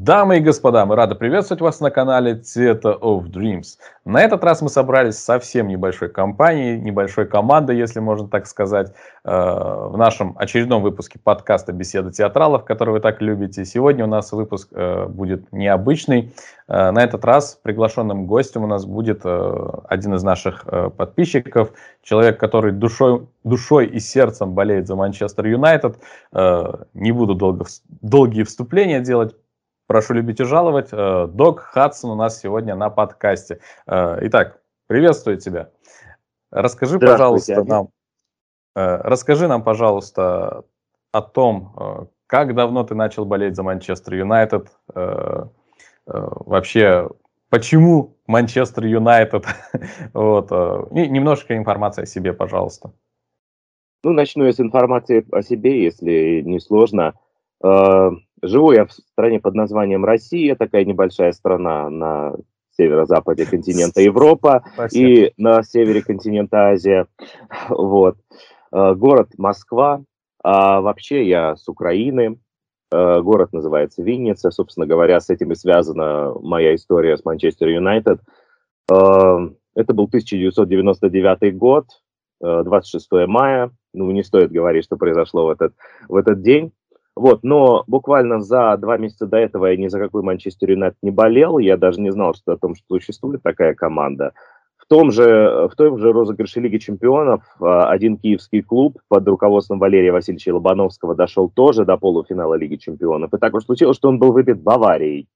Дамы и господа, мы рады приветствовать вас на канале Theater of Dreams. На этот раз мы собрались с совсем небольшой компанией, небольшой командой, если можно так сказать, в нашем очередном выпуске подкаста «Беседа театралов», который вы так любите. Сегодня у нас выпуск будет необычный. На этот раз приглашенным гостем у нас будет один из наших подписчиков, человек, который душой и сердцем болеет за Манчестер Юнайтед. Не буду долгие вступления делать. Прошу любить и жаловать. Дог Хадсон у нас сегодня на подкасте. Итак, приветствую тебя. Расскажи нам, пожалуйста, о том, как давно ты начал болеть за Манчестер Юнайтед. Вообще, почему Манчестер Юнайтед? Вот. И немножко информации о себе, пожалуйста. Начну я с информации о себе, если не сложно. Живу я в стране под названием Россия, такая небольшая страна на северо-западе континента Европа. Спасибо. И на севере континента Азия. Вот. Город Москва. А вообще я с Украины. Город называется Винница. Собственно говоря, с этим и связана моя история с Манчестер Юнайтед. Это был 1999 год, 26 мая. Не стоит говорить, что произошло в этот день. Вот, но буквально за 2 месяца до этого я ни за какой Манчестер Юнайтед не болел, я даже не знал о том, что существует такая команда. В том же розыгрыше Лиги Чемпионов один киевский клуб под руководством Валерия Васильевича Лобановского дошел тоже до полуфинала Лиги Чемпионов. И так уж случилось, что он был выбит Баварией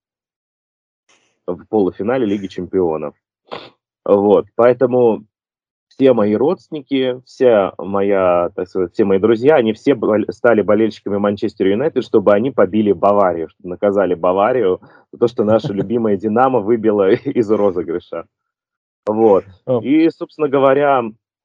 в полуфинале Лиги Чемпионов. Вот, поэтому все мои родственники, все мои друзья, они все стали болельщиками Манчестер Юнайтед, чтобы они побили Баварию, чтобы наказали Баварию за то, что наша любимая Динамо выбила из розыгрыша. Вот. И, собственно говоря,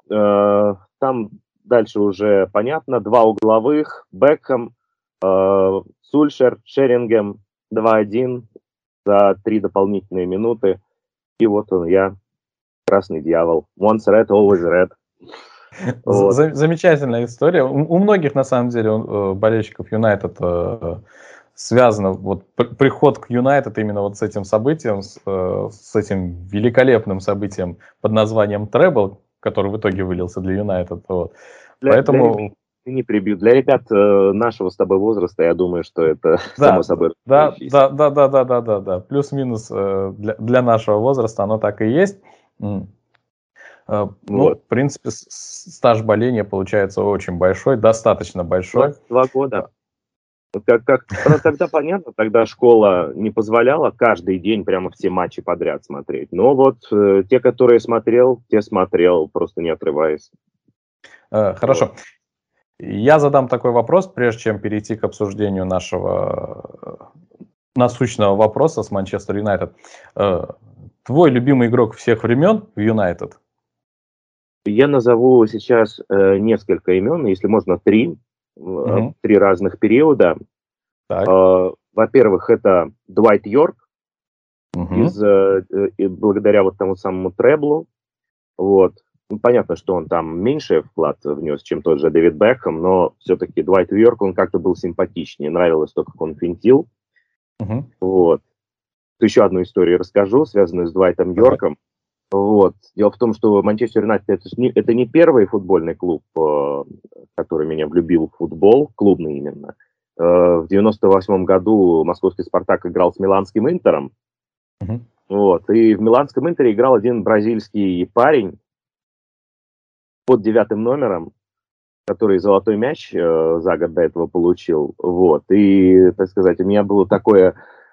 там дальше уже понятно, 2 угловых, Бекхэм, Сульшер, Шерингем, 2-1 за 3 дополнительные минуты. И вот он я. Красный дьявол. Once red, always red. Вот. Замечательная история. У многих, на самом деле, болельщиков Юнайтед связано приход к Юнайтед именно вот с этим событием, с этим великолепным событием под названием Требл, который в итоге вылился для Юнайтед. Вот. Поэтому... Не прибью. Для ребят нашего с тобой возраста, я думаю, что это само собой. Да. Плюс-минус для нашего возраста оно так и есть. В принципе, стаж боления получается очень большой, достаточно большой. 2 года. Тогда понятно, тогда школа не позволяла каждый день прямо все матчи подряд смотреть. Но вот те, которые смотрел, просто не отрываясь. Хорошо. Я задам такой вопрос, прежде чем перейти к обсуждению нашего насущного вопроса с Манчестер Юнайтед. Твой любимый игрок всех времен в Юнайтед? Я назову сейчас несколько имен, если можно 3. 3 разных периода. Во-первых, это Дуайт Йорк, благодаря вот тому самому треблу. Вот. Понятно, что он там меньше вклад внес, чем тот же Дэвид Бекхэм, но все-таки Дуайт Йорк, он как-то был симпатичнее, нравилось то, как он финтил. Вот. Еще одну историю расскажу, связанную с Дуайтом Йорком. Вот. Дело в том, что Манчестер Юнайтед это не первый футбольный клуб, который меня влюбил в футбол, клубный именно. В 98 году московский «Спартак» играл с миланским «Интером». Вот. И в миланском «Интере» играл один бразильский парень под 9 номером, который золотой мяч за год до этого получил. Вот. И, так сказать, у меня было такое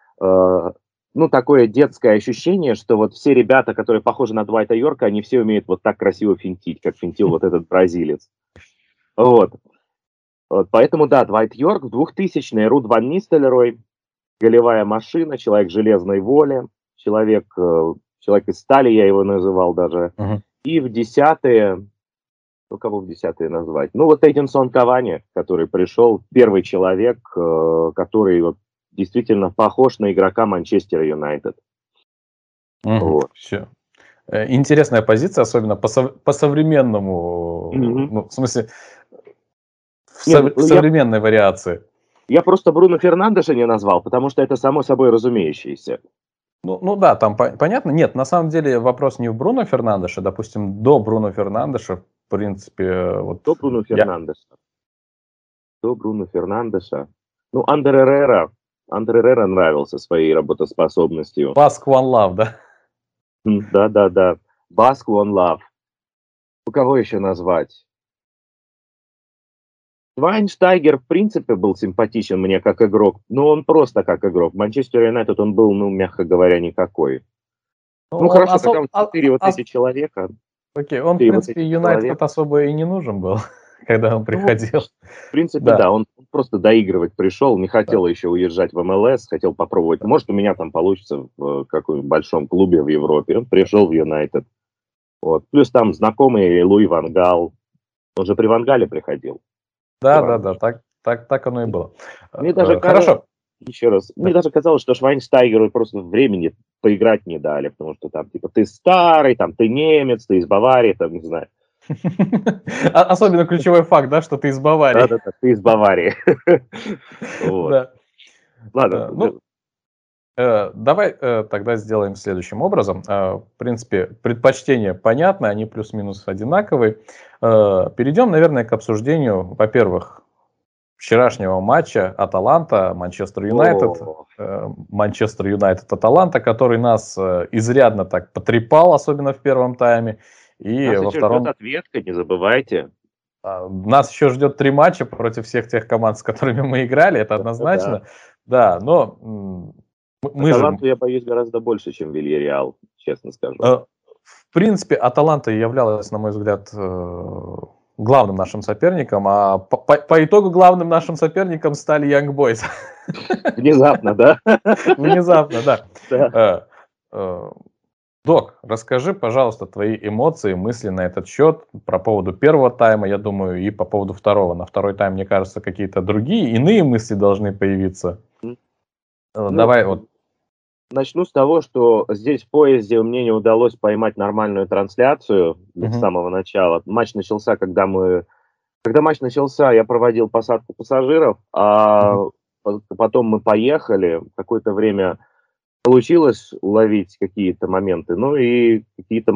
детское ощущение, что вот все ребята, которые похожи на Дуайта Йорка, они все умеют вот так красиво финтить, как финтил вот этот бразилец. Вот. Поэтому, да, Дуайт Йорк, в 2000-е Руд Ван Нистельрой, голевая машина, человек железной воли, человек из стали, я его называл даже. И в 10-е, кого в 10-е назвать? Эдинсон Кавани, который пришел, первый человек, который действительно похож на игрока Манчестера Юнайтед. Все. Интересная позиция, особенно по современному, в смысле, в современной вариации. Я просто Бруно Фернандеша не назвал, потому что это само собой разумеющееся. Ну да, там понятно. Нет, на самом деле вопрос не в Бруно Фернандеше. Допустим, до Бруно Фернандеша, в принципе, вот До Бруно я... Фернандеша. До Бруно Фернандеша. Ну, Андер Эррера нравился своей работоспособностью. Баск One Love, да? Да. Баск One Love. У кого еще назвать? Швайнштайгер, в принципе, был симпатичен мне как игрок, но он просто как игрок. В Манчестер Юнайтед он был, ну, мягко говоря, никакой. Ну, Ну, он хорошо, когда вот четыре вот эти человека, окей, он, в четыре вот принципе, эти Юнайтед человека, особо и не нужен был, когда он ну, приходил. в принципе, Да, да, он просто доигрывать пришел, не да, хотел еще уезжать в МЛС, хотел попробовать, да. может, у меня там получится в каком-нибудь большом клубе в Европе. Он пришел в Юнайтед. Вот. Плюс там знакомый Луи Ван Гал. Он же при Ван Гале приходил. Да, так оно и было. Мне даже казалось, Хорошо. еще раз, мне Да. даже казалось, что Швайнштайгеру просто времени поиграть не дали, потому что там, типа, ты старый, там, ты немец, ты из Баварии, там, не знаю. Особенно ключевой факт, да, что ты из Баварии. Да-да-да, ты из Баварии. Вот. Да. Ладно, Ну, давай тогда сделаем следующим образом. В принципе, предпочтения понятны, они плюс-минус одинаковые. Перейдем, наверное, к обсуждению, во-первых, вчерашнего матча Аталанта, Манчестер Юнайтед. Манчестер Юнайтед Аталанта, который нас изрядно так потрепал, особенно в первом тайме. И нас во еще ждет втором ответка, не забывайте. нас еще ждет 3 матча против всех тех команд, с которыми мы играли, это Да. однозначно. Да, но мы же, Аталанту я боюсь гораздо больше, чем Вильяреал, честно скажу. в принципе, Аталанта являлась, на мой взгляд, главным нашим соперником, а по итогу главным нашим соперником стали Young Boys. Внезапно, да? Внезапно, да. Да. Док, расскажи, пожалуйста, твои эмоции, мысли на этот счет, про поводу первого тайма, я думаю, и по поводу второго. На второй тайм, мне кажется, какие-то другие, иные мысли должны появиться. Ну, Давай вот. начну с того, что здесь в поезде мне не удалось поймать нормальную трансляцию с самого начала. Матч начался, когда матч начался, я проводил посадку пассажиров, а потом мы поехали, какое-то время получилось уловить какие-то моменты, ну и каким-то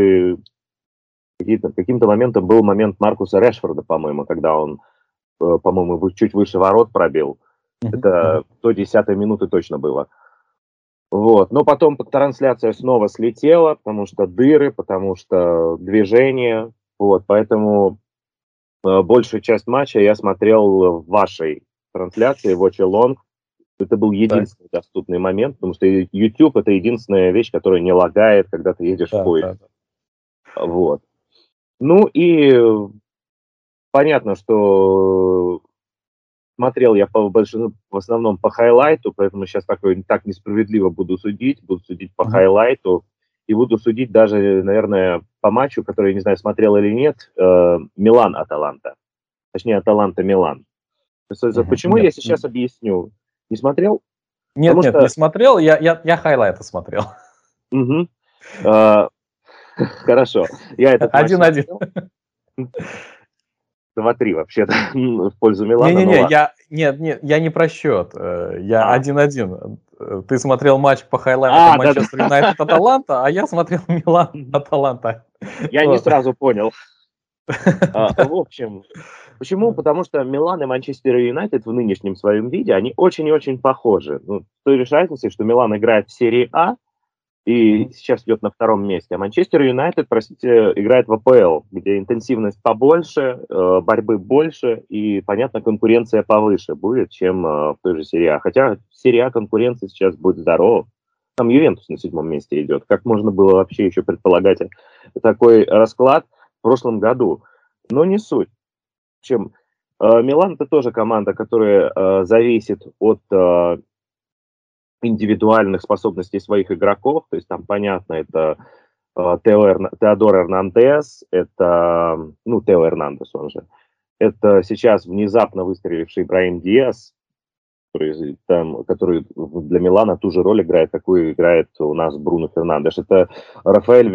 моментом был момент Маркуса Решфорда, по-моему, когда он, по-моему, чуть выше ворот пробил. Это до 10-й минуты точно было. Вот. Но потом трансляция снова слетела, потому что дыры, потому что движение. Вот. Поэтому большую часть матча я смотрел в вашей трансляции, Watch Along. Это был единственный доступный момент, потому что YouTube — это единственная вещь, которая не лагает, когда ты едешь в поезд. Вот. Ну и понятно, что смотрел я в основном по хайлайту, поэтому сейчас так несправедливо буду судить по хайлайту, и буду судить даже, наверное, по матчу, который, я не знаю, смотрел или нет, Милан-Аталанта. Точнее, Аталанта-Милан. Почему я сейчас объясню? Не смотрел? Нет, не смотрел, я хайлайты смотрел. Хорошо. Я этот матч 1-1. 2-3 вообще-то в пользу Милана. Не, я не про счет. Я 1-1. Ты смотрел матч по хайлайтам Манчестер Юнайтед Аталанта, а я смотрел Милан Аталанта. Я не сразу понял. В общем, почему? Потому что Милан и Манчестер Юнайтед в нынешнем своем виде, они очень и очень похожи. Ну, с той лишь разницей, что Милан играет в серии А, и сейчас идет на втором месте. А Манчестер Юнайтед, простите, играет в АПЛ, где интенсивность побольше, борьбы больше, и, понятно, конкуренция повыше будет, чем в той же серии А. Хотя в серии А конкуренция сейчас будет здорова. Там Ювентус на 7-м месте идет. Как можно было вообще еще предполагать такой расклад в прошлом году? Но не суть. В общем, Милан — это тоже команда, которая зависит от индивидуальных способностей своих игроков, то есть там, понятно, это Теодор Эрнандес, это, Тео Эрнандес, он же, это сейчас внезапно выстреливший Браим Диас, который для Милана ту же роль играет, какую играет у нас Бруно Фернандеш. Это Рафаэль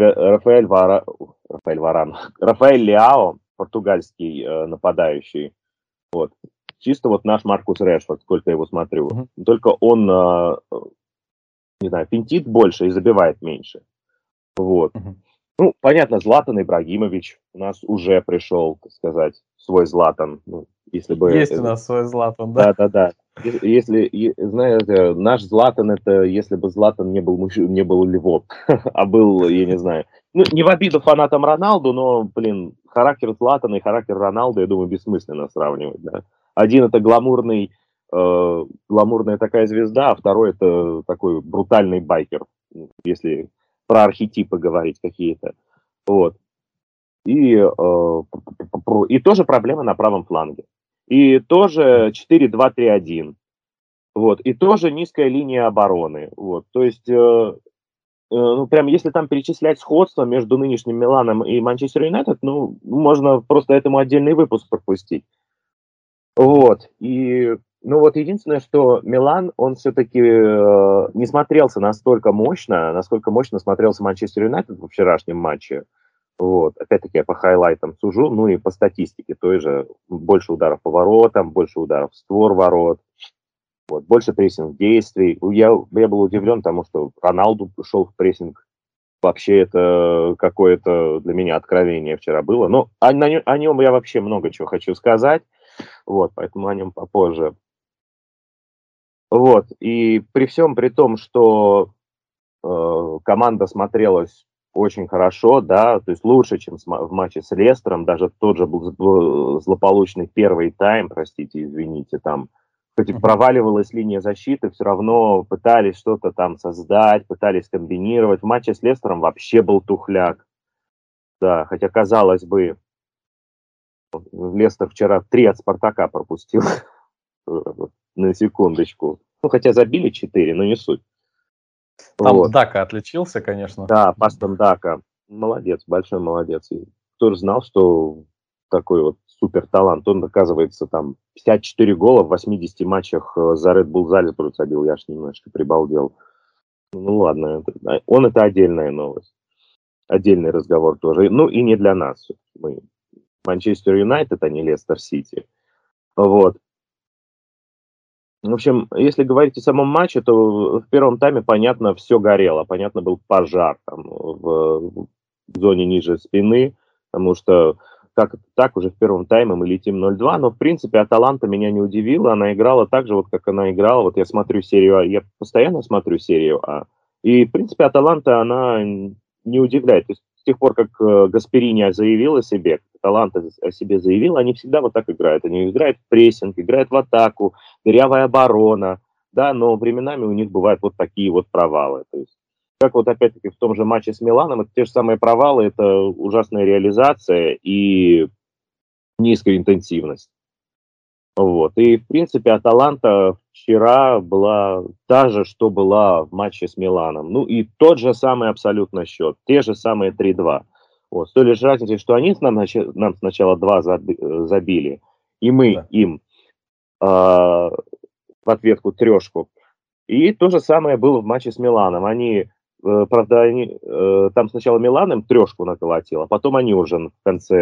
Леао, португальский нападающий. Вот. чисто вот наш Маркус Решфорд, сколько я его смотрю. Мгм. Только он, не знаю, финтит больше и забивает меньше. Вот. Мгм. Ну, понятно, Златан Ибрагимович у нас уже пришел, так сказать, свой Златан. Ну, если бы... Есть у нас свой Златан, да? Да. Знаете, наш Златан, это если бы Златан не был, не был львом, а был, я не знаю, ну, не в обиду фанатам Роналду, но, блин, характер Златана и характер Роналду, я думаю, бессмысленно сравнивать, да. Один это гламурная такая звезда, а второй это такой брутальный байкер, если про архетипы говорить какие-то. Вот. И тоже проблема на правом фланге. И тоже 4-2-3-1. Вот. И тоже низкая линия обороны. Вот. То есть, ну, прям если там перечислять сходство между нынешним Миланом и Манчестер Юнайтед, ну, можно просто этому отдельный выпуск пропустить. Вот. И, ну, вот единственное, что Милан, он все-таки не смотрелся настолько мощно, насколько мощно смотрелся Манчестер Юнайтед во вчерашнем матче. Вот. Опять-таки я по хайлайтам сужу, ну и по статистике той же. Больше ударов по воротам, больше ударов в створ ворот, вот, больше прессинг действий. Я был удивлен тому, что Роналду шел в прессинг. Вообще это какое-то для меня откровение вчера было. Но о нем я вообще много чего хочу сказать. Вот, поэтому о нем попозже. Вот, и при всем при том, что команда смотрелась очень хорошо, да, то есть лучше, чем в матче с Лестером, даже тот же был злополучный первый тайм, простите, извините, там, хоть и проваливалась линия защиты, все равно пытались что-то там создать, пытались комбинировать. В матче с Лестером вообще был тухляк, да, хотя, казалось бы, Лестер вчера 3 от Спартака пропустил, на секундочку. Ну, хотя забили 4, но не суть. Там Вот. Дака отличился, конечно. Да, Пастон Дака. Молодец, большой молодец. И кто же знал, что такой вот супер талант. Он, оказывается, там 54 гола в 80 матчах за Red Bull Зальцбург забил. Я ж немножко прибалдел. Ну ладно, он это отдельная новость. Отдельный разговор тоже. Ну и не для нас. Мы Манчестер Юнайтед, а не Лестер Сити. Вот. В общем, если говорить о самом матче, то в первом тайме, понятно, все горело. Понятно, был пожар там, в зоне ниже спины, потому что как это так, уже в первом тайме мы летим 0-2, но, в принципе, Аталанта меня не удивила, она играла так же, вот как она играла, вот я смотрю серию А, я постоянно смотрю серию А, и, в принципе, Аталанта, она не удивляет, то есть с тех пор, как Гасперини заявил о себе, Аталанта о себе заявил, они всегда вот так играют, они играют в прессинг, играют в атаку, дырявая оборона, да, но временами у них бывают вот такие вот провалы, то есть как вот опять-таки в том же матче с Миланом, это те же самые провалы, это ужасная реализация и низкая интенсивность. Вот. И, в принципе, Аталанта вчера была та же, что была в матче с Миланом. Ну и тот же самый абсолютно счет, те же самые 3-2. Вот. С той лишь разницей, что они нам сначала 2 забили, и мы им в ответку трешку. И то же самое было в матче с Миланом. Они, правда, там сначала Милан им трешку наколотил, а потом они уже в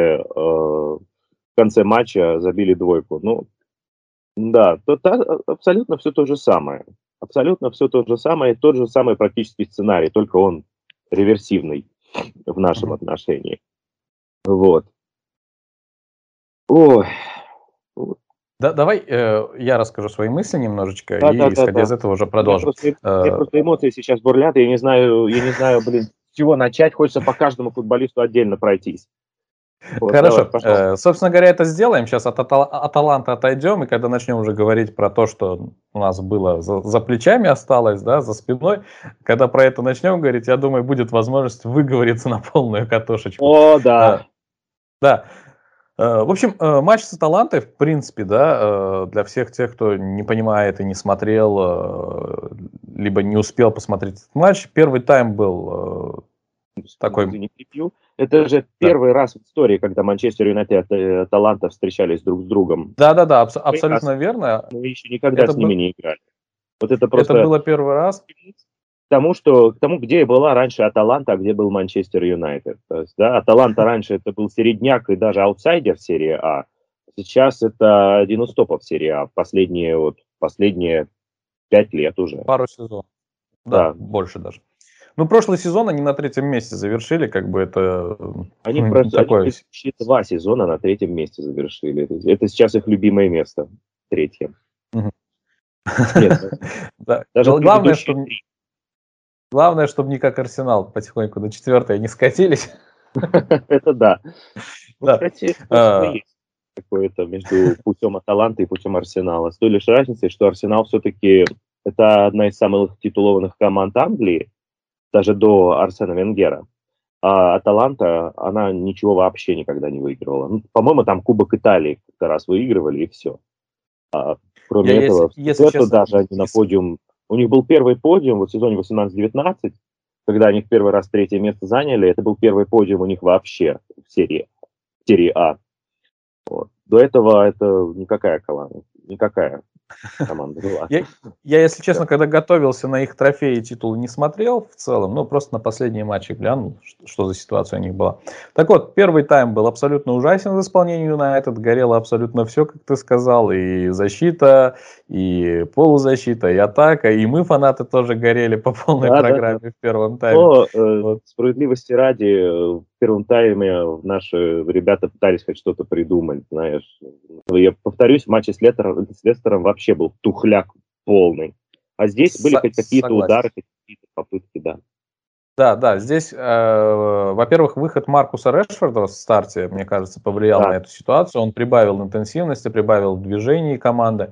конце матча забили двойку. Ну, да, абсолютно все то же самое. Абсолютно все то же самое, тот же самый практически сценарий, только он реверсивный в нашем отношении. Вот. Ой. Да, давай я расскажу свои мысли немножечко, Да, и да, да, исходя да. из этого уже продолжим. У меня просто эмоции сейчас бурлят, я не знаю, блин, с чего начать. Хочется по каждому футболисту отдельно пройтись. Вот, Хорошо. давай, пожалуйста. Собственно говоря, это сделаем. Сейчас от Аталанты отойдем, и когда начнем уже говорить про то, что у нас было за плечами осталось, да, за спиной, когда про это начнем говорить, я думаю, будет возможность выговориться на полную катушечку. О, да. Да. В общем, матч с Аталантой, в принципе, да, для всех тех, кто не понимает и не смотрел, либо не успел посмотреть этот матч, первый тайм был такой... Не перебью. Это же первый раз в истории, когда Манчестер Юнайтед и Аталанта встречались друг с другом. Да, абсолютно верно. Мы еще никогда с ними не играли. Вот это просто... Это было первый раз. К тому, где была раньше Аталанта, а где был Манчестер Юнайтед. То есть, да, Аталанта раньше это был середняк и даже аутсайдер серии А. Сейчас это один из топов серии А. Последние 5 лет уже. Пару сезонов. Да, Да. больше даже. Ну, прошлый сезон они на 3-м месте завершили, как бы это Они такое. предыдущие 2 сезона на 3-м месте завершили. Это сейчас их любимое место, 3-е. Мгм. Нет, Да. даже Главное, предыдущие чтобы 3. не как Арсенал потихоньку до 4-й не скатились. Это да. Ну, Да. кстати, сходство есть какое-то между путем Аталанты и путем Арсенала. С той лишь разницей, что Арсенал все-таки это одна из самых титулованных команд Англии, даже до Арсена Венгера. А Аталанта, она ничего вообще никогда не выигрывала. Ну, по-моему, там Кубок Италии как-то раз выигрывали, и все. Кроме Я, этого, если это честно, даже они на подиум. У них был первый подиум в сезоне 18-19, когда они в первый раз 3-е место заняли. Это был первый подиум у них вообще в серии А. Вот. До этого это никакая команда была. я, если честно, когда готовился на их трофеи и титулы, не смотрел в целом, ну, просто на последние матчи глянул, что за ситуация у них была. Так вот, первый тайм был абсолютно ужасен в исполнении Юнайтед, горело абсолютно все, как ты сказал, и защита, и полузащита, и атака, и мы, фанаты, тоже горели по полной программе в первом тайме. Но Вот. справедливости ради, в первом тайме наши ребята пытались хоть что-то придумать, знаешь. Я повторюсь, в матче с Лестером вообще был тухляк полный. А здесь были хоть какие-то удары, какие-то попытки, да. Да, здесь, во-первых, выход Маркуса Решфорда в старте, мне кажется, повлиял на эту ситуацию. Он прибавил интенсивности, прибавил движений команды.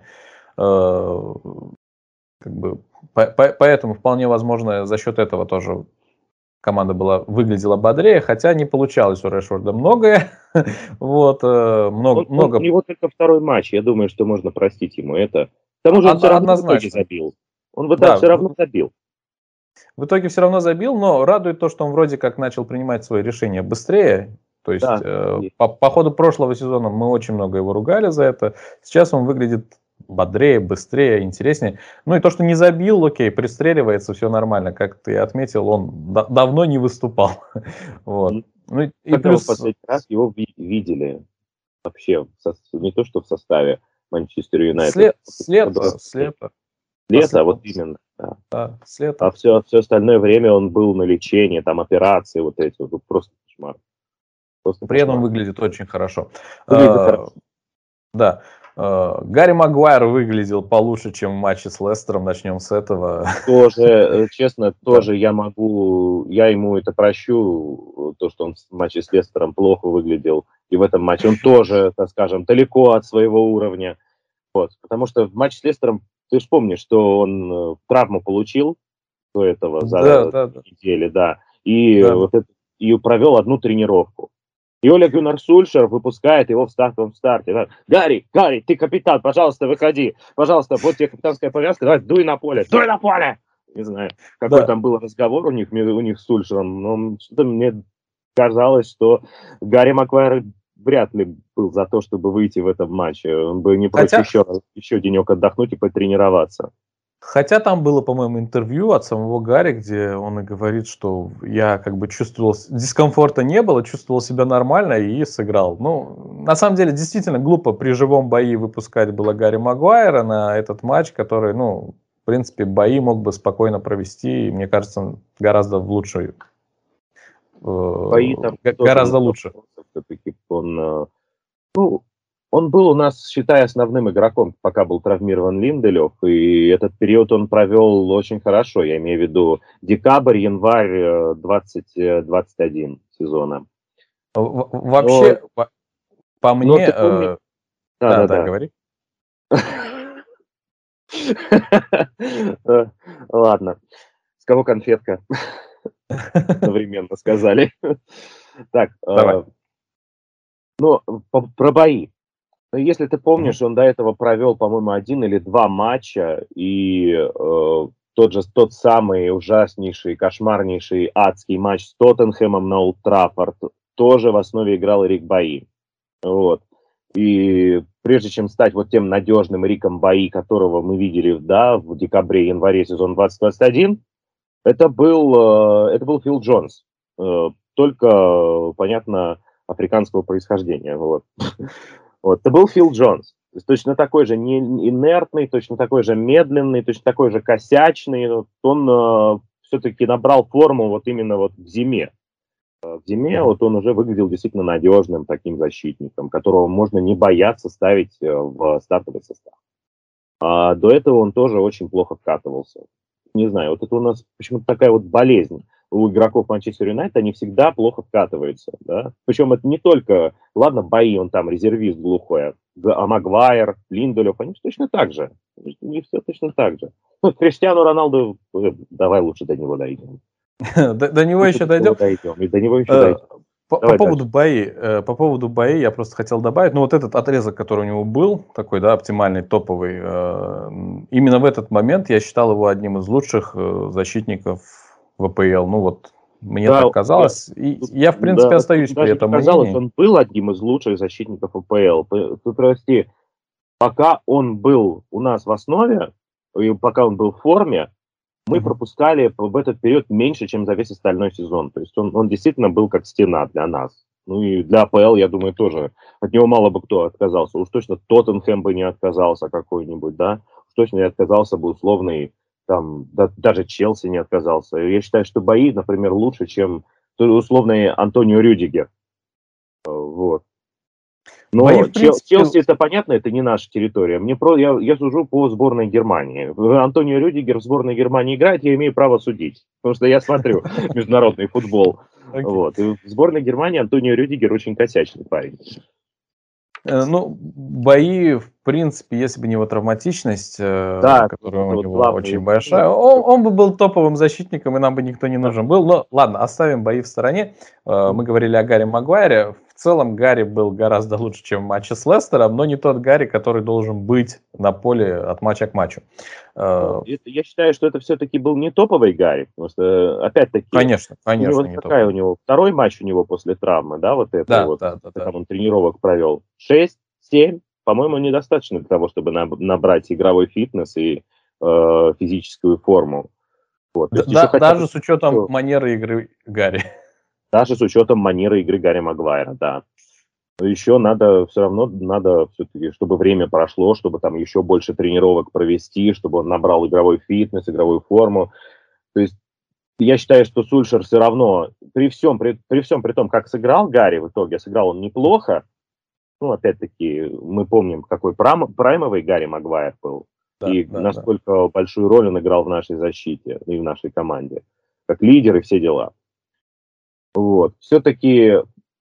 Как бы, поэтому вполне возможно за счет этого тоже команда выглядела бодрее, хотя не получалось у Решфорда многое. Вот, много. У него только второй матч, я думаю, что можно простить ему это. К тому же он все равно в итоге забил. Он все равно забил. В итоге все равно забил, но радует то, что он вроде как начал принимать свои решения быстрее. То есть по ходу прошлого сезона мы очень много его ругали за это. Сейчас он выглядит бодрее, быстрее, интереснее. Ну и то, что не забил, окей, пристреливается, все нормально. Как ты отметил, он давно не выступал. Вот. Ну, и плюс... в последний раз его видели вообще, не то что в составе Манчестер Юнайтед. Слепо. Лето, вот именно. Да, а все остальное время он был на лечении, там операции вот эти, вот, просто кошмар. При этом выглядит очень хорошо. Да. Гарри Магуайр выглядел получше, чем в матче с Лестером, начнем с этого. Тоже, честно, я ему это прощу, то, что он в матче с Лестером плохо выглядел, и в этом матче он тоже, так скажем, далеко от своего уровня. Вот. Потому что в матче с Лестером, ты же помнишь, что он травму получил до этого за неделю, и провел одну тренировку. И Оле Гуннар Сульшер выпускает его в стартовом старте. Гарри, ты капитан, пожалуйста, выходи. Пожалуйста, вот тебе капитанская повязка, давай, дуй на поле. Не знаю, какой там был разговор у них с Сульшером, но что-то мне казалось, что Гарри Магуайр вряд ли был за то, чтобы выйти в этом матче. Он бы не прочь еще денек отдохнуть и потренироваться. Хотя там было, по-моему, интервью от самого Гарри, где он и говорит, что я как бы чувствовал, дискомфорта не было, чувствовал себя нормально и сыграл. Ну, на самом деле, действительно глупо при живом бои выпускать было Гарри Магуайра на этот матч, который, ну, в принципе, бои мог бы спокойно провести, и, мне кажется, гораздо в лучшей. Бои там гораздо лучше. Все-таки он был у нас, считай, основным игроком, пока был травмирован Линделев, и этот период он провел очень хорошо. Я имею в виду декабрь, январь 2021 сезона. Вообще, по мне... Да, говори. Ладно. С кого конфетка? Одновременно сказали. Так, про бои. Если ты помнишь, он до этого провел, по-моему, 1 или 2 матча, и тот самый ужаснейший, кошмарнейший, адский матч с Тоттенхэмом на Олд Траффорд тоже в основе играл Эрик Баи. Вот. И прежде чем стать вот тем надежным Эриком Баи, которого мы видели, в декабре-январе сезона 2021, это был Фил Джонс. Только, понятно, африканского происхождения. Вот. Вот, это был Фил Джонс. То есть точно такой же не инертный, точно такой же медленный, точно такой же косячный. Вот он все-таки набрал форму вот именно вот в зиме. В зиме вот он уже выглядел действительно надежным таким защитником, которого можно не бояться ставить в стартовый состав. А до этого он тоже очень плохо вкатывался. Не знаю, вот это у нас почему-то такая вот болезнь. У игроков Манчестер Юнайтед они всегда плохо вкатываются. Да? Причем это не только, ладно, бои, он там резервист глухой, а Магуайр, Линдолев, они точно так же. Не все точно так же. Ну, Криштиану Роналду, давай лучше до него дойдем. До него еще дойдем. И до него еще дойдем. По поводу бои я просто хотел добавить, ну вот этот отрезок, который у него был, такой, да, оптимальный, топовый, именно в этот момент я считал его одним из лучших защитников в АПЛ. Ну вот, мне так казалось. И я, в принципе, остаюсь при этом мнении. Он был одним из лучших защитников АПЛ. Ты прости, пока он был у нас в основе, и пока он был в форме, мы пропускали в этот период меньше, чем за весь остальной сезон. То есть он действительно был как стена для нас. Ну и для АПЛ, я думаю, тоже. От него мало бы кто отказался. Уж точно Тоттенхэм бы не отказался какой-нибудь, да. Уж точно не отказался бы условный, там, даже Челси не отказался. Я считаю, что бои, например, лучше, чем условный Антонио Рюдигер. Вот. Но бои, принципе... Челси, это понятно, это не наша территория. Я сужу по сборной Германии. Антонио Рюдигер в сборной Германии играет, я имею право судить. Потому что я смотрю международный футбол. Вот. И в сборной Германии Антонио Рюдигер очень косячный парень. Ну, бои, в принципе, если бы не его травматичность, которая у него очень большая, он бы был топовым защитником, и нам бы никто не нужен был. Но ладно, оставим бои в стороне. Мы говорили о Гарри Магуайре. В целом Гарри был гораздо лучше, чем в матче с Лестером, но не тот Гарри, который должен быть на поле от матча к матчу. Я считаю, что это все-таки был не топовый Гарри, потому что, опять-таки, конечно, какая у него второй матч у него после травмы, да, вот это там он тренировок провел 6-7, по-моему, недостаточно для того, чтобы набрать игровой фитнес и физическую форму. Вот. Даже с учетом манеры игры Гарри. Даже с учетом манеры игры Гарри Магуайра, да. Еще все равно надо все-таки, чтобы время прошло, чтобы там еще больше тренировок провести, чтобы он набрал игровой фитнес, игровую форму. То есть я считаю, что Сульшер все равно, при всем при том, как сыграл Гарри в итоге, сыграл он неплохо. Ну, опять-таки, мы помним, какой праймовый Гарри Магуайр был. Насколько большую роль он играл в нашей защите и в нашей команде. Как лидер и все дела. Вот. Все-таки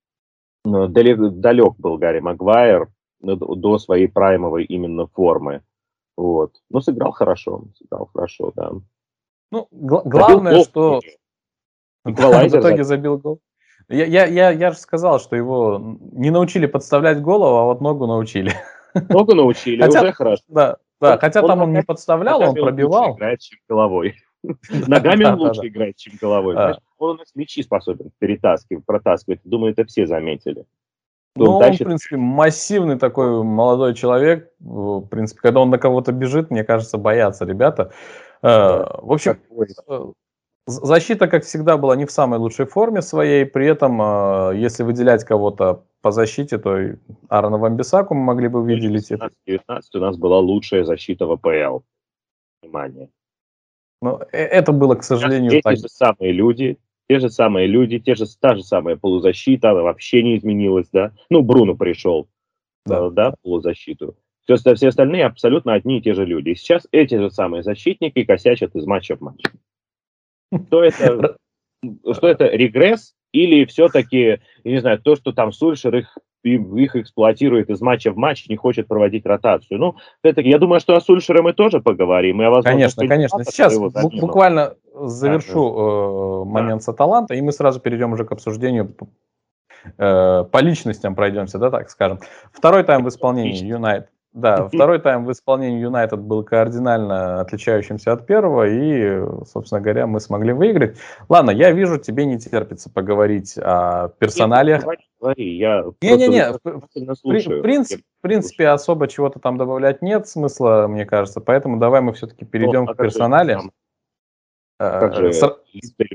далек был Гарри Магуайр до своей праймовой именно формы. Вот. Но сыграл хорошо, да. Ну, главное, что в итоге забил гол. Я же сказал, что его не научили подставлять голову, а вот ногу научили. Ногу научили, уже хорошо. Да, хотя там он не подставлял, он пробивал. Он играет, чем головой. Ногами он лучше играет, чем головой. Он у нас мячи способен протаскивать. Думаю, это все заметили. Ну, он, в принципе, массивный такой молодой человек. В принципе, когда он на кого-то бежит, мне кажется, боятся ребята. В общем, защита, как всегда, была не в самой лучшей форме своей. При этом, если выделять кого-то по защите, то Аарона Ван-Бисаку мы могли бы выделить. 19 у нас была лучшая защита в АПЛ. Внимание. Но это было, к сожалению, так. Те же самые люди, та же самая полузащита, она вообще не изменилась, да. Ну, Бруно пришел, в полузащиту. Все остальные абсолютно одни и те же люди. И сейчас эти же самые защитники косячат из матча в матч. Что это регресс или все-таки, я не знаю, то, что там Сульшер их эксплуатирует из матча в матч, не хочет проводить ротацию. Ну, я думаю, что о Сульшере мы тоже поговорим. Конечно. Сейчас буквально завершу момент с Аталанта, и мы сразу перейдем уже к обсуждению по личностям пройдемся, да, так скажем. Второй тайм в исполнении Юнайтед. Да, второй тайм в исполнении Юнайтед был кардинально отличающимся от первого, и, собственно говоря, мы смогли выиграть. Ладно, я вижу, тебе не терпится поговорить о персоналиях. Говори, я в принципе, особо чего-то там добавлять нет смысла, мне кажется, поэтому давай мы все-таки перейдем к персоналиям. Как же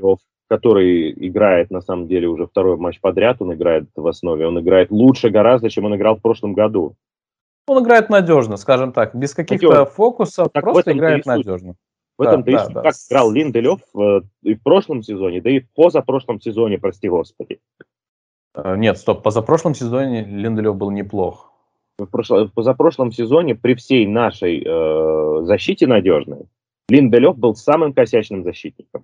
который играет, на самом деле, уже второй матч подряд, он играет в основе, он играет лучше гораздо, чем он играл в прошлом году. Он играет надежно, скажем так, без каких-то Надежно. фокусов, Так просто играет надежно. В этом-то и суть, как играл Линделёв и в прошлом сезоне, да и в позапрошлом сезоне, прости господи. Нет, стоп, в позапрошлом сезоне Линделёв был неплох. В позапрошлом сезоне при всей нашей защите надежной Линделёв был самым косячным защитником.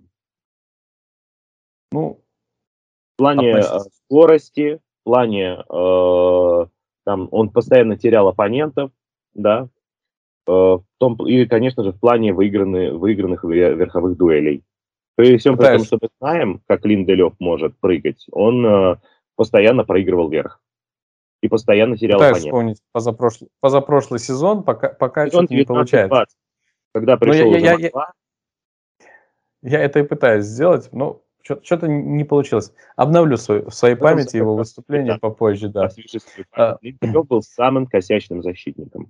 Ну, в плане скорости, в плане там, он постоянно терял оппонентов, да, и, конечно же, в плане выигранных верховых дуэлей. При всем при том, что мы знаем, как Линделёв может прыгать, он постоянно проигрывал верх. И постоянно терял оппонентов. Вспомнить позапрошлый сезон, пока что-то не получается. Когда пришел уже Москва. Я это и пытаюсь сделать, но что-то не получилось. Обновлю в своей памяти его выступление попозже. Да. Линделёв был самым косячным защитником.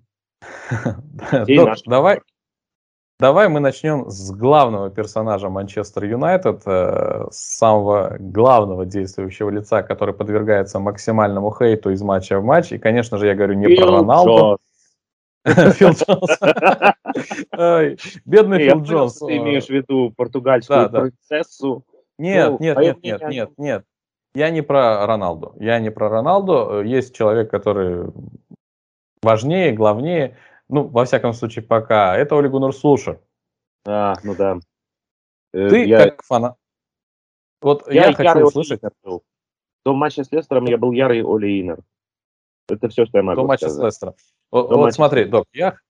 Давай мы начнем с главного персонажа Манчестер Юнайтед, с самого главного действующего лица, который подвергается максимальному хейту из матча в матч. И, конечно же, я говорю не про Роналду. Фил Джонс. Бедный Фил Джонс. Ты имеешь в виду португальскую принцессу? Нет. Я не про Роналду. Есть человек, который важнее, главнее. Ну, во всяком случае, пока. Это Оле Гуннар Сульшер. Ну да. Ты как фанат. Вот я хочу услышать. До матча с Лестером я был ярый Оле Иннер. Это все, что я могу сказать. До матча с Лестером. Вот смотри, Док,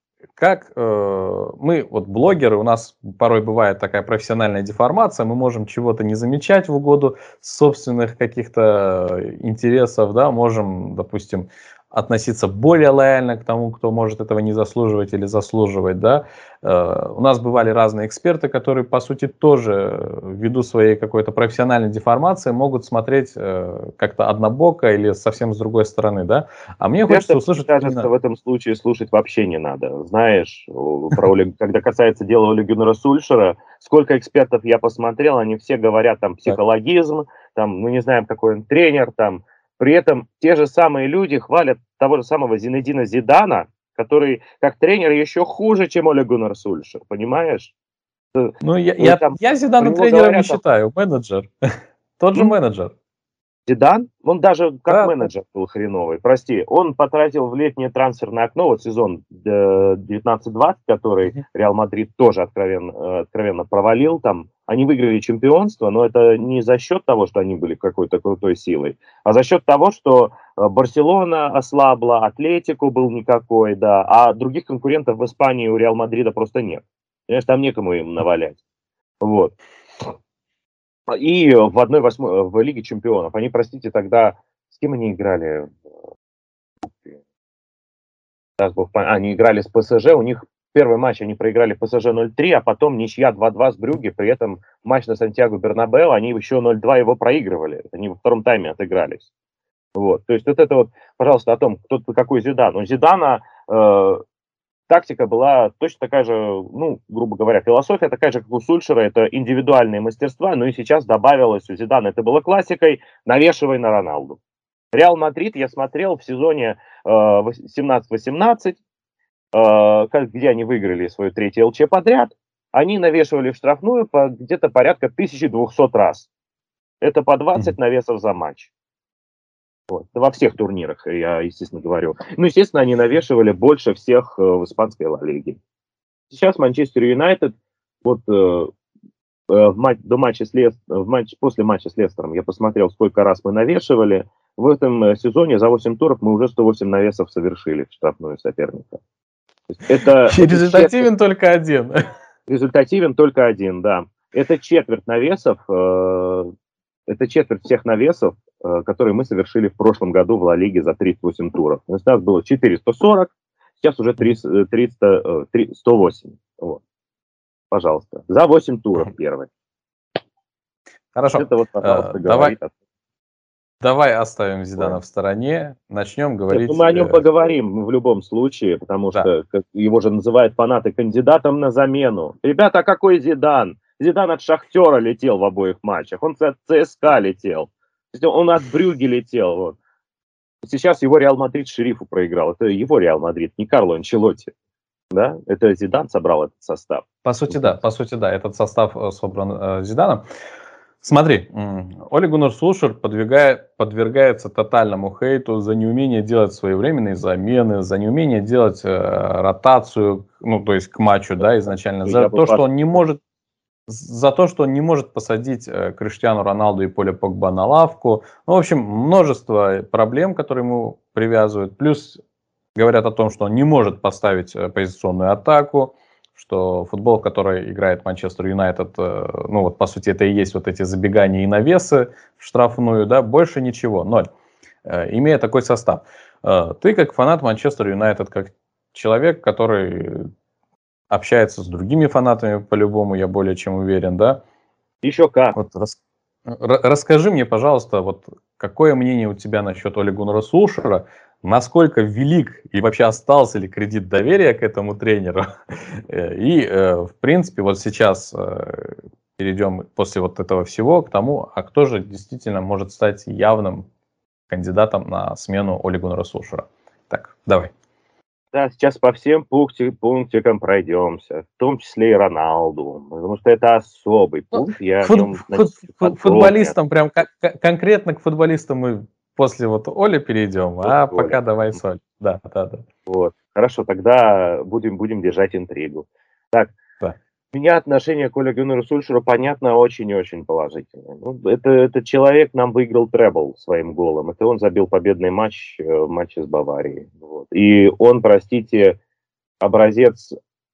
мы, вот блогеры, у нас порой бывает такая профессиональная деформация, мы можем чего-то не замечать в угоду собственных каких-то интересов, да, можем, допустим, относиться более лояльно к тому, кто может этого не заслуживать или заслуживать, да. У нас бывали разные эксперты, которые, по сути, тоже ввиду своей какой-то профессиональной деформации могут смотреть как-то однобоко или совсем с другой стороны, да. А мне хочется услышать... Мне кажется, в этом случае слушать вообще не надо. Знаешь, когда касается дела Оле Гуннара Сульшера, сколько экспертов я посмотрел, они все говорят, там, психологизм, там, мы не знаем, какой он тренер, там. При этом те же самые люди хвалят того же самого Зинедина Зидана, который как тренер еще хуже, чем Оле Гуннар Сульшер, понимаешь? Ну, я Зидана тренером не считаю, менеджер. Тот же менеджер. Зидан? Он даже как менеджер был хреновый, прости. Он потратил в летнее трансферное окно, вот сезон 19-20, который Реал Мадрид тоже откровенно провалил там. Они выиграли чемпионство, но это не за счет того, что они были какой-то крутой силой, а за счет того, что Барселона ослабла, Атлетико был никакой, да, а других конкурентов в Испании у Реал Мадрида просто нет. Понимаешь, там некому им навалять. Вот. И в 1/8 в Лиге Чемпионов. Они, простите, тогда с кем они играли? Они играли с ПСЖ, у них первый матч они проиграли ПСЖ 0-3, а потом ничья 2-2 с Брюгге, при этом матч на Сантьяго Бернабеу, они еще 0-2 его проигрывали, они во втором тайме отыгрались. Вот. То есть вот это вот, пожалуйста, о том, кто какой Зидан. У Зидана тактика была точно такая же, ну, грубо говоря, философия такая же, как у Сульшера, это индивидуальные мастерства, но и сейчас добавилось у Зидана, это было классикой, навешивай на Роналду. Реал Мадрид я смотрел в сезоне 17-18, где они выиграли свою третью ЛЧ подряд, они навешивали в штрафную где-то порядка 1200 раз. Это по 20 навесов за матч. Вот. Во всех турнирах, я, естественно, говорю. Ну, естественно, они навешивали больше всех в испанской Ла Лиге. Сейчас Манчестер Юнайтед, вот после матча с Лестером я посмотрел, сколько раз мы навешивали. В этом сезоне за 8 туров мы уже 108 навесов совершили в штрафную соперника. Результативен только один. Результативен только один, да. Это четверть навесов, это четверть всех навесов, которые мы совершили в прошлом году в Ла Лиге за 38 туров. У нас было 440, сейчас уже 108. Вот. Пожалуйста. За 8 туров первый. Хорошо. Это вот, пожалуйста, давай оставим Зидана в стороне, начнем говорить... мы о нем поговорим в любом случае, потому что его же называют фанаты кандидатом на замену. Ребята, а какой Зидан? Зидан от Шахтера летел в обоих матчах, он от ЦСКА летел, он от Брюгге летел. Вот. Сейчас его Реал Мадрид Шерифу проиграл. Это его Реал Мадрид, не Карло Анчелотти. Да? Это Зидан собрал этот состав. По сути, да. Этот состав собран Зиданом. Смотри, Оле Гуннар Сулшер подвергается тотальному хейту за неумение делать своевременные замены, за неумение делать ротацию, ну, то есть к матчу, да, изначально, за то, что он не может посадить Криштиану Роналду и Поля Погба на лавку. Ну, в общем, множество проблем, которые ему привязывают. Плюс говорят о том, что он не может поставить позиционную атаку, что футбол, в который играет Манчестер Юнайтед, ну вот по сути это и есть вот эти забегания и навесы в штрафную, да, больше ничего, ноль. Имея такой состав. Ты как фанат Манчестер Юнайтед, как человек, который общается с другими фанатами по-любому, я более чем уверен, да? Еще как. Вот расскажи мне, пожалуйста, вот какое мнение у тебя насчет Оле Гуннара Сулшера, насколько велик и вообще остался ли кредит доверия к этому тренеру. И, в принципе, вот сейчас перейдем после вот этого всего к тому, а кто же действительно может стать явным кандидатом на смену Оле Гуннара Сулшера. Так, давай. Да, сейчас по всем пунктикам пройдемся, в том числе и Роналду, потому что это особый пункт. Футболистам, прям конкретно к футболистам мы после вот Оли перейдем, вот пока давай Соль. Да. Вот, хорошо, тогда будем держать интригу. Так, да. У меня отношение к Оле Гуннару Сулшеру, понятно, очень-очень положительное. Ну, это человек нам выиграл требл своим голом. Это он забил победный матч в матче с Баварией. Вот. И он, простите, образец,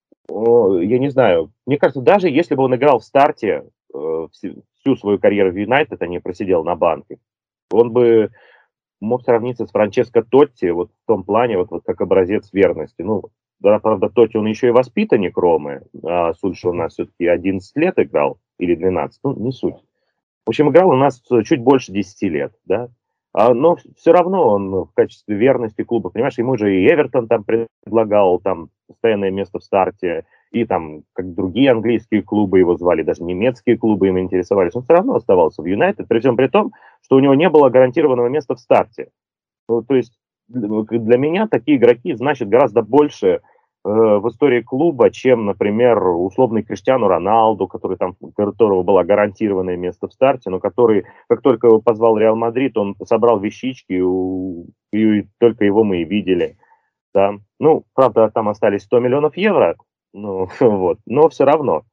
я не знаю, мне кажется, даже если бы он играл в старте всю свою карьеру в Юнайтед, а не просидел на банке, он бы мог сравниться с Франческо Тотти вот в том плане, вот как образец верности. Ну, да, правда, Тотти, он еще и воспитанник Ромы, а Сульшер у нас все-таки 11 лет играл, или 12, ну, не суть. В общем, играл у нас чуть больше 10 лет, да. Но все равно он в качестве верности клуба, понимаешь, ему же и Эвертон там предлагал там постоянное место в старте, и там, как другие английские клубы его звали, даже немецкие клубы им интересовались, он все равно оставался в Юнайтед, при всем при том, что у него не было гарантированного места в старте. Ну, то есть для меня такие игроки значат гораздо больше в истории клуба, чем, например, условный Криштиану Роналду, который там, у которого было гарантированное место в старте, но который, как только его позвал Реал Мадрид, он собрал вещички, и только его мы и видели. Да. Ну, правда, там остались 100 миллионов евро, ну, вот, но все равно.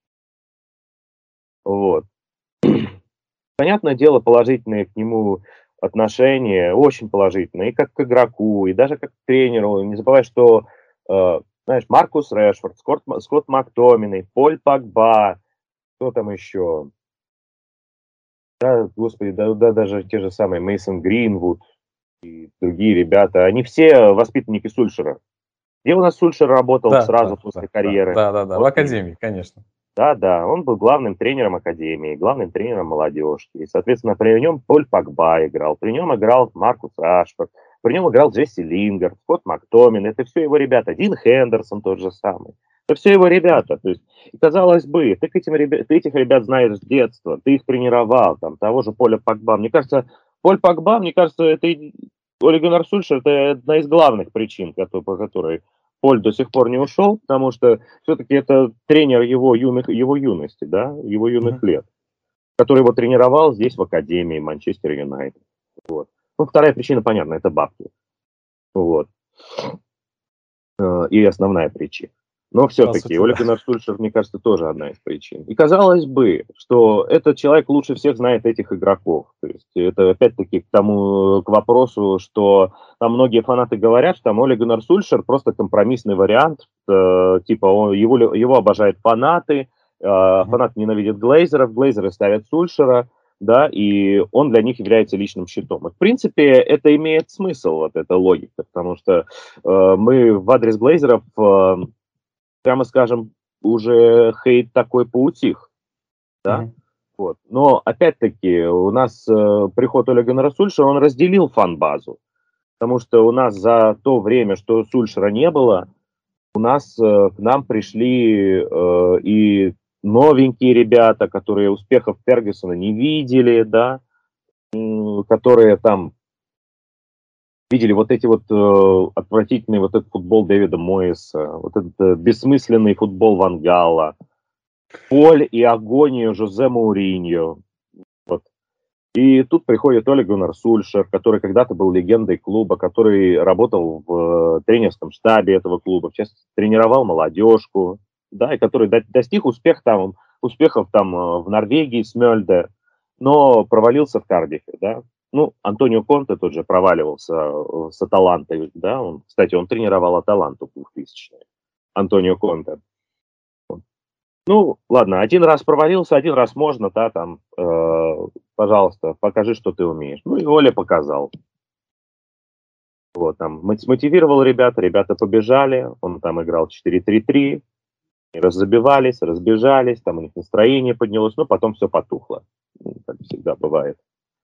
Вот. Понятное дело, положительные к нему отношения, очень положительные, и как к игроку, и даже как к тренеру. Не забывай, что, знаешь, Маркус Решфорд, Скотт Мактоминой, Поль Погба, кто там еще? Да, господи, да, даже те же самые Мейсон Гринвуд и другие ребята, они все воспитанники Сульшера. Где у нас Сульшер работал сразу после карьеры? Да, вот в академии, конечно. Да, он был главным тренером академии, главным тренером молодежки. И, соответственно, при нем Поль Погба играл, при нем играл Маркус Рашфорд, при нем играл Джесси Лингард, Скотт Мактомин. Это все его ребята. Дин Хендерсон тот же самый. Это все его ребята. То есть, казалось бы, ты этих ребят знаешь с детства, ты их тренировал, там, того же Поля Погба. Мне кажется, Поль Погба, это Оле Гуннар Сульшер, это одна из главных причин, по которой Поль до сих пор не ушел, потому что все-таки это тренер его юности, да, его юных лет, который его тренировал здесь в академии Манчестер Юнайтед. Вот. Ну, вторая причина, понятно, это бабки. Вот. И основная причина. Но все-таки Оле Гуннар Сульшер, мне кажется, тоже одна из причин. И казалось бы, что этот человек лучше всех знает этих игроков. То есть это опять-таки к вопросу, что там многие фанаты говорят, что там Оле Гуннар Сульшер просто компромиссный вариант. Типа его обожают фанаты, фанаты ненавидят Глейзеров, Глейзеры ставят Сульшера, да, и он для них является личным щитом. И, в принципе, это имеет смысл, вот эта логика, потому что мы в адрес Глейзеров прямо скажем, уже хейт такой поутих. Да? Вот. Но, опять-таки, у нас приход Оле Гуннара Сульшера, он разделил фан-базу. Потому что у нас за то время, что Сульшера не было, у нас к нам пришли и новенькие ребята, которые успехов Фергюсона не видели, да, которые там видели вот эти вот отвратительный вот этот футбол Дэвида Моиса, вот этот бессмысленный футбол Ван Галла, боль и агонию Жозе Мауриньо. Вот. И тут приходит Оле Гуннар Сульшер, который когда-то был легендой клуба, который работал в тренерском штабе этого клуба, сейчас тренировал молодежку, да, и который достиг успехов там в Норвегии с Мёльде, но провалился в Кардифе, да. Ну, Антонио Конте тот же проваливался с Аталантой, да, кстати, он тренировал Аталанту 2000-е, Антонио Конте. Ну, ладно, один раз провалился, один раз можно, да, там, пожалуйста, покажи, что ты умеешь. Ну, и Оля показал. Вот, там, мотивировал ребята побежали, он там играл 4-3-3, раззабивались, разбежались, там у них настроение поднялось, но потом все потухло, как всегда бывает.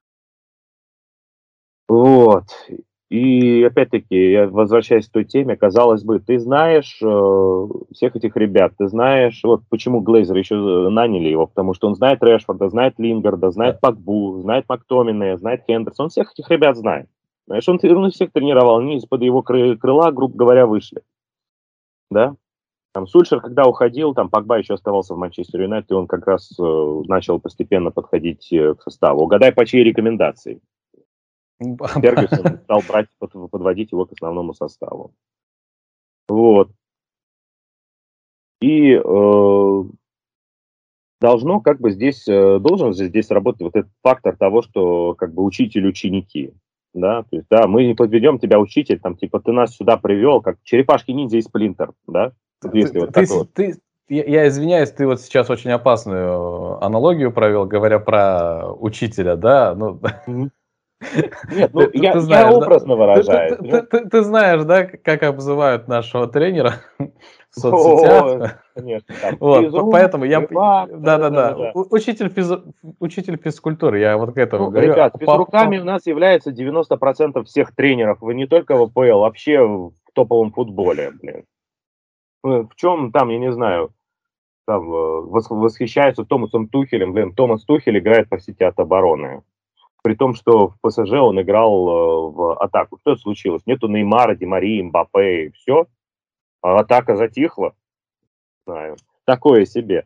Вот. И опять-таки, я возвращаюсь к той теме, казалось бы, ты знаешь всех этих ребят, ты знаешь, вот почему Глейзер еще наняли его, потому что он знает Решфорда, знает Лингарда, знает Погбу, знает Мактомине, знает Хендерсона, он всех этих ребят знает. Знаешь, он всех тренировал, они из-под его крыла, грубо говоря, вышли. Да? Там Сульшер, когда уходил, там Погба еще оставался в Манчестер Юнайтед, и он как раз начал постепенно подходить к составу. Угадай, по чьей рекомендации? Фергюсон стал подводить его к основному составу. Вот. И должен здесь работать вот этот фактор того, что как бы учитель-ученики. Да? То есть, да, мы не подведем тебя, учитель, там, типа, ты нас сюда привел, как черепашки-ниндзя и Сплинтер, да? Я извиняюсь, ты вот сейчас очень опасную аналогию провел, говоря про учителя, да? Ну, нет, ну я образно выражаюсь. Ты знаешь, да, как обзывают нашего тренера в соцсетях? Конечно. Поэтому я... Да. Учитель физкультуры, я вот к этому говорю. Ребят, физруками у нас является 90% всех тренеров. Вы не только в АПЛ, вообще в топовом футболе, блин. В чем там, я не знаю, там восхищаются Томасом Тухелем. Блин, Томас Тухель играет по сети от обороны. При том, что в ПСЖ он играл в атаку. Что случилось? Нету Неймара, Ди Марии, Мбаппе, и все. А атака затихла. Знаю. Такое себе.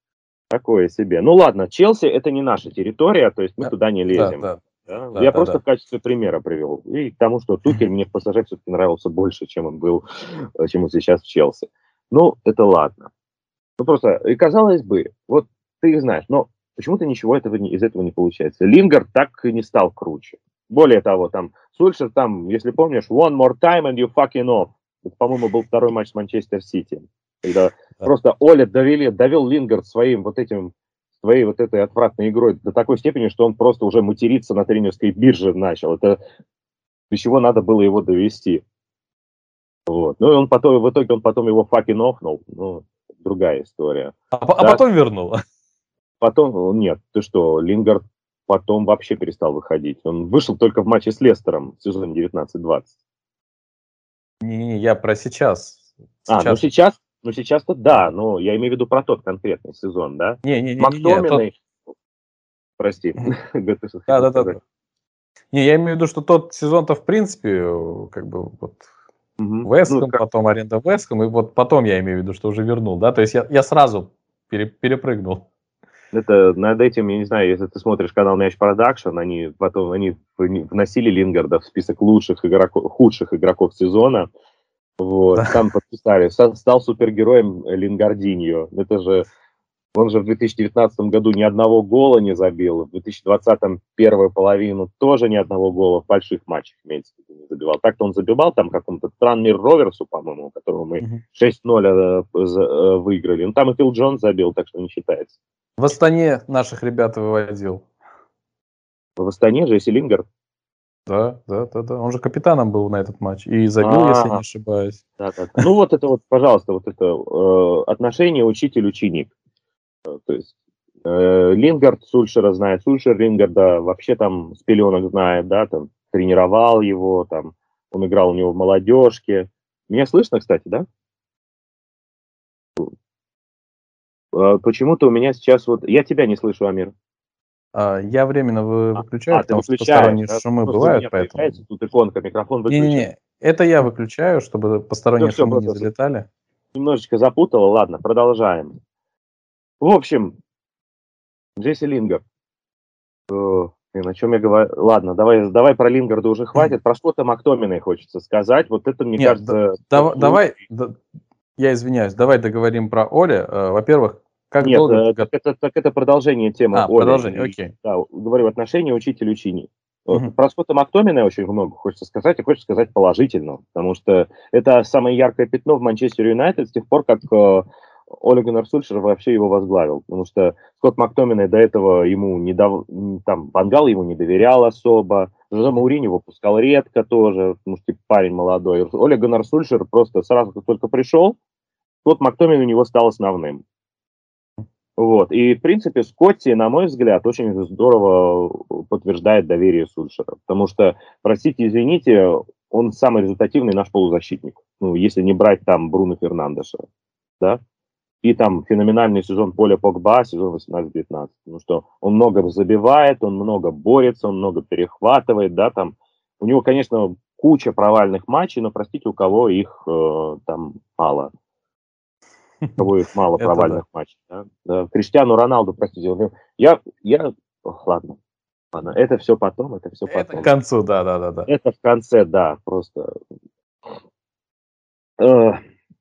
Ну ладно, Челси это не наша территория, то есть мы туда не лезем. Я просто в качестве примера привел. И к тому, что Тухель мне в ПСЖ все-таки нравился больше, чем он сейчас в Челси. Ну, это ладно. Ну просто, и казалось бы, вот ты их знаешь, но почему-то ничего из этого не получается. Лингард так и не стал круче. Более того, там, Сульшер, там, если помнишь, one more time and you fucking off. Это, по-моему, был второй матч с Манчестер Сити. Когда просто Оля довел Лингард своей вот этой отвратной игрой до такой степени, что он просто уже материться на тренерской бирже начал. Это до чего надо было его довести. Вот. Ну и в итоге он потом его fucking offнул. Ну, другая история. Потом вернул. Потом, нет, ты что, Лингард потом вообще перестал выходить. Он вышел только в матче с Лестером в сезоне 19-20. Не, я про сейчас. Сейчас-то да, но я имею в виду про тот конкретный сезон, да? Макдоминой. Прости. Да. Не, я имею в виду, что тот сезон-то в принципе, как бы вот Вестхэм, потом аренда Вестхэм, и вот потом я имею в виду, что уже вернул, да? То есть я сразу перепрыгнул. Это над этим, я не знаю, если ты смотришь канал Мяч Продакшн, они вносили Лингарда в список худших игроков сезона. Вот, там подписали, стал супергероем Лингардиньо. Он же в 2019 году ни одного гола не забил, в 2020 первую половину тоже ни одного гола в больших матчах имеется в виду не забивал. Так-то он забивал там какому-то Транмир Роверсу, по-моему, которого мы 6-0 выиграли. Ну там и Фил Джонс забил, так что не считается. В Астане наших ребят выводил. В Астане же, если Лингард? Да. Он же капитаном был на этот матч. И забил, если не ошибаюсь. Да. Ну вот это вот, пожалуйста, вот это отношение учитель-ученик. То есть Лингард Сульшера знает, Сульшер Лингарда вообще там с пеленок знает, да, там тренировал его, там он играл у него в молодежке. Меня слышно, кстати, да? Почему-то у меня сейчас вот... Я тебя не слышу, Амир. Я временно выключаю, Ты потому что выключаешь, посторонние да? шумы Просто у бывают, меня поэтому... появляется тут иконка, микрофон выключен. Не-не-не, это я выключаю, чтобы посторонние Все, шумы не просто залетали. немножечко запутало. Ладно, продолжаем. В общем, Джесси Лингard. О чем я говорю? Ладно, давай про Лингарда уже хватит. Про Скотта Мактоминой хочется сказать. Вот это, мне Нет, кажется... давай, я извиняюсь, давай договорим про Оли. Во-первых, как Нет, долго ты так это продолжение темы Оли. продолжение, окей. Да, говорю, отношения учитель-ученик. Мгм. Про Скотта Мактомина очень много хочется сказать, и хочется сказать положительно, потому что это самое яркое пятно в Манчестер Юнайтед с тех пор, как Оле Гуннар Сульшер вообще его возглавил, потому что Скотт Мактоминой до этого ему там Ван Гал ему не доверял особо, Жозе Мауриньо выпускал редко тоже, потому что типа, парень молодой. Оле Гуннар Сульшер просто сразу, как только пришел, Скотт Мактомин у него стал основным. Вот. И, в принципе, Скотти, на мой взгляд, очень здорово подтверждает доверие Сульшера. Потому что, простите, извините, он самый результативный наш полузащитник. Ну, если не брать там Бруно Фернандеша. Да? И там феноменальный сезон Поля Погба, сезон 18-19. Потому что он много забивает, он много борется, он много перехватывает. Да, там. У него, конечно, куча провальных матчей, но, простите, у кого их там мало. У кого их мало провальных матчей. Да? Криштиану Роналду, простите. Ладно, это все потом, это все потом. Это к концу, да. Это в конце, да, просто. Так.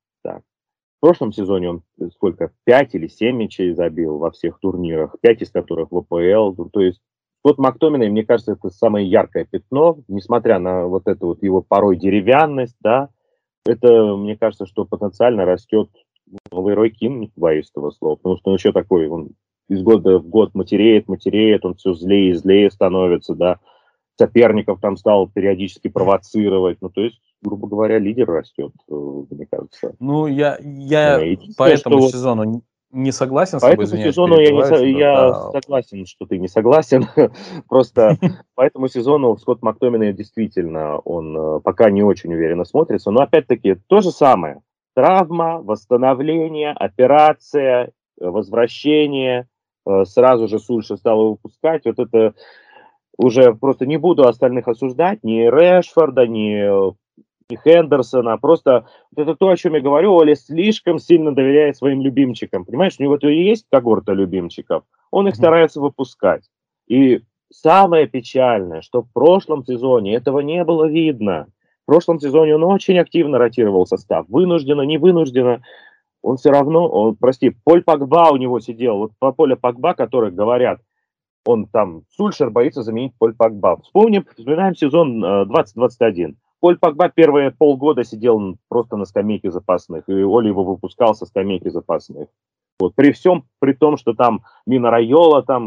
В прошлом сезоне он сколько? 5 или 7 мячей забил во всех турнирах, 5 из которых в АПЛ. То есть Скотт Мактоминой, мне кажется, это самое яркое пятно, несмотря на вот эту вот его порой деревянность, да, это, мне кажется, что потенциально растет новый Рой Кин, не побоюсь этого слова, потому что он еще такой, он из года в год матереет, он все злее и злее становится, да, соперников там стал периодически провоцировать, ну, то есть, грубо говоря, лидер растет, мне кажется. Ну, я по этому сезону не согласен с по тобой, этому извиняюсь, сезону я да. согласен, что ты не согласен. Просто по этому сезону Скотт Мактоминой действительно, он пока не очень уверенно смотрится. Но опять-таки то же самое. Травма, восстановление, операция, возвращение. Сразу же Сульшер стал его выпускать. Вот это уже просто не буду остальных осуждать. Ни Решфорда, ни Хендерсона, просто вот это то, о чем я говорю, Оля слишком сильно доверяет своим любимчикам, понимаешь, у него и есть когорта любимчиков, он их старается выпускать, и самое печальное, что в прошлом сезоне этого не было видно, в прошлом сезоне он очень активно ротировал состав, вынужденно, не вынужденно, он все равно, Поль Погба у него сидел, вот по Полю Погба, которые говорят, он там, Сульшер боится заменить Поль Погба. Вспоминаем сезон 2021. Поль Погба первые полгода сидел просто на скамейке запасных, и Оля его выпускал со скамейки запасных. Вот. При том, что там Мина Райола там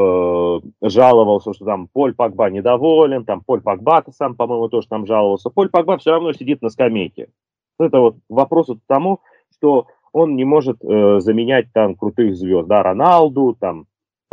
жаловался, что там Поль Погба недоволен, там Поль Погба-то сам, по-моему, тоже там жаловался. Поль Погба все равно сидит на скамейке. Это вот вопрос к тому, что он не может заменять там крутых звезд, да, Роналду, там,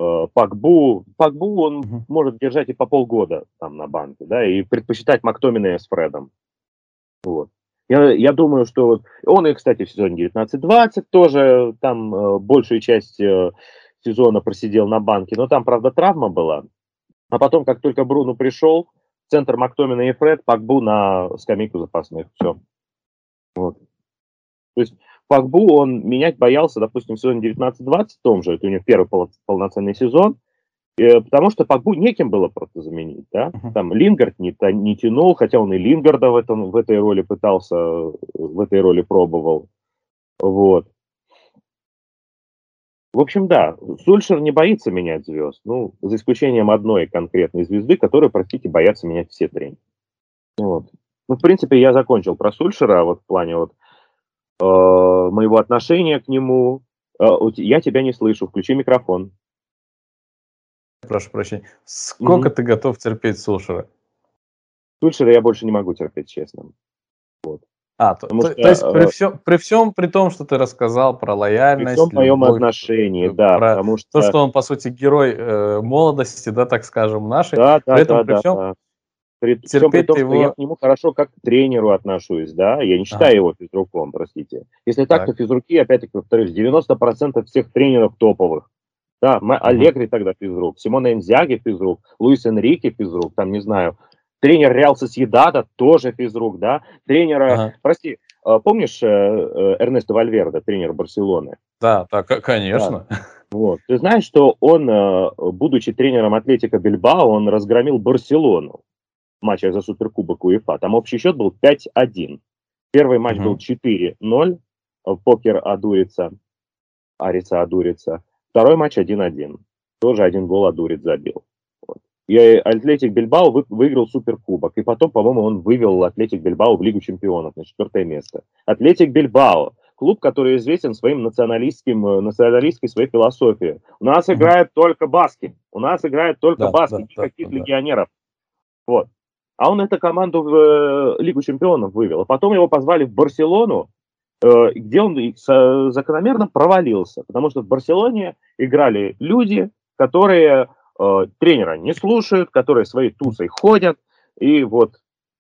Погбу он может держать и по полгода там на банке, да, и предпочитать Мактоминой с Фредом. Вот. Я думаю, что вот он и, кстати, в сезоне 19-20 тоже там большую часть сезона просидел на банке, но там, правда, травма была. А потом, как только Бруно пришел, центр Мактомина и Фред, Погбу на скамейку запасных. Все. Вот. То есть Погбу он менять боялся, допустим, в сезоне 19-20 том же, это у него первый полноценный сезон, потому что Погбу неким было просто заменить, да, там Лингард не тянул, хотя он и Лингарда в этой роли пытался, в этой роли пробовал, вот. В общем, да, Сульшер не боится менять звезд, ну, за исключением одной конкретной звезды, которую, простите, боятся менять все тренеры. Вот. Ну, в принципе, я закончил про Сульшера, вот в плане вот моего отношения к нему. Я тебя не слышу, включи микрофон. Прошу прощения. Сколько ты готов терпеть Сульшера? Сульшера я больше не могу терпеть, честно. Вот. То есть при том, что ты рассказал про лояльность, при всем моем любовь, отношении, да, про потому что... то, что он, по сути, герой молодости, да, так скажем, нашей. Да, При этом, При всем при терпеть том, ты что я его... к нему хорошо как к тренеру отношусь, да, я не Ага, считаю его физруком, простите. Если так, то так. физруки, опять-таки, повторюсь, 90% всех тренеров топовых. Да, Мгм. Аллегри тогда физрук, Симоне Инзаги физрук, Луис Энрике физрук, там, не знаю, тренер Реал Сосьедада тоже физрук, да, тренера, Ага. прости, помнишь Эрнесто Вальверде, тренер Барселоны? Да, да, Да, конечно. вот. Ты знаешь, что он, будучи тренером Атлетико Бильбао, он разгромил Барселону в матчах за Суперкубок УЕФА. Там общий счет был 5-1. Первый матч был Мгм. 4-0, покер Адурица, Ариса Адурица. Второй матч 1-1. Тоже один гол Адурец забил. Вот. И Атлетик Бильбао выиграл Суперкубок. И потом, по-моему, он вывел Атлетик Бильбао в Лигу чемпионов на 4 место. Атлетик Бильбао. Клуб, который известен своим националистской своей философией. У нас Мгм. играют только баски. У нас играют только Да, баски. да, да, да, Никаких да. легионеров. Вот. А он эту команду в Лигу чемпионов вывел. А потом его позвали в Барселону, где он закономерно провалился. Потому что в Барселоне играли люди, которые тренера не слушают, которые своей М, тусой ходят. И вот,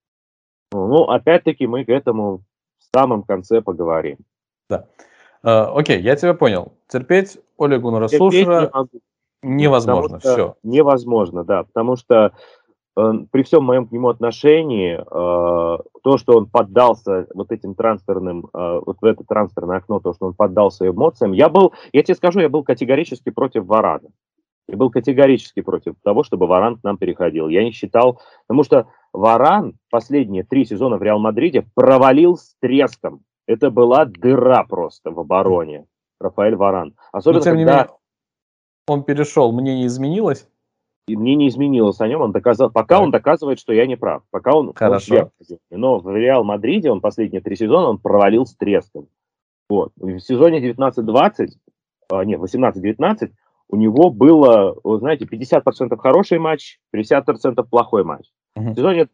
ну, опять-таки мы к этому в самом конце поговорим. да. Окей, я тебя понял. Терпеть Оле Гуннара Терпеть не Сулшера могу. Потому невозможно. что Все. невозможно, да. Потому что при всем моем к нему отношении, то, что он поддался вот этим трансферным, вот в это трансферное окно, то, что он поддался эмоциям, я тебе скажу, я был категорически против Варана. Я был категорически против того, чтобы Варан к нам переходил. Я не считал, потому что Варан последние 3 сезона в Реал Мадриде провалил с треском. Это была дыра просто в обороне. Рафаэль Варан. Но Особенно, тем не когда менее, он перешел, мнение изменилось. и мне не изменилось о нем, он доказал, пока он Так, доказывает, что я не прав, пока он хорошо. верно делает. Но в Реал Мадриде он последние 3 сезона он провалил с треском. Вот. В сезоне 19-20, нет, 18-19 у него было, вы знаете, 50% хороший матч, 50% плохой матч. В Мгм, сезоне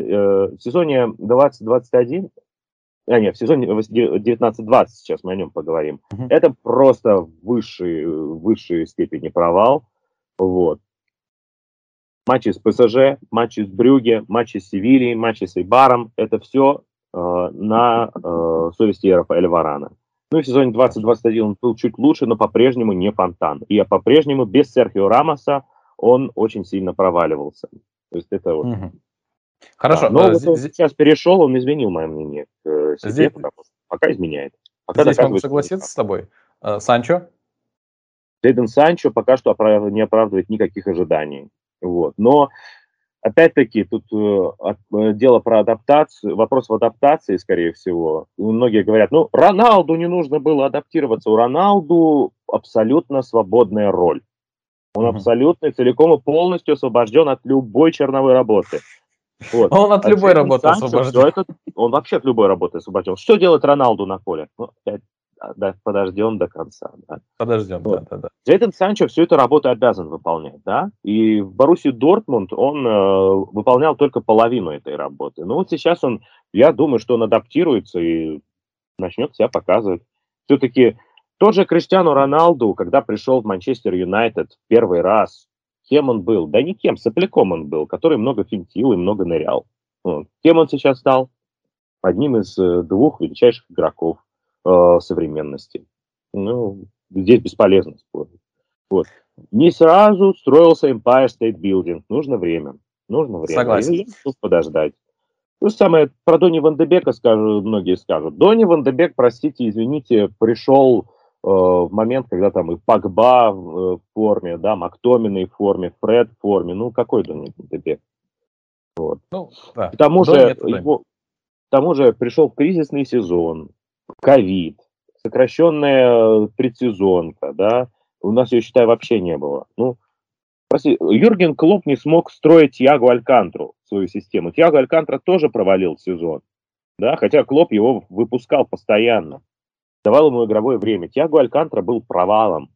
20-21, нет, в сезоне 19-20, сейчас мы о нем поговорим, мгм. это просто высшей степени провал. Вот. Матчи с ПСЖ, матчи с Брюгге, матчи с Севильей, матчи с Эйбаром – это все на совести Рафаэля Варана. Ну и в сезоне Хорошо. 2021 он был чуть лучше, но по-прежнему не фонтан. И по-прежнему без Серхио Рамоса он очень сильно проваливался. То есть это вот, Мгм. да. Хорошо. Но вот он сейчас перешел, он изменил мое мнение к себе, Здесь, потому что пока изменяет. Пока здесь могу доказывает, что не согласиться прав. с тобой. Санчо? Джейден Санчо пока что не оправдывает никаких ожиданий. Вот. Но опять-таки, тут дело про адаптацию, вопрос в адаптации, скорее всего. Многие говорят, ну, Роналду не нужно было адаптироваться. У Роналду абсолютно свободная роль. Он Мгм. абсолютно целиком и полностью освобожден от любой черновой работы. Вот. Он от А любой Джейден работы Санчо освобожден. все это, он вообще от любой работы освобожден. Что делает Роналду на поле? Ну, опять, да, подождем до конца. Да. Подождем, Вот. да-да-да. Джейден Санчо всю эту работу обязан выполнять, да, и в Боруссии Дортмунд он выполнял только половину этой работы. Ну вот сейчас он, я думаю, что он адаптируется и начнет себя показывать. Все-таки тот же Криштиану Роналду, когда пришел в Манчестер Юнайтед первый раз, кем он был? Да никем, сопляком он был, который много финтил и много нырял. Вот. Кем он сейчас стал? Одним из 2 величайших игроков современности. Ну, здесь бесполезно спорить. Вот. Не сразу строился Empire State Building. Нужно время. Нужно время. Согласен. И тут подождать. То же самое про Донни Ван де Бека многие скажут. Донни Ван де Бек, простите, извините, пришел в момент, когда там и Погба в форме, да, Мактоминой в форме, Фред в форме. Ну, какой Донни Ван де Бек? Ну, да. К тому Дони же это Дони. к тому же пришел в кризисный сезон, ковид, сокращенная предсезонка, да, у нас ее, считай, вообще не было. Ну, прости, Юрген Клопп не смог строить Тиаго Алькантру, свою систему. Тиаго Алькантра тоже провалил сезон, да, хотя Клопп его выпускал постоянно, давал ему игровое время. Тиаго Алькантра был провалом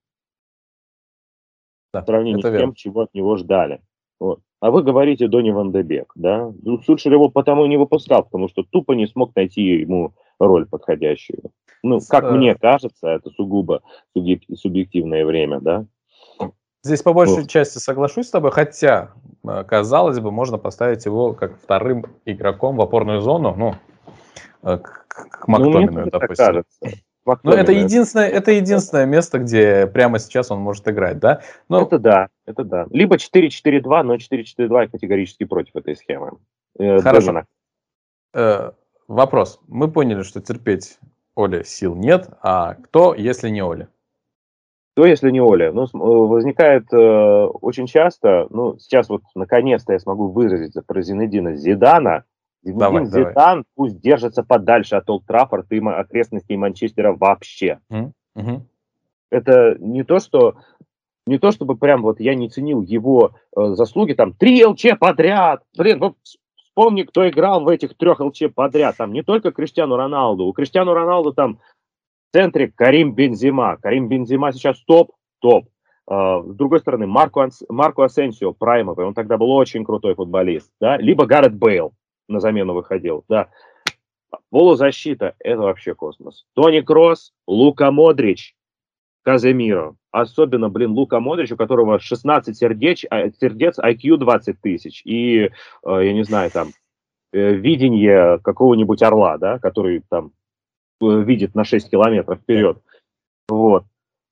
в Да, сравнении это с верно. тем, чего от него ждали. Вот. А вы говорите Донни Ван де Бек, да? Ну, Сульшер его потому и не выпускал, потому что тупо не смог найти ему роль подходящую. Ну, С- как э, мне кажется, это сугубо субъективное время, да? Здесь по большей Вот. части соглашусь с тобой, хотя казалось бы, можно поставить его как вторым игроком в опорную зону, ну, к Ну, мне Мактомину, тоже так допустим. кажется. Но это Мактомина. единственное место, где прямо сейчас он может играть, да? Ну, Это да, это да. Либо 4-4-2, но 4-4-2 я категорически против этой схемы. хорошо. Дома Вопрос. Мы поняли, что терпеть Оле сил нет, а кто, если не Оля? Кто, если не Оля? Ну, возникает очень часто, ну, сейчас вот наконец-то я смогу выразиться про Зинедина Зидана. Давай, Зинедин давай. Зидан пусть держится подальше от Олд Траффорда и окрестностей Манчестера вообще. Мгм. Это не то, что не то чтобы прям вот я не ценил его заслуги, там 3 ЛЧ подряд. Блин, вот вспомни, кто играл в этих 3 ЛЧ подряд. Там не только Криштиану Роналду. У Криштиану Роналду там в центре Карим Бензема. Карим Бензема сейчас топ. С другой стороны, Марко Асенсио, праймовый, он тогда был очень крутой футболист. Да? Либо Гаррет Бейл на замену выходил. Да. Полузащита – это вообще космос. Тони Кросс, Лука Модрич, Каземиро. Особенно, Лука Модрич, у которого 16 сердец, IQ 20 тысяч. И, я не знаю, там, видение какого-нибудь орла, да, который там видит на 6 километров вперед. Вот.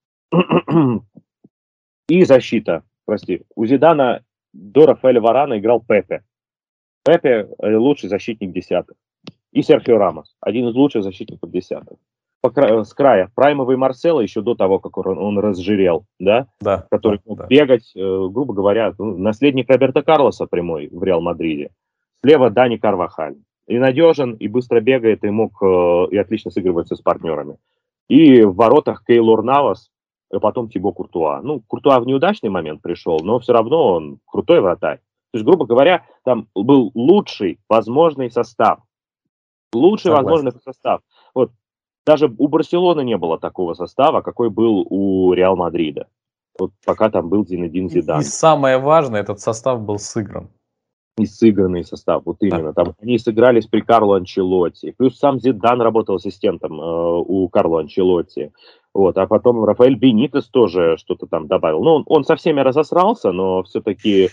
И защита. Прости. У Зидана до Рафаэля Варана играл Пепе. Пепе лучший защитник десятых. И Серхио Рамос. Один из лучших защитников десятых. С края. Праймовый Марсело еще до того, как он разжирел, да? Да. Который мог бегать, грубо говоря, наследник Роберто Карлоса прямой в Реал Мадриде. Слева Дани Карвахаль. И надежен, и быстро бегает, и мог и отлично сыгрывается с партнерами. И в воротах Кейлор Навас, а потом Тибо Куртуа. Ну, Куртуа в неудачный момент пришел, но все равно он крутой вратарь. То есть, грубо говоря, там был лучший возможный состав. Лучший возможный состав. Вот даже у Барселоны не было такого состава, какой был у Реал Мадрида. Вот пока там был Зинедин Зидан. И самое важное, этот состав был сыгран. И сыгранный состав, вот именно. Там они сыгрались при Карло Анчелотти. Плюс сам Зидан работал ассистентом у Карло Анчелотти. Вот. А потом Рафаэль Бенитес тоже что-то там добавил. Ну, он со всеми разосрался, но все-таки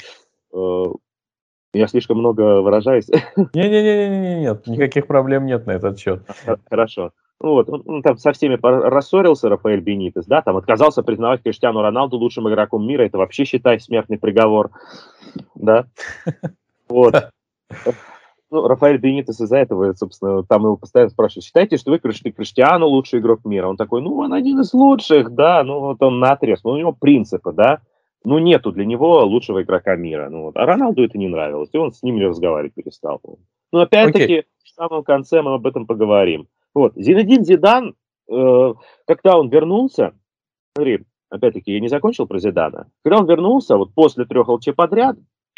я слишком много выражаюсь. Нет, никаких проблем нет на этот счет. Хорошо. Вот, он там со всеми рассорился, Рафаэль Бенитес, да, там отказался признавать Криштиану Роналду лучшим игроком мира. Это вообще, считай, смертный приговор. Да. Вот. Ну, Рафаэль Бенитес из-за этого, собственно, там его постоянно спрашивают: считаете, что вы Криштиану лучший игрок мира? Он такой: ну, он один из лучших, да, ну, вот он наотрез, ну, у него принципы, да, ну, нету для него лучшего игрока мира. Ну, вот. А Роналду это не нравилось, и он с ним разговаривать перестал. Ну, опять-таки, в самом конце мы об этом поговорим. Вот, Зинедин Зидан, когда он вернулся, смотри, опять-таки, я не закончил про Зидана, когда он вернулся, вот после 3 ЛЧ подряд,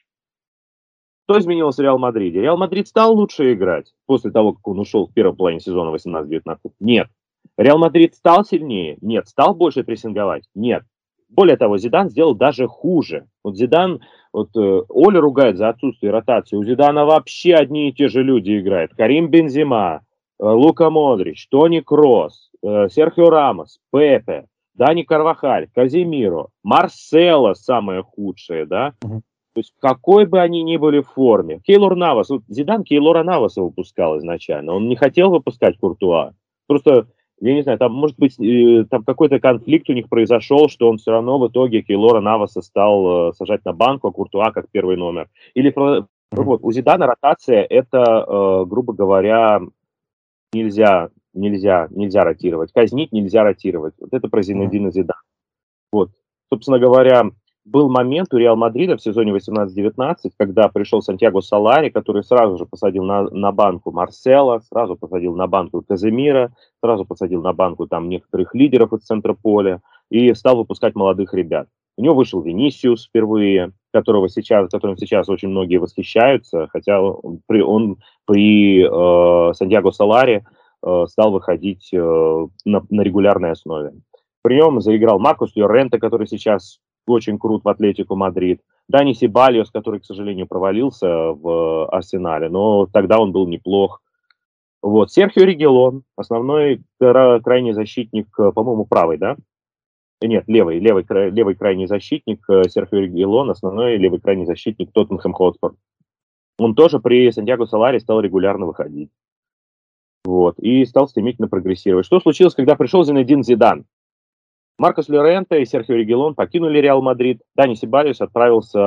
что изменилось в Реал Мадриде? Реал Мадрид стал лучше играть после того, как он ушел в первой половине сезона 18-19? Нет. Реал Мадрид стал сильнее? Нет. Стал больше прессинговать? Нет. Более того, Зидан сделал даже хуже. Вот Зидан, Оля ругает за отсутствие ротации. У Зидана вообще одни и те же люди играют. Карим Бензема, Лука Модрич, Тони Кросс, Серхио Рамос, Пепе, Дани Карвахаль, Каземиро, Марсело самое худшее, да? То есть, какой бы они ни были в форме. Кейлор Навас, вот Зидан Кейлора Наваса выпускал изначально. Он не хотел выпускать Куртуа. Просто, я не знаю, там, может быть, там какой-то конфликт у них произошел, что он все равно в итоге Кейлора Наваса стал сажать на банку, а Куртуа как первый номер. Или вот, у Зидана ротация это, грубо говоря, нельзя ротировать. Казнить нельзя ротировать. Вот это про Зинедина Зидана. Вот, собственно говоря, был момент у Реал Мадрида в сезоне 18-19, когда пришел Сантьяго Солари, который сразу же посадил на банку Марсело, сразу посадил на банку Каземира, сразу посадил на банку там некоторых лидеров из центра поля и стал выпускать молодых ребят. У него вышел Винисиус впервые, которым сейчас очень многие восхищаются, хотя он при Сантьяго Солари стал выходить на регулярной основе. При нем заиграл Маркус Llorente, который сейчас очень крут в Атлетико Мадрид. Дани Себальос, который, к сожалению, провалился в Арсенале, но тогда он был неплох. Вот. Серхио Регилон, основной крайний защитник, по-моему, правый, да? Нет, левый крайний защитник Серхио Регилон, основной левый крайний защитник Тоттенхэм Хотспур. Он тоже при Сантьяго Соларе стал регулярно выходить. Вот, и стал стремительно прогрессировать. Что случилось, когда пришел Зинедин Зидан? Маркос Llorente и Серхио Регилон покинули Реал Мадрид. Дани Себайос отправился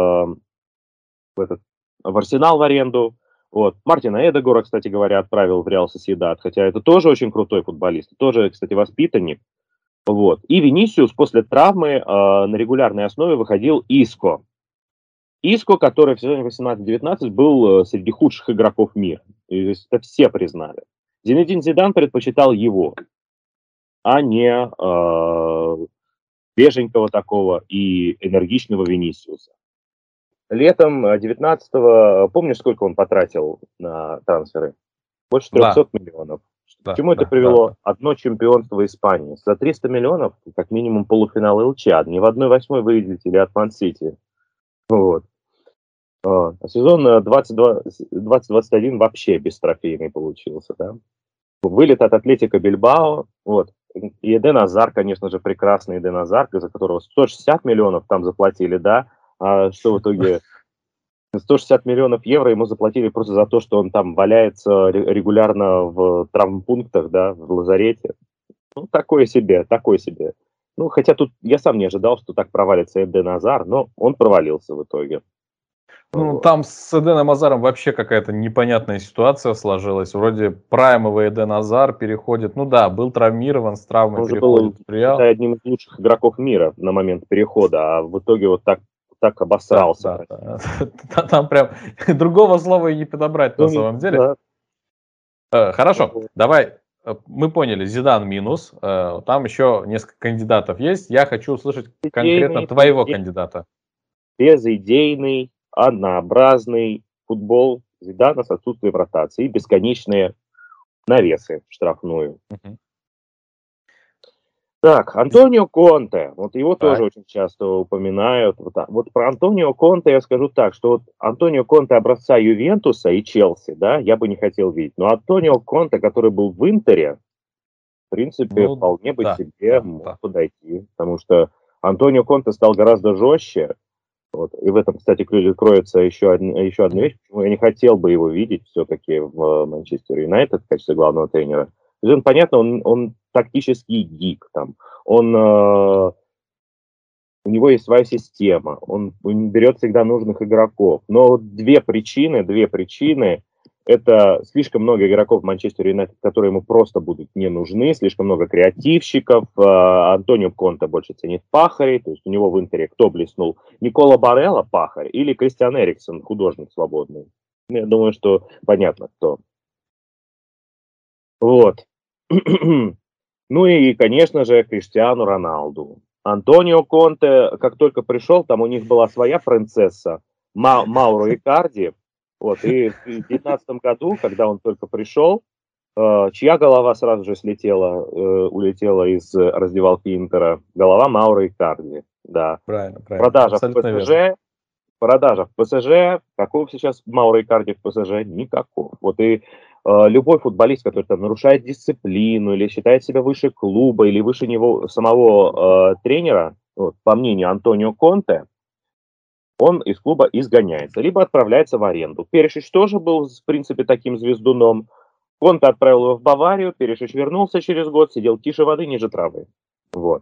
в Арсенал в аренду. Вот. Мартина Эдегора, кстати говоря, отправил в Реал Сосьедад, хотя это тоже очень крутой футболист, тоже, кстати, воспитанник. Вот. И Винисиус после травмы на регулярной основе выходил Иско. Иско, который в сезоне 18-19 был среди худших игроков мира. И это все признали. Зинедин Зидан предпочитал его, а не свеженького такого и энергичного Винисиуса. Летом 19-го, помнишь, сколько он потратил на трансферы? Больше 300 миллионов. К чему это привело? Одно чемпионство Испании. За 300 миллионов, как минимум, полуфинал ЛЧ. Ни в 1/8 вылетели от Ман-Сити. Вот. А сезон 2021 вообще бестрофейный получился. Да? Вылет от Атлетико Бильбао. Вот. И Эден Азар, конечно же, прекрасный Эден Азар, за которого 160 миллионов там заплатили, да? А что в итоге 160 миллионов евро ему заплатили просто за то, что он там валяется регулярно в травмпунктах, да, в лазарете. Ну, такое себе, такое себе. Ну, хотя тут я сам не ожидал, что так провалится Эден Азар, но он провалился в итоге. Ну, вот. Там с Эденом Азаром вообще какая-то непонятная ситуация сложилась. Вроде праймовый Эден Азар переходит, ну да, был травмирован, с травмой переходит в Реал. Он был одним из лучших игроков мира на момент перехода, а в итоге вот так обосрался. Да. Там прям другого слова и не подобрать на самом деле. Да. Хорошо, давай, мы поняли, Зидан минус, там еще несколько кандидатов есть. Я хочу услышать конкретно твоего кандидата. Безидейный, однообразный футбол Зидана с отсутствием ротации и бесконечные навесы в штрафную. Так, Антонио Конте, вот его тоже очень часто упоминают. Вот про Антонио Конте я скажу так, что вот Антонио Конте образца Ювентуса и Челси, да, я бы не хотел видеть. Но Антонио Конте, который был в Интере, в принципе, вполне бы себе мог подойти. Потому что Антонио Конте стал гораздо жестче. Вот. И в этом, кстати, кроется еще одна вещь, почему я не хотел бы его видеть все-таки в Манчестер Юнайтед в качестве главного тренера. То есть понятно, он тактический гик, там, у него есть своя система, он берет всегда нужных игроков. Но две причины, это слишком много игроков в Манчестер Юнайтед, которые ему просто будут не нужны, слишком много креативщиков. Антонио Конте больше ценит пахарей, то есть у него в Интере кто блеснул? Никола Барелла пахарь или Кристиан Эриксон, художник свободный? Я думаю, что понятно кто. Вот. Ну и, конечно же, Криштиану Роналду. Антонио Конте, как только пришел, там у них была своя принцесса, Мауро Икарди. Вот, и в 2019 году, когда он только пришел, чья голова сразу же улетела из раздевалки Интера? Голова Мауро Икарди. Да. Правильно. Продажа в ПСЖ. Каков сейчас Мауро Икарди в ПСЖ? Никаков. Вот и любой футболист, который там нарушает дисциплину или считает себя выше клуба или выше него самого тренера, вот, по мнению Антонио Конте, он из клуба изгоняется, либо отправляется в аренду. Перешич тоже был, в принципе, таким звездуном. Конте отправил его в Баварию, Перешич вернулся через год, сидел тише воды, ниже травы. Вот.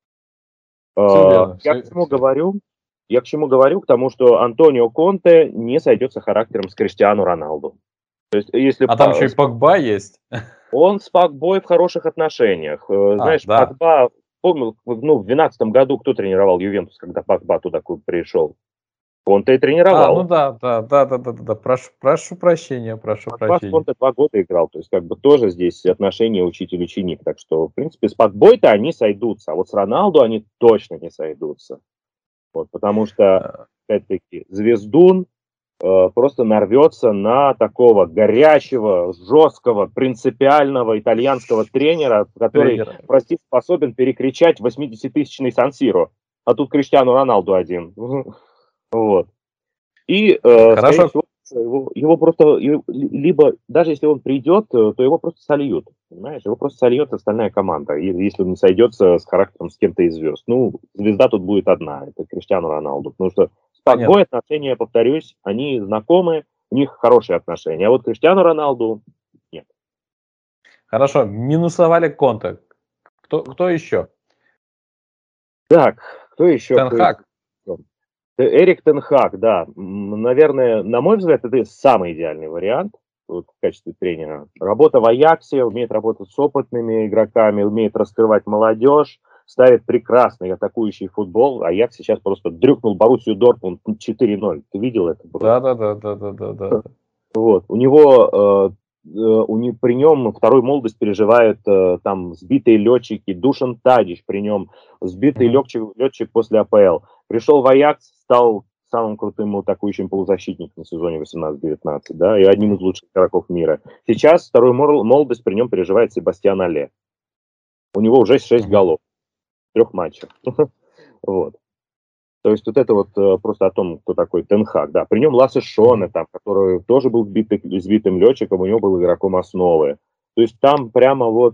Я к чему говорю? К тому, что Антонио Конте не сойдется характером с Криштиану Роналду. То есть, если там еще и Погба есть. Он с Погбой в хороших отношениях. Знаешь, да. Погба, помню, в 2012 году кто тренировал Ювентус, когда Погба туда пришел? Он-то и тренировал. Прошу прощения. Конте 2 года играл, то есть как бы тоже здесь отношения учитель-ученик. Так что, в принципе, с Погбой-то они сойдутся, а вот с Роналду они точно не сойдутся. Вот, потому что, опять-таки, звездун просто нарвется на такого горячего, жесткого, принципиального итальянского тренера, который, способен перекричать 80-тысячный Сан-Сиро. А тут Криштиану Роналду один. Вот. И, хорошо. Аякса, его просто, либо, даже если он придет, то его просто сольют, понимаешь? Его просто сольет остальная команда, если он не сойдется с характером с кем-то из звезд. Ну, звезда тут будет одна, это Криштиану Роналду. Потому что с Погбой Понятно. отношения, повторюсь, они знакомы, у них хорошие отношения. А вот Криштиану Роналду нет. Хорошо, минусовали Конте. Кто еще? Так, кто еще? Тен Хаг. Эрик Тен Хаг, да. Наверное, на мой взгляд, это самый идеальный вариант вот, в качестве тренера. Работа в Аяксе, умеет работать с опытными игроками, умеет раскрывать молодежь, ставит прекрасный атакующий футбол. Аякс сейчас просто дрюкнул Боруссию Дортмунд 4-0. Ты видел это? Да. Вот. У него при нем вторую молодость переживают там сбитые летчики, Душан Тадич при нем, сбитый летчик после АПЛ. Пришел в Аякс, стал самым крутым атакующим полузащитником в сезоне 18-19, да, и одним из лучших игроков мира. Сейчас вторую молодость при нем переживает Себастьян Алле. У него уже 6 голов в 3 матчах. Вот. То есть вот это вот просто о том, кто такой Тен Хаг, да. При нем Лассе Шоне, там, который тоже был сбитым летчиком, у него был игроком основы. То есть там прямо вот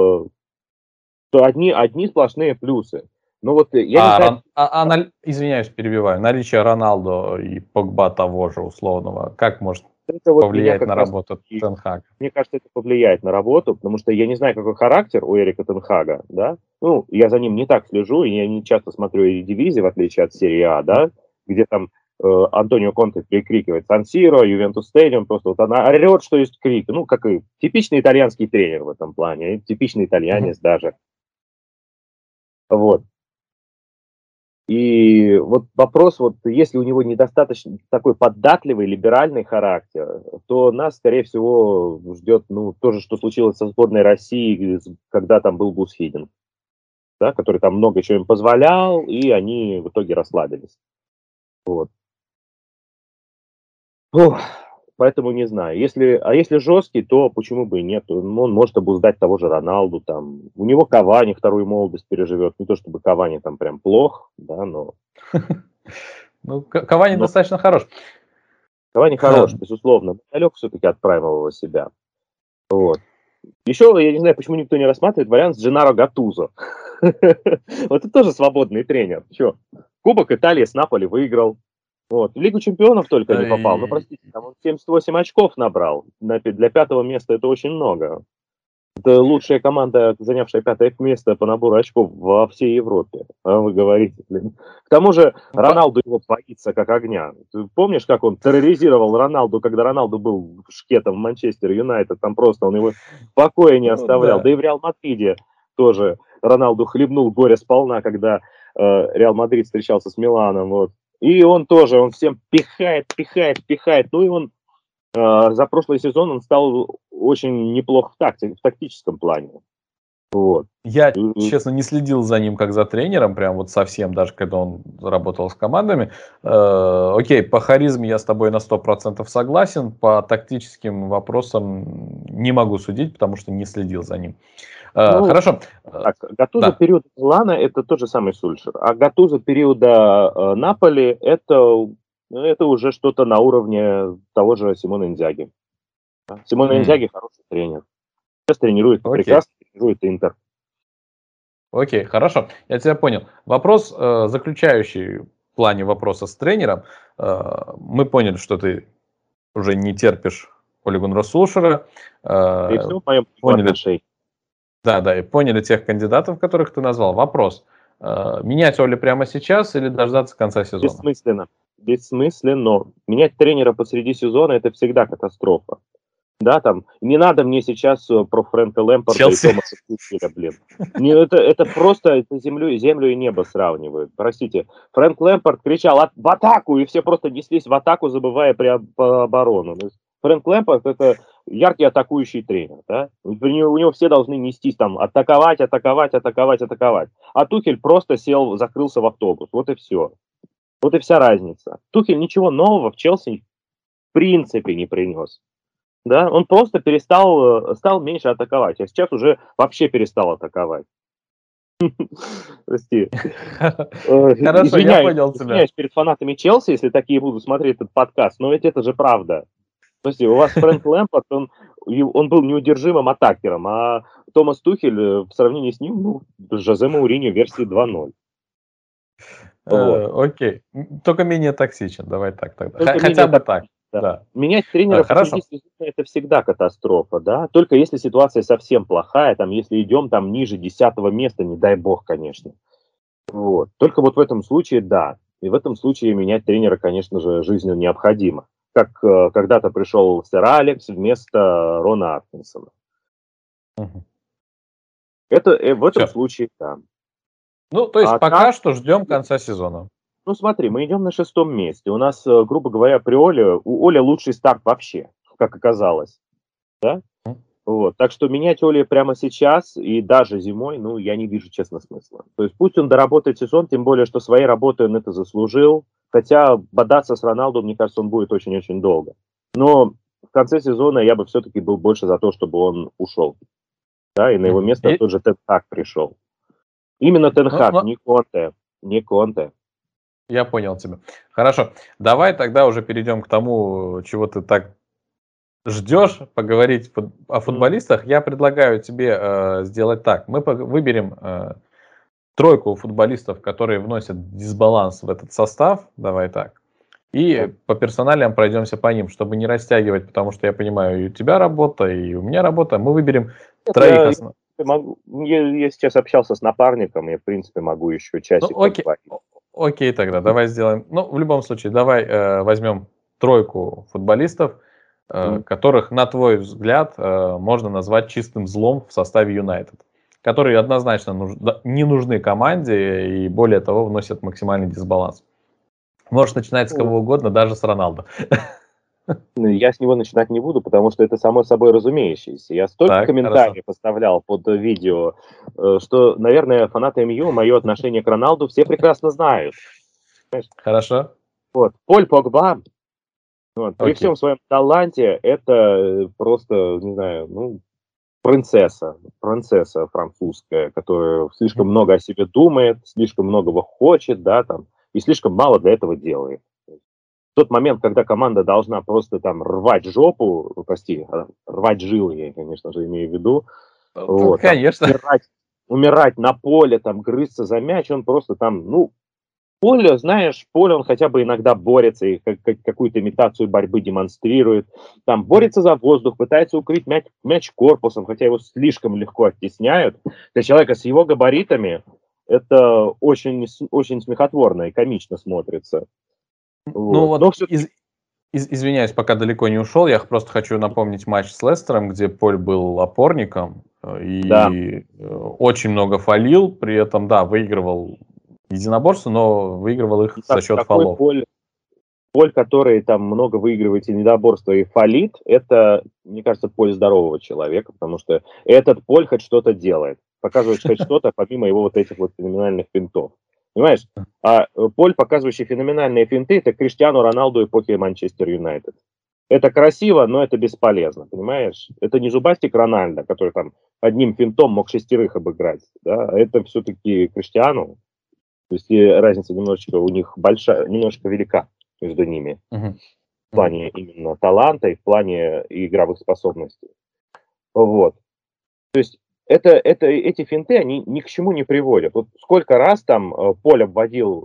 одни сплошные плюсы. Ну вот я не знаю... Извиняюсь, перебиваю. Наличие Роналдо и Погба того же условного, как может Это вот повлиять на работу Тен Хага? Мне кажется, это повлияет на работу, потому что я не знаю, какой характер у Эрика Тен Хага, да. Ну, я за ним не так слежу, и я не часто смотрю и дивизии, в отличие от серии А, да, где там Антонио Конте прикрикивает Сан-Сиро, Ювентус Стадиум, просто вот она орет, что есть крик. Ну, как и типичный итальянский тренер в этом плане, типичный итальянец даже. Вот. И вот вопрос, вот если у него недостаточно такой податливый, либеральный характер, то нас, скорее всего, ждет, ну, то же, что случилось со сборной России, когда там был Гус Хидинг, да, который там много чего им позволял, и они в итоге расслабились. Вот. Ух, поэтому не знаю. Если жесткий, то почему бы и нет? Он может обуздать того же Роналду. Там. У него Кавани вторую молодость переживет. Не то чтобы Кавани там прям плох, да, но... Ну, Кавани достаточно хорош. Кавани хорош, безусловно. Далек все-таки от праймового себя. Вот. Еще, я не знаю, почему никто не рассматривает вариант с Дженнаро Гаттузо. Вот это тоже свободный тренер. Че? Кубок Италии с Наполи выиграл. Вот. В Лигу чемпионов только не попал. Ну, простите, там он 78 очков набрал. Для 5-го места это очень много. Это лучшая команда, занявшая 5-е место по набору очков во всей Европе. А вы говорите, блин. К тому же Роналду его боится как огня. Ты помнишь, как он терроризировал Роналду, когда Роналду был шкетом в Манчестер Юнайтед? Там просто он его в покое не оставлял. Да и в Реал Мадриде тоже Роналду хлебнул горе сполна, когда Реал Мадрид встречался с Миланом. Вот. И он тоже, он всем пихает. Ну и он за прошлый сезон он стал очень неплох в тактическом плане. Вот. Я, честно, не следил за ним как за тренером, прям вот совсем, даже когда он работал с командами. Окей, по харизме я с тобой на 100% согласен, по тактическим вопросам не могу судить, потому что не следил за ним. Хорошо. Так, Гаттузо периода Милана это тот же самый Сульшер, а Гаттузо периода Наполи это уже что-то на уровне того же Симона Инзаги. Симона Инзаги хороший тренер. Сейчас тренирует прекрасно, тренирует Интер. Окей, хорошо, я тебя понял. Вопрос, заключающий в плане вопроса с тренером. Мы поняли, что ты уже не терпишь Оле Гуннара Сульшера. И все в моем отношении. Да, и поняли тех кандидатов, которых ты назвал. Вопрос, менять Оле прямо сейчас или дождаться конца сезона? Бессмысленно. Менять тренера посреди сезона это всегда катастрофа. Да, там, не надо мне сейчас про Фрэнка Лэмпарда и Томаса Тухеля, блин. Это просто землю и небо сравнивают. Простите, Фрэнк Лэмпард кричал в атаку, и все просто неслись в атаку, забывая про оборону. Фрэнк Лэмпард это яркий атакующий тренер. Да? У него все должны нестись там, атаковать. А Тухель просто сел, закрылся в автобус. Вот и все. Вот и вся разница. Тухель ничего нового в Челси в принципе не принес. Да, он просто стал меньше атаковать, а сейчас уже вообще перестал атаковать. Прости. Хорошо, я понял тебя. Извиняюсь перед фанатами Челси, если такие будут смотреть этот подкаст, но ведь это же правда. Подожди, у вас Фрэнк Лэмпард, он был неудержимым атакером, а Томас Тухель в сравнении с ним, ну, Жозе Мауриньо версии 2.0. Вот. Окей. Только менее токсичен. Давай так тогда. Только Хотя менее бы так. Да. Да. Менять тренера Хорошо. посреди сезона — это всегда катастрофа, да. Только если ситуация совсем плохая, там, если идем там ниже 10-го места, не дай бог, конечно. Вот. Только вот в этом случае, да. И в этом случае менять тренера, конечно же, жизненно необходимо. Как когда-то пришел сэр Алекс вместо Рона Аткинсона. Мгм. Это в этом Всё. случае, да. Ну, то есть А пока так, что ждем конца сезона. ну смотри, мы идем на 6-м месте. У нас, грубо говоря, у Оля лучший старт вообще, как оказалось. Да? М. Вот. Так что менять Оли прямо сейчас и даже зимой, ну, я не вижу, честно, смысла. То есть пусть он доработает сезон, тем более, что своей работой он это заслужил. Хотя бодаться с Роналду, мне кажется, он будет очень-очень долго. Но в конце сезона я бы все-таки был больше за то, чтобы он ушел. Да, и на его Мгм. место тот же Тен Хаг пришел. Именно Тен Хаг, Но не Конте. Не Конте. я понял тебя. Хорошо. Давай тогда уже перейдем к тому, чего ты так ждешь, поговорить о футболистах. Я предлагаю тебе сделать так. Мы выберем тройку футболистов, которые вносят дисбаланс в этот состав. Давай так. И по персоналиям пройдемся по ним, чтобы не растягивать, потому что я понимаю, и у тебя работа, и у меня работа. Мы выберем троих основных. Я сейчас общался с напарником, и, в принципе, могу еще часик Ну, окей, поговорить. окей тогда, давай сделаем. Ну, в любом случае, давай возьмем тройку футболистов, которых, на твой взгляд, можно назвать чистым злом в составе Юнайтед, которые однозначно не нужны команде и, более того, вносят максимальный дисбаланс. Можешь начинать с кого угодно, даже с Роналдо. Я с него начинать не буду, потому что это само собой разумеющееся. Я столько Так, хорошо. комментариев оставлял под видео, что, наверное, фанаты МЮ мое отношение к Роналду все прекрасно знают. Хорошо. Вот. Поль Погба, вот, при Окей. всем своем таланте, это просто, не знаю, ну, принцесса французская, которая слишком много о себе думает, слишком многого хочет, да, там, и слишком мало для этого делает. В тот момент, когда команда должна просто там рвать жопу, рвать жилы, я, конечно же, имею в виду, вот, там, Конечно. умирать на поле, там, грызться за мяч, он просто там, ну, поле, он хотя бы иногда борется и какую-то имитацию борьбы демонстрирует, там, борется за воздух, пытается укрыть мяч корпусом, хотя его слишком легко оттесняют. Для человека с его габаритами это очень, очень смехотворно и комично смотрится. Ну Вот. Но вот, все-таки извиняюсь, пока далеко не ушел, я просто хочу напомнить матч с Лестером, где Поль был опорником да. и очень много фалил, при этом, да, выигрывал единоборства, но выигрывал их за счет Такой фолов. Поль, который там много выигрывает и недоборства, и фалит, это, мне кажется, Поль здорового человека, потому что этот Поль хоть что-то делает, показывает хоть что-то, помимо его вот этих вот феноменальных финтов. Понимаешь? А Поль, показывающий феноменальные финты, это Криштиану Роналду эпохи Манчестер Юнайтед. Это красиво, но это бесполезно, понимаешь? Это не зубастик Рональдо, который там одним финтом мог 6 обыграть, да? Это все-таки Криштиану. То есть разница немножечко у них большая, немножко велика между ними в плане именно таланта и в плане игровых способностей. Вот. То есть эти финты, они ни к чему не приводят. Вот сколько раз там Поль обводил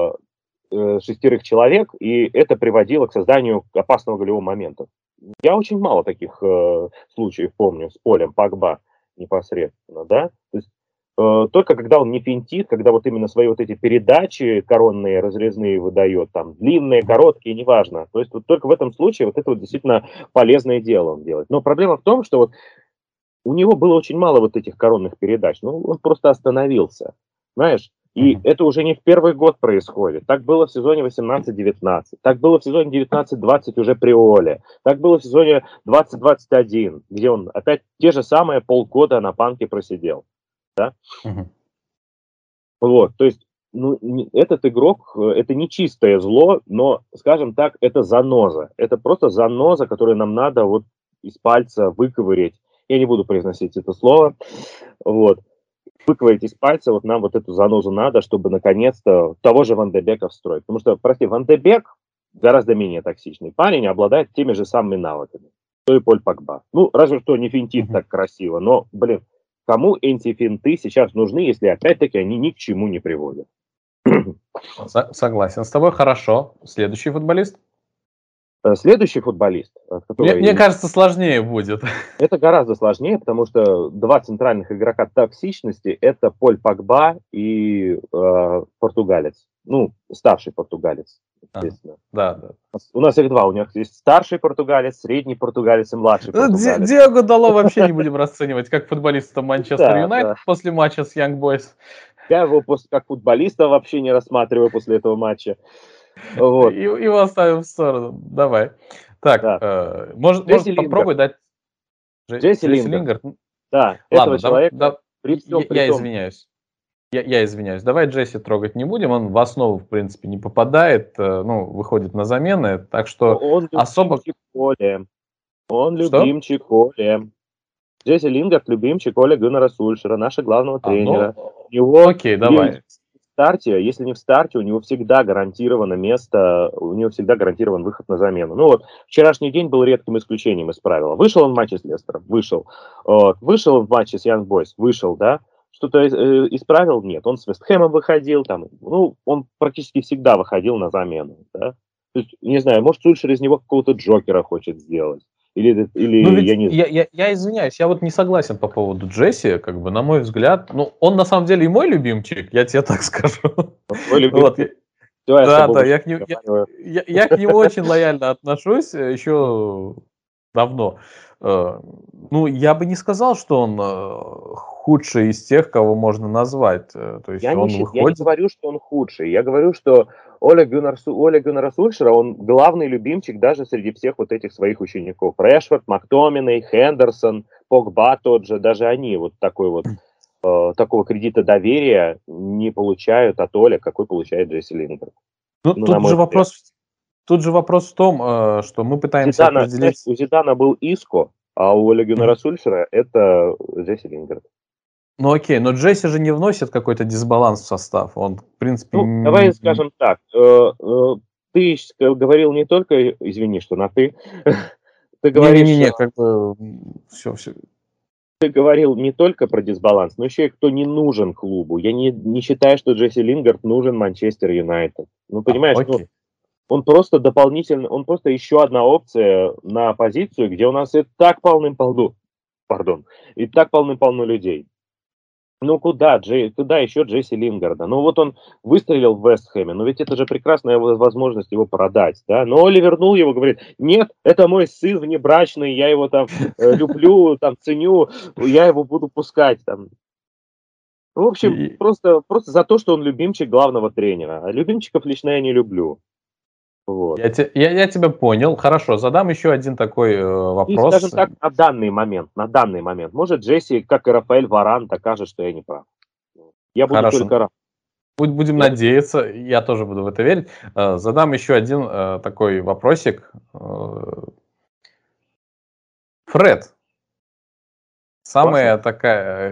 6 человек, и это приводило к созданию опасного голевого момента. Я очень мало таких случаев помню с Полем Погба непосредственно, да. То есть только когда он не финтит, когда вот именно свои вот эти передачи коронные, разрезные выдает, там, длинные, короткие, неважно. То есть вот только в этом случае вот это вот действительно полезное дело он делает. Но проблема в том, что вот у него было очень мало вот этих коронных передач. Ну, он просто остановился, знаешь. И это уже не в первый год происходит. Так было в сезоне 18-19. Так было в сезоне 19-20 уже при Оле. Так было в сезоне 20-21, где он опять те же самые полгода на банке просидел. Да? Вот, то есть, ну, этот игрок, это не чистое зло, но, скажем так, это заноза. Это просто заноза, которую нам надо вот из пальца выковырять. Я не буду произносить это слово. Вот. выковырять из пальца, вот нам вот эту занозу надо, чтобы наконец-то того же Ван де Бека встроить. Потому что, прости, Ван де Бек гораздо менее токсичный парень, обладает теми же самыми навыками, что и Поль Погба. Ну, разве что не финтит так красиво, но, блин, кому эти финты сейчас нужны, если опять-таки они ни к чему не приводят? Согласен с тобой, хорошо. Следующий футболист? Следующий футболист, Мне кажется, сложнее будет. Это гораздо сложнее, потому что два центральных игрока токсичности – это Поль Погба и португалец. Ну, старший португалец, естественно. Да. У нас их два. У них есть старший португалец, средний португалец и младший португалец. Диего Дало вообще не будем расценивать как футболиста Манчестер Юнайтед после матча с Young Boys. Я его как футболиста вообще не рассматриваю после этого матча. Вот. Его оставим в сторону. Давай. Так, может попробуй дать Джесси Лингард. Да, ладно, этого человека. Я извиняюсь. Я извиняюсь. Давай Джесси трогать не будем. Он в основу, в принципе, не попадает. Ну, выходит на замены. Так что он особо... любимчик Коля. Джесси Лингард любимчик Оля Гюннера Сульшера, нашего главного тренера. Окей, давай. Если не в старте, у него всегда гарантировано место, у него всегда гарантирован выход на замену. Ну вот, вчерашний день был редким исключением из правила. Вышел он в матче с Лестером? Вышел. Вышел он в матче с Young Boys? Вышел, да? Что-то исправил? Нет. Он с Вест Хэмом выходил, там, ну, он практически всегда выходил на замену, да? То есть, не знаю, может, Сульшер из него какого-то Джокера хочет сделать. Или я извиняюсь, я вот не согласен по поводу Джесси, как бы, на мой взгляд, ну, он на самом деле и мой любимчик, я тебе так скажу. Твой любимчик. Да, я к нему очень лояльно отношусь, еще давно. Ну, я бы не сказал, что он худший из тех, кого можно назвать. То есть я не говорю, что он худший. Я говорю, что Оля Гюннера Сульшера, он главный любимчик даже среди всех вот этих своих учеников. Решфорд, Мактоминей, Хендерсон, Погба тот же, даже они вот такого кредита доверия не получают от Оля, какой получает Джесси Лингард. Ну, тут же вопрос в том, что мы пытаемся определить... У Зидана был Иско, а у Оля Гюннера Сульшера это Джесси Лингард. Ну окей, но Джесси же не вносит какой-то дисбаланс в состав. Он, в принципе... Ну, давай скажем так. Ты говорил не только... Извини, что на «ты». Ты говоришь... Не, как бы... Все. Ты говорил не только про дисбаланс, но еще и кто не нужен клубу. Я не считаю, что Джесси Лингард нужен Манчестер Юнайтед. Ну, понимаешь, он просто дополнительно... Он просто еще одна опция на позицию, где у нас и так полным-полно... И так полным-полно людей. Ну, куда еще Джесси Лингарда? Ну, вот он выстрелил в Вест Хэме, но ведь это же прекрасная возможность его продать, да? Но Оли вернул его, говорит, нет, это мой сын внебрачный, я его там люблю, там ценю, я его буду пускать там. В общем, просто за то, что он любимчик главного тренера. А любимчиков лично я не люблю. Вот. Я тебя понял. Хорошо, задам еще один такой вопрос. И, скажем так, на данный момент, может, Джесси, как и Рафаэль Варан, докажет, что я не прав. Я буду только рад. Будем надеяться, я тоже буду в это верить. Задам еще один такой вопросик. Фред. Самая такая...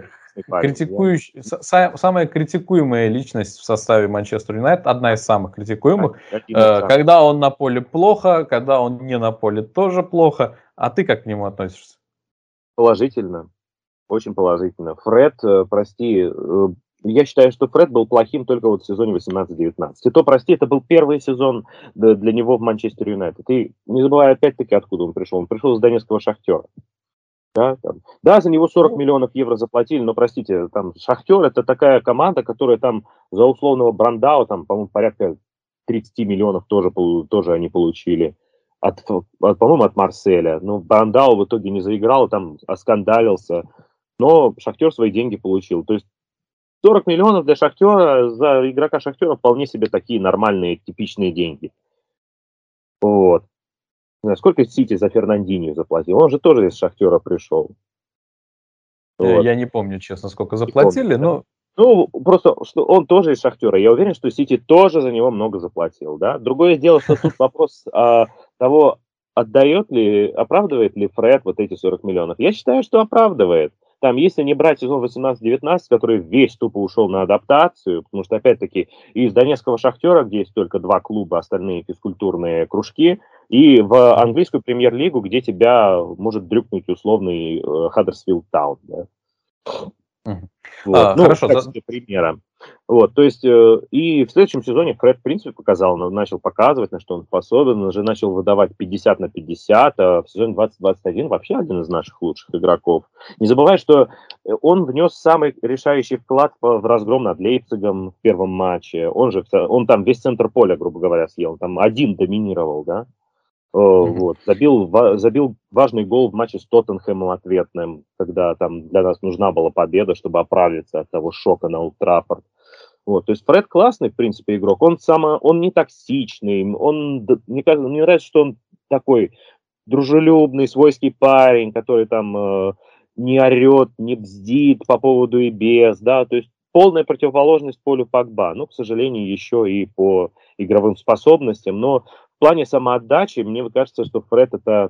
Самая критикуемая личность в составе Манчестер Юнайтед, одна из самых критикуемых, когда он на поле плохо, когда он не на поле тоже плохо. А ты как к нему относишься? Положительно, очень положительно. Фред, прости, я считаю, что Фред был плохим только вот в сезоне 18-19. И то, прости, это был первый сезон для него в Манчестер Юнайтед. И не забывай опять-таки, откуда он пришел. Он пришел из Донецкого Шахтера. Да, за него 40 миллионов евро заплатили, но, простите, там Шахтер — это такая команда, которая там за условного Брандау, там, по-моему, порядка 30 миллионов тоже они получили. По-моему, от Марселя. Но Брандау в итоге не заиграл, там оскандалился. Но Шахтер свои деньги получил. То есть 40 миллионов для Шахтера, за игрока Шахтера вполне себе такие нормальные, типичные деньги. Вот. Сколько Сити за Фернандинью заплатил? Он же тоже из Шахтера пришел. Вот. Я не помню, честно, сколько заплатили, но... Ну, просто, что он тоже из Шахтера. Я уверен, что Сити тоже за него много заплатил, да? Другое дело, что тут вопрос того, оправдывает ли Фред вот эти 40 миллионов. Я считаю, что оправдывает. Там, если не брать сезон 18-19, который весь тупо ушел на адаптацию, потому что, опять-таки, из Донецкого «Шахтера», где есть только 2 клуба, остальные физкультурные кружки, и в английскую премьер-лигу, где тебя может дрюкнуть условный Хаддерсфилд Таун, да. Вот. Ну, в Хорошо. качестве примера. Вот, то есть, и в следующем сезоне Фред, в принципе, показал, начал показывать, на что он способен, он уже начал выдавать 50 на 50, а в сезоне 2021 вообще один из наших лучших игроков. Не забывай, что он внес самый решающий вклад в разгром над Лейпцигом в первом матче. Он там весь центр поля, грубо говоря, съел, он там один доминировал, да. Вот, забил важный гол в матче с Тоттенхэмом ответным, когда там для нас нужна была победа, чтобы оправиться от того шока на Олд Траффорд. Вот, то есть Фред классный, в принципе, игрок. Он не токсичный, мне нравится, что он такой дружелюбный, свойский парень, который там не орет, не бздит по поводу и без, да, то есть полная противоположность Полю Погба. Ну, к сожалению, еще и по игровым способностям, но в плане самоотдачи, мне кажется, что Фред это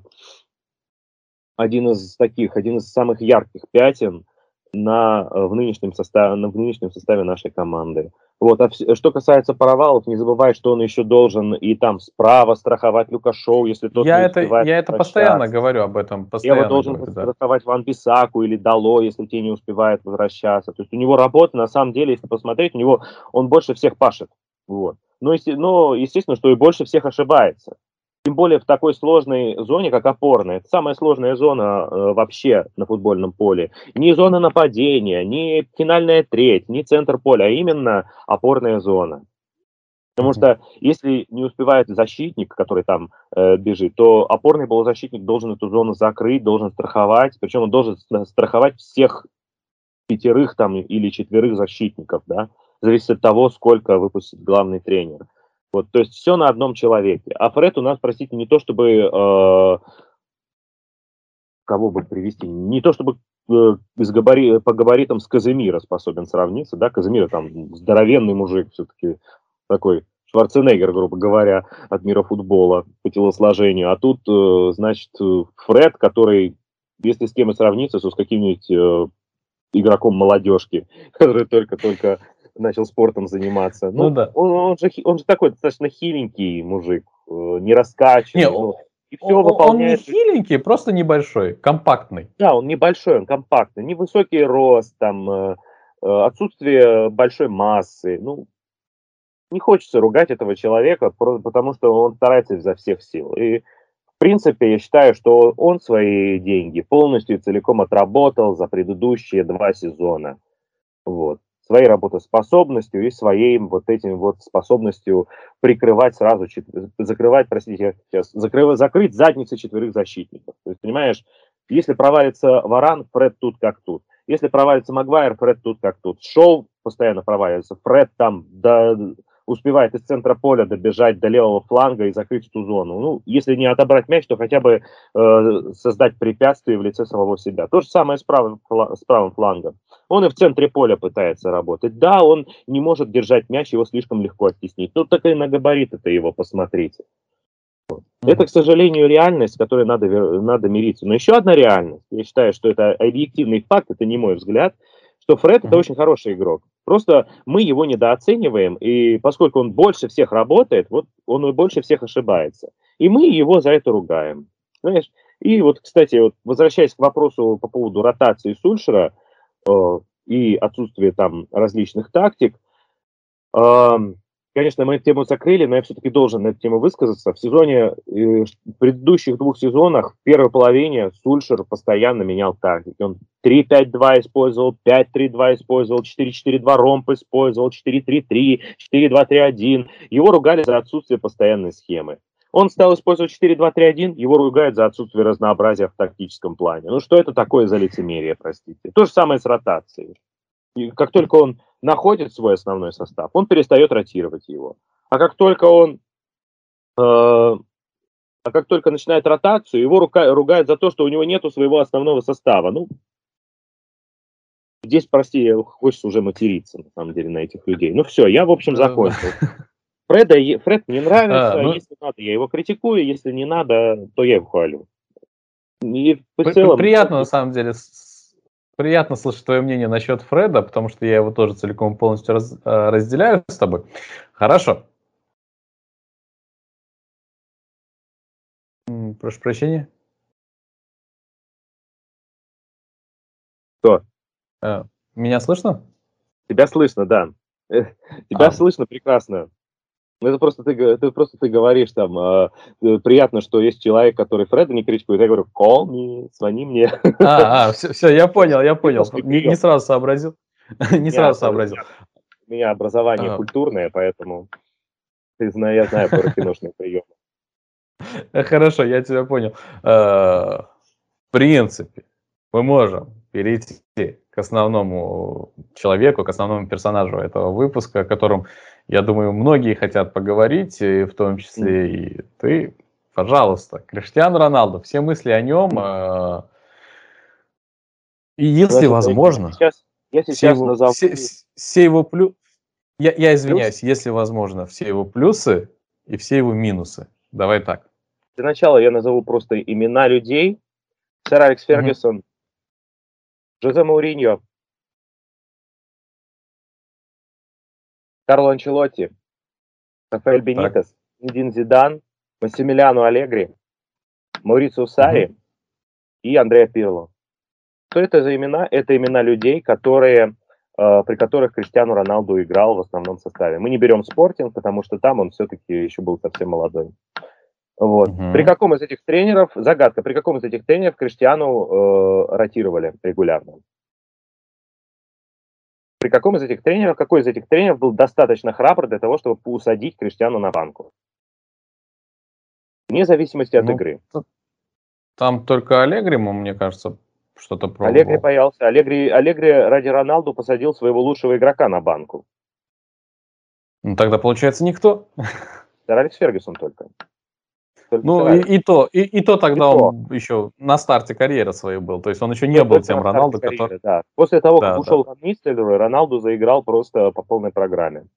один из самых ярких пятен в нынешнем составе нашей команды. Вот. Что касается провалов, не забывай, что он еще должен и там справа страховать Люка Шоу, если тот не успевает. Я это постоянно говорю об этом. Слева должен страховать Ван Бисаку или Дало, если те не успевают возвращаться. То есть у него работа, на самом деле, если посмотреть, он больше всех пашет. Вот. Но, естественно, что и больше всех ошибается. Тем более в такой сложной зоне, как опорная. Это самая сложная зона вообще на футбольном поле. Не зона нападения, не финальная треть, не центр поля, а именно опорная зона. Потому что если не успевает защитник, который там бежит, то опорный полузащитник должен эту зону закрыть, должен страховать. Причем он должен страховать всех 5 там, или 4 защитников, да. Зависит от того, сколько выпустит главный тренер. Вот, то есть все на одном человеке. А Фред у нас, простите, не то чтобы кого бы привести, не то чтобы по габаритам с Каземиро способен сравниться, да, Каземиро там здоровенный мужик, все-таки такой Шварценеггер, грубо говоря, от мира футбола по телосложению. А тут, значит, Фред, который, если с кем и сравниться, то с каким-нибудь игроком молодежки, который только начал спортом заниматься. Ну да. Он же такой достаточно хиленький мужик, не раскачанный. И все выполняет. Он не хиленький, просто небольшой, компактный. Да, он небольшой, он компактный. Невысокий рост, там, отсутствие большой массы. Ну, не хочется ругать этого человека, потому что он старается изо всех сил. И, в принципе, я считаю, что он свои деньги полностью и целиком отработал за предыдущие 2 сезона. Вот. Своей работоспособностью и своей вот этим вот способностью прикрывать сразу, закрыть задницы 4 защитников. То есть, понимаешь, если провалится Варан, Фред тут как тут. Если провалится Магуайр, Фред тут как тут. Шоу постоянно проваливается, Фред там успевает из центра поля добежать до левого фланга и закрыть эту зону. Ну, если не отобрать мяч, то хотя бы создать препятствие в лице самого себя. То же самое с правым флангом. Он и в центре поля пытается работать. Да, он не может держать мяч, его слишком легко оттеснить. Ну, так и на габариты-то его посмотрите. Это, к сожалению, реальность, с которой надо мириться. Но еще одна реальность, я считаю, что это объективный факт, это не мой взгляд, что Фред это очень хороший игрок. Просто мы его недооцениваем, и поскольку он больше всех работает, вот он и больше всех ошибается. И мы его за это ругаем. Знаешь? И вот, кстати, вот, возвращаясь к вопросу по поводу ротации Сульшера и отсутствия там различных тактик, конечно, мы эту тему закрыли, но я все-таки должен на эту тему высказаться. В предыдущих 2 сезонах, в первой половине, Сульшер постоянно менял тактики. Он 3-5-2 использовал, 5-3-2 использовал, 4-4-2 ромб использовал, 4-3-3, 4-2-3-1. Его ругали за отсутствие постоянной схемы. Он стал использовать 4-2-3-1, его ругают за отсутствие разнообразия в тактическом плане. Ну что это такое за лицемерие, простите? То же самое с ротацией. И как только он находит свой основной состав, он перестает ротировать его. А как только начинает ротацию, его ругают за то, что у него нету своего основного состава. Ну, здесь, прости, хочется уже материться, на самом деле, на этих людей. Ну все, я, в общем, закончил. Фред мне нравится, если надо, я его критикую, если не надо, то я его хвалю. И в целом, приятно, на самом деле, приятно слышать твое мнение насчет Фреда, потому что я его тоже целиком и полностью разделяю с тобой. Хорошо. Прошу прощения. Что? Меня слышно? Тебя слышно, да. Тебя слышно прекрасно. Ну, это просто ты говоришь там, приятно, что есть человек, который Фреда не критикует. Я говорю, call me, звони мне. Все, я понял. Не прием. сразу сообразил. Не сразу сообразил. У меня образование культурное, поэтому я знаю про киношные приемы. Хорошо, я тебя понял. В принципе, мы можем перейти к основному человеку, к основному персонажу этого выпуска, о котором, я думаю, многие хотят поговорить, и в том числе и ты. Пожалуйста, Криштиану Роналду, все мысли о нем, и если возможно, я сейчас назову... все его плюсы, я извиняюсь, если возможно, все его плюсы и все его минусы. Давай так. Для начала я назову просто имена людей. Сэр Алекс Фергюсон, Жозе Мауриньо, Карло Анчелотти, Рафаэль Бенитес, Зинедин Зидан, Массимилиано Аллегри, Маурицио Сарри и Андреа Пирло. Что это за имена? Это имена людей, при которых Криштиану Роналду играл в основном составе. Мы не берем Спортинг, потому что там он все-таки еще был совсем молодой. Вот. При каком из этих тренеров, загадка, при каком из этих тренеров Криштиану ротировали регулярно? При каком из этих тренеров, какой из этих тренеров был достаточно храбр для того, чтобы усадить Криштиану на банку? Вне зависимости от игры. Там только Аллегри, мне кажется, что-то пробовал. Аллегри боялся. Аллегри ради Роналду посадил своего лучшего игрока на банку. Ну, тогда, получается, никто. Сэр Алекс Фергюсон только. Ну, и то тогда он еще на старте карьеры своей был. То есть он еще не был тем Роналду, который... Да. После того, как ушел Ван Нистельрой, Роналду заиграл просто по полной программе.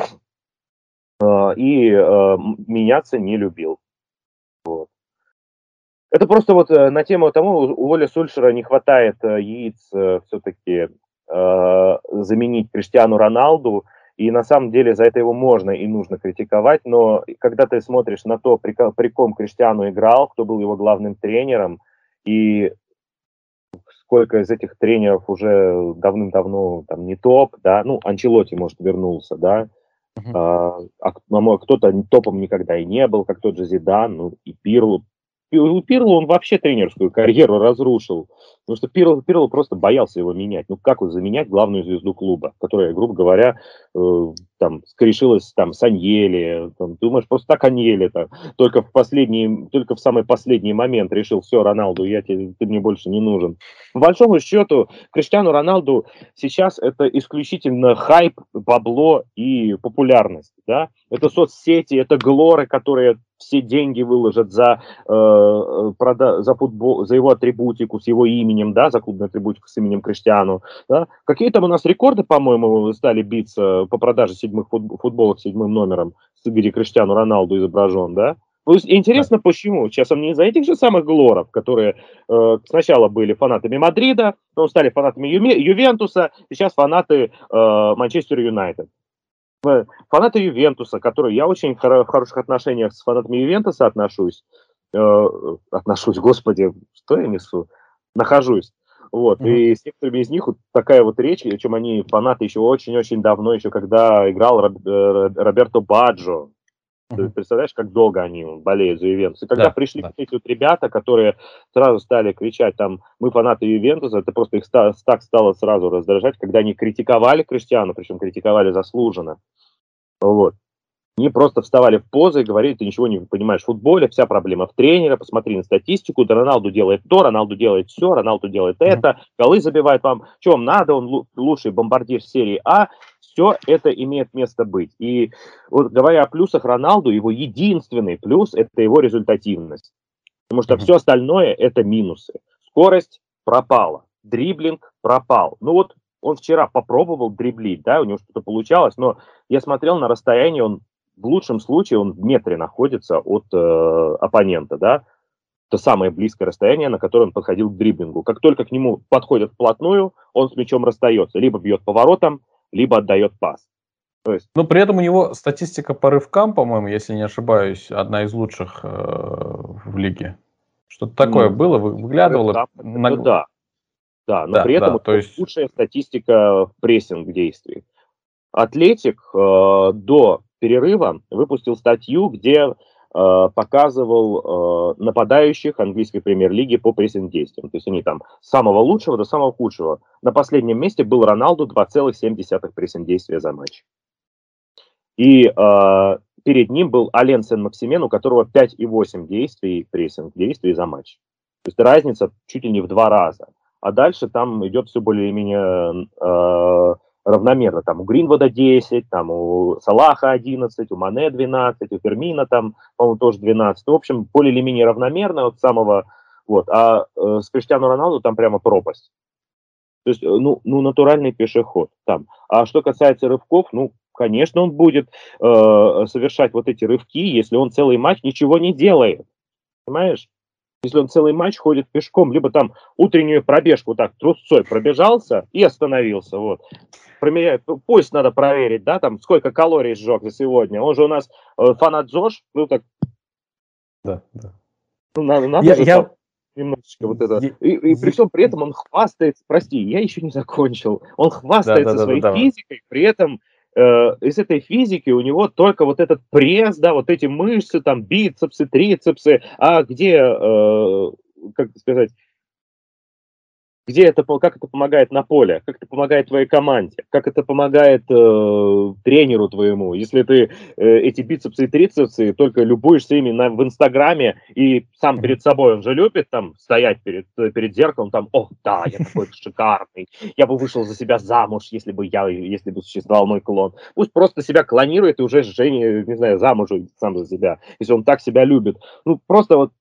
И меняться не любил. Вот. Это просто вот на тему того, у Оли Сульшера не хватает яиц все-таки заменить Криштиану Роналду. И на самом деле за это его можно и нужно критиковать, но когда ты смотришь на то, при ком Криштиану играл, кто был его главным тренером, и сколько из этих тренеров уже давным-давно там не топ, да, ну, Анчелотти, может, вернулся, да, кто-то топом никогда и не был, как тот же Зидан, ну, и Пирло. Пирло он вообще тренерскую карьеру разрушил, потому что Пирло просто боялся его менять. Ну как вот заменять главную звезду клуба, которая, грубо говоря, там скорешилась там с Аньели, там, думаешь, просто так Аньели-то, только в самый последний момент решил, все, Роналду, ты мне больше не нужен. По большому счету, Криштиану Роналду сейчас это исключительно хайп, бабло и популярность, да? Это соцсети, это глоры, которые все деньги выложат за футбол, за его атрибутику с его именем, да, за клубную атрибутику с именем Криштиану. Да. Какие там у нас рекорды, по-моему, стали биться по продаже футболок с 7 номером, где Криштиану Роналду изображен, да? Интересно, почему? Сейчас он не из-за этих же самых глоров, которые сначала были фанатами Мадрида, потом стали фанатами Ювентуса, и сейчас фанаты Манчестер Юнайтед. Фанаты Ювентуса, которые я очень в хороших отношениях с фанатами Ювентуса господи, что я несу? Нахожусь. Вот. И с некоторыми из них вот такая вот речь, причем они фанаты еще очень-очень давно, еще когда играл Роберто Баджо. Ты представляешь, как долго они болеют за Ювентус. И когда пришли эти вот ребята, которые сразу стали кричать, там, мы фанаты Ювентуса, это просто их так стало сразу раздражать, когда они критиковали Криштиану, причем критиковали заслуженно. Вот. Они просто вставали в позы и говорили, ты ничего не понимаешь в футболе, вся проблема в тренере, посмотри на статистику, да Роналду делает то, Роналду делает все, Роналду делает это, голы забивает вам, что вам надо, он лучший бомбардир серии А, все это имеет место быть. И вот говоря о плюсах Роналду, его единственный плюс – это его результативность. Потому что все остальное – это минусы. Скорость пропала, дриблинг пропал. Ну вот он вчера попробовал дриблить, да, у него что-то получалось, но я смотрел на расстоянии, он в лучшем случае он в метре находится от оппонента, да. это самое близкое расстояние, на которое он подходил к дриблингу. Как только к нему подходят вплотную, он с мячом расстается. Либо бьет поворотом, либо отдает пас. То есть, Но при этом у него статистика по рывкам, по-моему, если не ошибаюсь, одна из лучших в лиге. Что-то такое было, выглядывало. Да, да, но Да, при этом да, то есть... лучшая статистика в прессинг-действий. Атлетик до перерыва выпустил статью, где показывал нападающих английской премьер-лиги по прессинг-действиям. То есть они там с самого лучшего до самого худшего. На последнем месте был Роналду, 2,7 прессинг-действия за матч. И перед ним был Ален Сен-Максимен, у которого 5,8 действий, прессинг-действий за матч. То есть разница чуть ли не в 2 раза. А дальше там идет все более-менее равномерно. Там у Гринвуда 10, там у Салаха 11, у Мане 12, у Фермина там, по-моему, тоже 12. В общем, более или менее равномерно от самого... Вот. А с Криштиану Роналду там прямо пропасть. То есть, ну натуральный пешеход там. А что касается рывков, конечно, он будет совершать вот эти рывки, если он целый матч ничего не делает. Понимаешь? Если он целый матч ходит пешком, либо там утреннюю пробежку так трусцой пробежался и остановился. Вот. Проверяет, пусть надо проверить, да, там сколько калорий сжег за сегодня. Он же у нас фанат ЗОЖ, так. Да, да. Надо же там немножечко вот это. И при всем при этом он хвастается, прости, я еще не закончил. Он хвастается своей физикой, при этом из этой физики у него только вот этот пресс, да, вот эти мышцы, там, бицепсы, трицепсы, а где, как сказать, как это помогает на поле, как это помогает твоей команде, как это помогает тренеру твоему, если ты эти бицепсы и трицепсы только любуешься ими в Инстаграме и сам перед собой, он же любит там стоять перед зеркалом, там, да, я такой шикарный, я бы вышел за себя замуж, если бы существовал мой клон. Пусть просто себя клонирует и уже не знаю, замуж сам за себя, если он так себя любит. Просто вот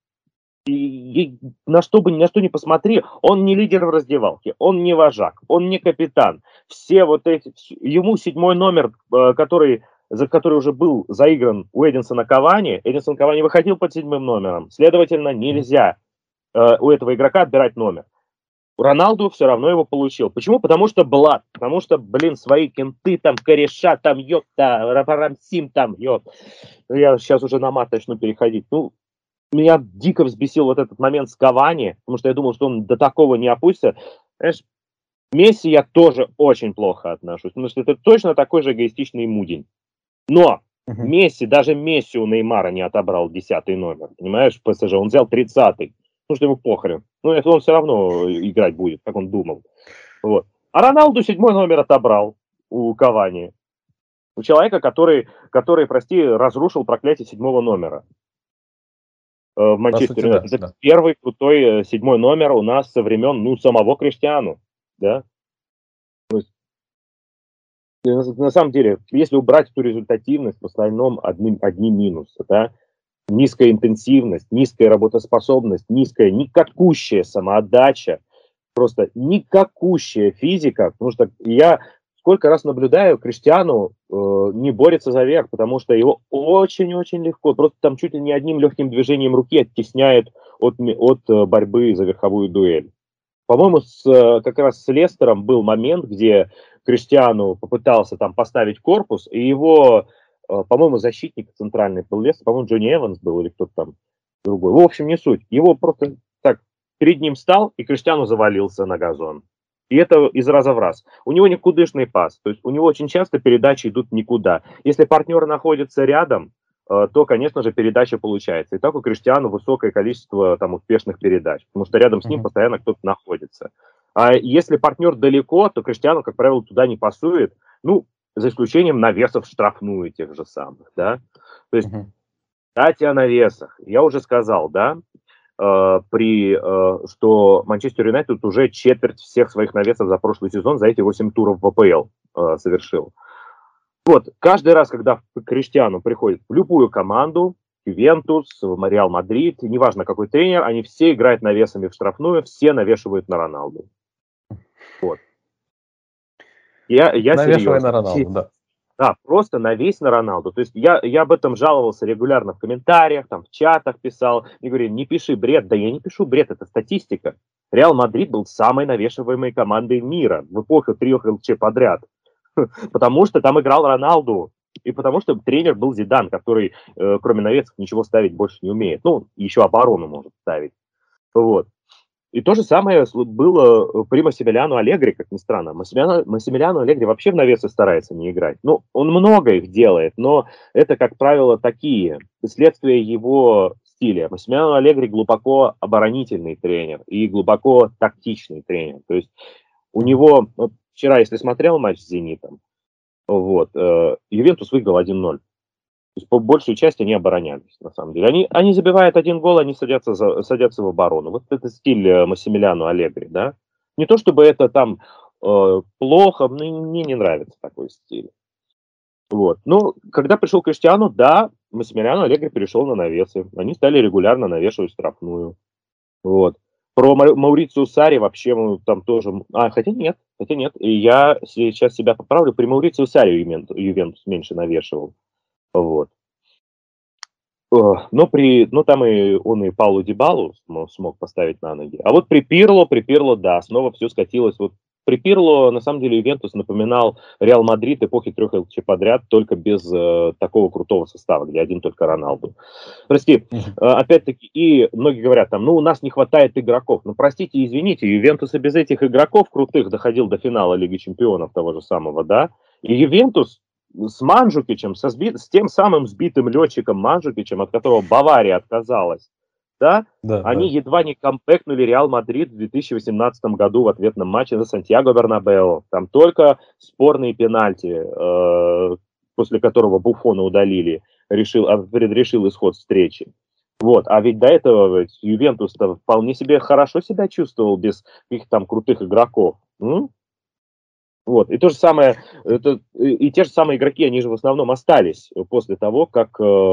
и на что ни посмотри, он не лидер в раздевалке, он не вожак, он не капитан. Все вот эти, ему 7-й номер, который уже был заигран у Эдинсона Кавани, Эдинсон Кавани выходил под 7-м номером, следовательно, нельзя у этого игрока отбирать номер. Роналду все равно его получил. Почему? Потому что блат, потому что, свои кенты, там, кореша, там, Рамсим, там, Я сейчас уже на мат начну переходить. Меня дико взбесил вот этот момент с Кавани, потому что я думал, что он до такого не опустится. Знаешь, Месси я тоже очень плохо отношусь, потому что это точно такой же эгоистичный мудень. Но даже Месси у Неймара не отобрал 10-й номер, понимаешь, в ПСЖ, он взял 30-й, потому что ему похрен. Это он все равно играть будет, как он думал. Вот. А Роналду 7-й номер отобрал у Кавани. У человека, который, прости, разрушил проклятие 7-го номера. В Манчестере. Это первый крутой 7-й номер у нас со времен, самого Криштиану, да. То есть, на самом деле, если убрать эту результативность, в остальном одни минусы, да. Низкая интенсивность, низкая работоспособность, низкая никакущая самоотдача, просто никакущая физика, потому что я сколько раз наблюдаю, Криштиану не борется за верх, потому что его очень-очень легко, просто там чуть ли не одним легким движением руки оттесняет от борьбы за верховую дуэль. По-моему, как раз с Лестером был момент, где Криштиану попытался там поставить корпус, и его, по-моему, защитник центральный был Лестер, по-моему, Джонни Эванс был или кто-то там другой. В общем, не суть. Его просто так перед ним стал, и Криштиану завалился на газон. И это из раза в раз. У него никудышный пас. То есть у него очень часто передачи идут никуда. Если партнер находится рядом, то, конечно же, передача получается. И так у Криштиану высокое количество там успешных передач, потому что рядом с ним постоянно кто-то находится. А если партнер далеко, то Криштиану, как правило, туда не пасует, за исключением навесов в штрафную тех же самых, да. То есть, кстати, о навесах. Я уже сказал, да, что Манчестер Юнайтед уже четверть всех своих навесов за прошлый сезон, за эти 8 туров в АПЛ совершил. Вот, каждый раз, когда Криштиану приходит в любую команду, Ювентус, в Реал Мадрид, неважно какой тренер, они все играют навесами в штрафную, все навешивают на Роналду. Вот. Я навешивай серьезно. на Роналду, да. Да, просто навесь на Роналду. То есть я об этом жаловался регулярно в комментариях, там, в чатах писал. Мне говорили, не пиши бред. Да я не пишу бред, это статистика. Реал Мадрид был самой навешиваемой командой мира в эпоху 3 ЛЧ подряд. Потому что там играл Роналду. И потому что тренер был Зидан, который, кроме навесов, ничего ставить больше не умеет. Ну, еще оборону может ставить. Вот. И то же самое было при Массимилиано Аллегри, как ни странно. Массимилиано Аллегри вообще в навесы старается не играть. Ну, он много их делает, но это, как правило, такие следствия его стиля. Массимилиано Аллегри глубоко оборонительный тренер и глубоко тактичный тренер. То есть у него, вот вчера, если смотрел матч с «Зенитом», вот, Ювентус выиграл 1-0. То есть по большей части они оборонялись, на самом деле. Они забивают один гол, они садятся в оборону. Вот это стиль Массимилиано Аллегри, да. Не то чтобы это там плохо, но мне не нравится такой стиль. Вот. Ну, когда пришел Криштиану, да, Массимилиано Аллегри перешел на навесы. Они стали регулярно навешивать штрафную. Вот. Про Маурицио Сарри вообще там тоже... хотя нет. И я сейчас себя поправлю. При Маурицио Сарри Ювентус меньше навешивал. Вот. Но там он и Паулу Дибалу смог поставить на ноги. А вот при Пирло, да, снова все скатилось. Вот при Пирло, на самом деле, Ювентус напоминал Реал Мадрид эпохи 3 ЛЧ подряд, только без такого крутого состава, где один только Роналду. Прости, опять-таки, и многие говорят, там, у нас не хватает игроков. Ну, простите, извините, Ювентус и без этих игроков крутых доходил до финала Лиги Чемпионов того же самого, да? И Ювентус с Манджукичем, с тем самым сбитым летчиком Манджукичем, от которого Бавария отказалась, да, они едва не камбэкнули Реал Мадрид в 2018 году в ответном матче за Сантьяго Бернабеу. Там только спорные пенальти, после которого Буфона удалили, предрешил исход встречи. Вот. А ведь до этого Ювентус-то вполне себе хорошо себя чувствовал без каких-то там крутых игроков. Вот. И то же самое, и те же самые игроки, они же в основном остались после того, как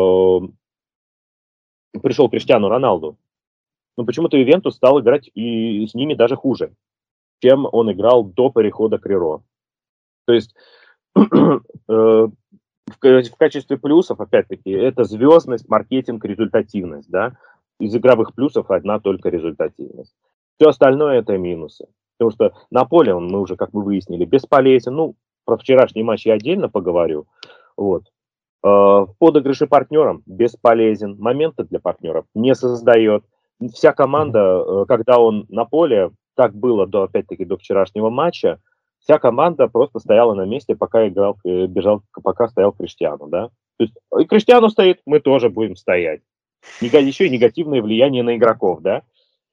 пришел Криштиану Роналду. Но почему-то Ювентус стал играть и с ними даже хуже, чем он играл до перехода к Риро. То есть в качестве плюсов, опять-таки, это звездность, маркетинг, результативность. Да? Из игровых плюсов одна только результативность. Все остальное это минусы. Потому что на поле мы уже, как мы выяснили, бесполезен. Ну, про вчерашний матч я отдельно поговорю. Вот. В подыгрыше партнерам бесполезен. Моменты для партнеров не создает. Вся команда, когда он на поле, так было опять-таки до вчерашнего матча, вся команда просто стояла на месте, пока пока стоял Криштиану. Да? То есть, и Криштиану стоит, мы тоже будем стоять. Еще и негативное влияние на игроков, да?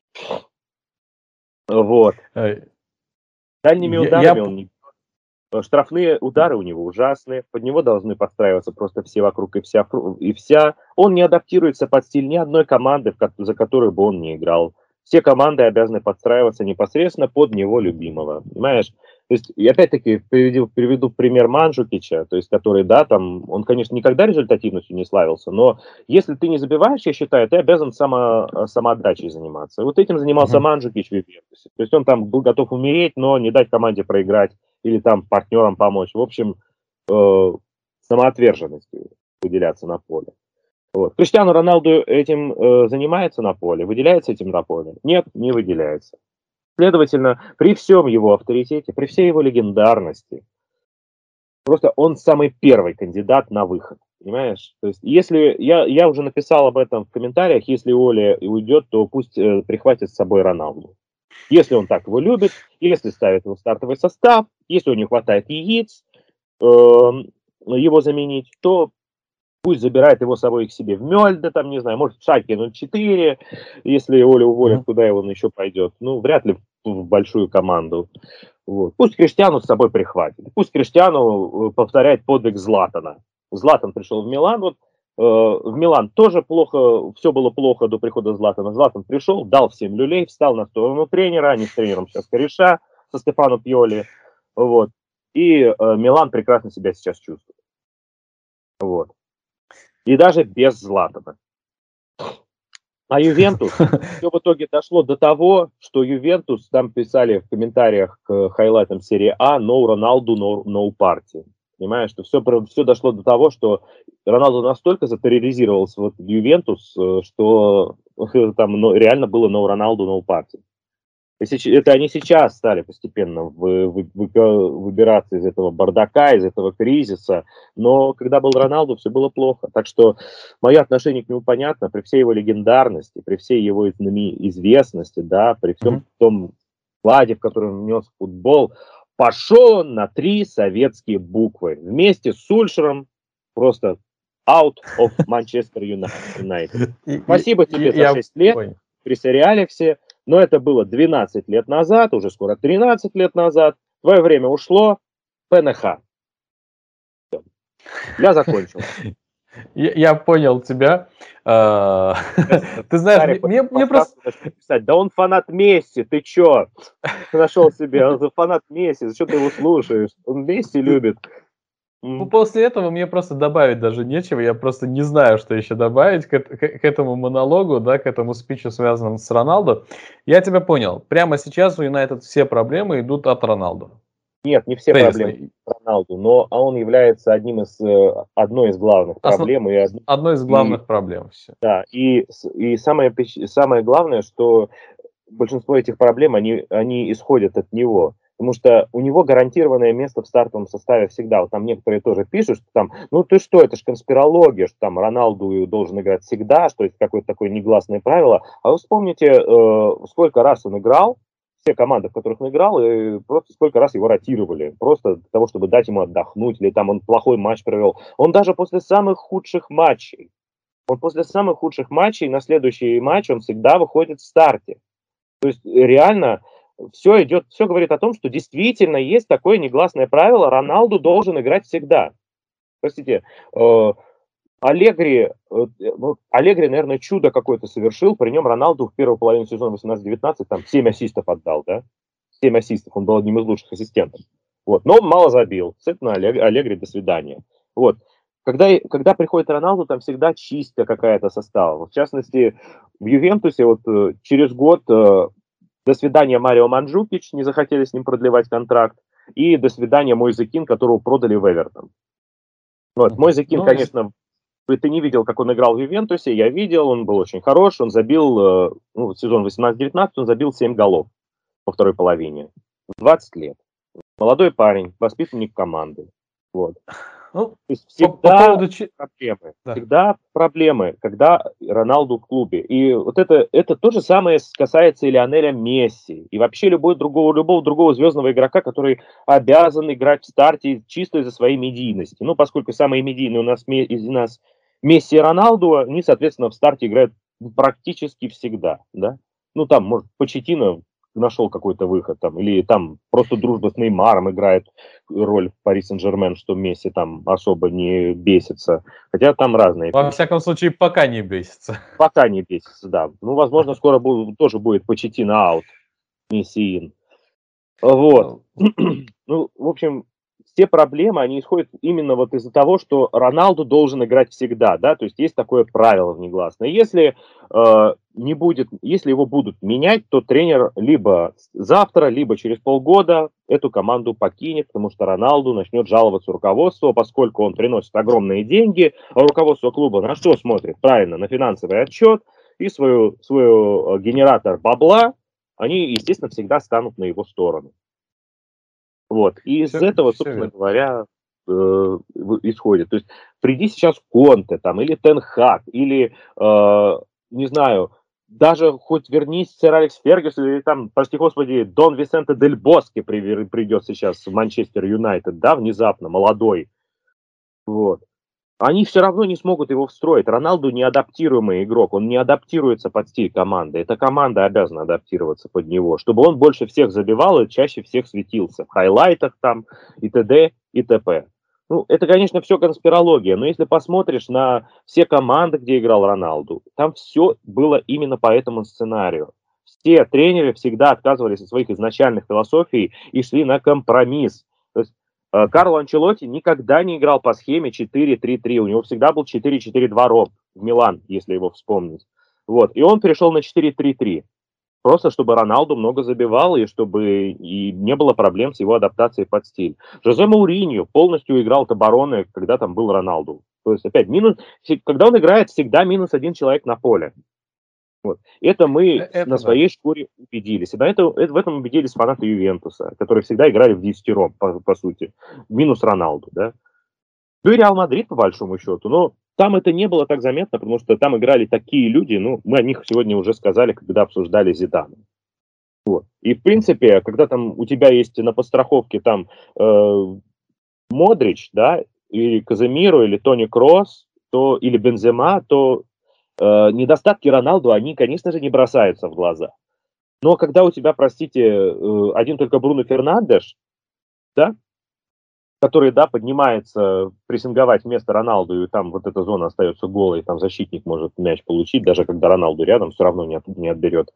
Вот. Дальними ударами он не... Штрафные удары у него ужасные, под него должны подстраиваться просто все вокруг и вся. Он не адаптируется под стиль ни одной команды, за которую бы он не играл. Все команды обязаны подстраиваться непосредственно под него любимого, понимаешь? То есть, и опять-таки приведу пример Манджукича, то есть, который, да, там, он, конечно, никогда результативностью не славился, но если ты не забиваешь, я считаю, ты обязан самоотдачей заниматься. И вот этим занимался Манджукич в Ювентусе. То есть, он там был готов умереть, но не дать команде проиграть или там партнерам помочь. В общем, самоотверженностью выделяться на поле. Вот. Криштиану Роналду этим занимается на поле, выделяется этим на поле? Нет, не выделяется. Следовательно, при всем его авторитете, при всей его легендарности, просто он самый первый кандидат на выход. Понимаешь? То есть, если я уже написал об этом в комментариях, если Оля уйдет, то пусть прихватит с собой Роналду. Если он так его любит, если ставит его в стартовый состав, если у него хватает яиц его заменить, то пусть забирает его с собой к себе в Мёльде, там, не знаю, может, в Шальке 04, если Оля уволит, куда он еще пойдет. Ну, вряд ли в большую команду. Вот. Пусть Криштиану с собой прихватит. Пусть Криштиану повторяет подвиг Златана. Златан пришел в Милан, вот в Милан тоже плохо, все было плохо до прихода Златана. Златан пришел, дал всем люлей, встал на сторону тренера, они с тренером сейчас кореша, со Стефано Пьоли. Вот. И Милан прекрасно себя сейчас чувствует. Вот. И даже без Златана. А Ювентус, все в итоге дошло до того, что Ювентус, там писали в комментариях к хайлайтам серии А, no Ronaldo, no party. Понимаешь, что все дошло до того, что Роналду настолько затерроризировался в Ювентус, что там реально было no Роналду, no party. Это они сейчас стали постепенно выбираться из этого бардака, из этого кризиса, но когда был Роналду, все было плохо. Так что мое отношение к нему понятно, при всей его легендарности, при всей его известности, да, при всем том вкладе, в котором он нес футбол, пошел он на 3 советские буквы. Вместе с Сульшером просто out of Manchester United. Спасибо тебе за 6 лет при сэре Алексе. Но это было 12 лет назад, уже скоро 13 лет назад. Твое время ушло. ПНХ. Я закончил. Я понял тебя. Ты знаешь, мне просто... Да он фанат Месси, ты чё? Нашел себе, он фанат Месси, зачем ты его слушаешь? Он Месси любит. Ну, после этого мне просто добавить даже нечего, я просто не знаю, что еще добавить к этому монологу, да, к этому спичу, связанному с Роналдо. Я тебя понял. Прямо сейчас у Юнайтед все проблемы идут от Роналдо. Нет, не все проблемы от Роналду, но он является одной из главных проблем. Одной из главных проблем. Все. Да, и самое главное, что большинство этих проблем, они исходят от него. Потому что у него гарантированное место в стартовом составе всегда. Вот там некоторые тоже пишут, что там, ну ты что, это же конспирология, что там Роналду должен играть всегда, что это какое-то такое негласное правило. А вы вспомните, сколько раз он играл, все команды, в которых он играл, и просто сколько раз его ротировали. Просто для того, чтобы дать ему отдохнуть, или там он плохой матч провел. Он даже после самых худших матчей, на следующий матч он всегда выходит в старте. То есть реально... Все говорит о том, что действительно есть такое негласное правило, Роналду должен играть всегда. Простите, Аллегри, наверное, чудо какое-то совершил, при нем Роналду в первую половину сезона 18-19 там 7 ассистов отдал, да? 7 ассистов, он был одним из лучших ассистентов. Вот. Но он мало забил, действительно, Аллегри, до свидания. Вот. Когда приходит Роналду, там всегда чистая какая-то состава. В частности, в Ювентусе вот через год... До свидания Марио Манджукич, не захотели с ним продлевать контракт. И до свидания Мойзе Кин, которого продали в Эвертон. Вот. Мойзе Кин, конечно, ты не видел, как он играл в Ювентусе, я видел, он был очень хорош, он забил, сезон 18-19, он забил 7 голов во второй половине. В 20 лет. Молодой парень, воспитанник команды. Вот. Ну, то есть всегда проблемы. Да. Всегда проблемы, когда Роналду в клубе. И вот это то же самое касается и Лионеля Месси. И вообще любого другого звездного игрока, который обязан играть в старте чисто из-за своей медийности. Ну, поскольку самые медийные из нас Месси и Роналду, они, соответственно, в старте играют практически всегда. Да? Ну, там, может, Почеттино нашел какой-то выход, там, или там просто дружба с Неймаром играет роль в Пари Сен-Жермен, что Месси там особо не бесится. Хотя там разные. Во всяком случае, пока не бесится. Пока не бесится, да. Ну, возможно, скоро тоже будет Почеттино аут, Месси ин. Вот. Ну, в общем, все проблемы, они исходят именно вот из-за того, что Роналду должен играть всегда, да, то есть есть такое правило внегласное. Если его будут менять, то тренер либо завтра, либо через полгода эту команду покинет, потому что Роналду начнет жаловаться руководству, поскольку он приносит огромные деньги, а руководство клуба на что смотрит? Правильно, на финансовый отчет и свой генератор бабла, они, естественно, всегда станут на его сторону. Вот. И из этого, собственно говоря, исходит. То есть приди сейчас Конте там, или Тен Хаг, или, не знаю, даже хоть вернись сэр Алекс Фергюсон, или там, прости господи, Дон Висенте Дель Боске придет сейчас в Манчестер Юнайтед, да, внезапно, молодой. Вот. Они все равно не смогут его встроить. Роналду неадаптируемый игрок, он не адаптируется под стиль команды. Эта команда обязана адаптироваться под него, чтобы он больше всех забивал и чаще всех светился. В хайлайтах там и т.д. и т.п. Ну, это, конечно, все конспирология, но если посмотришь на все команды, где играл Роналду, там все было именно по этому сценарию. Все тренеры всегда отказывались от своих изначальных философий и шли на компромисс. То есть Карло Анчелотти никогда не играл по схеме 4-3-3. У него всегда был 4-4-2 роб в Милан, если его вспомнить. Вот. И он перешел на 4-3-3. Просто чтобы Роналду много забивал, и чтобы и не было проблем с его адаптацией под стиль. Жозе Мауриньо полностью играл от обороны, когда там был Роналду. То есть, опять, когда он играет, всегда минус один человек на поле. Вот. Это мы на своей шкуре убедились. И в этом убедились фанаты Ювентуса, которые всегда играли в десятером, по сути. Минус Роналду, да. Ну и Реал Мадрид, по большому счету. Но там это не было так заметно, потому что там играли такие люди, ну, мы о них сегодня уже сказали, когда обсуждали Зидана. Вот. И, в принципе, когда там у тебя есть на подстраховке там Модрич, да, или Каземиро, или Тони Кросс, или Бензема, то недостатки Роналду, они, конечно же, не бросаются в глаза. Но когда у тебя, простите, один только Бруно Фернандеш, да, который, да, поднимается прессинговать вместо Роналду, и там вот эта зона остается голой, там защитник может мяч получить, даже когда Роналду рядом, все равно не отберет.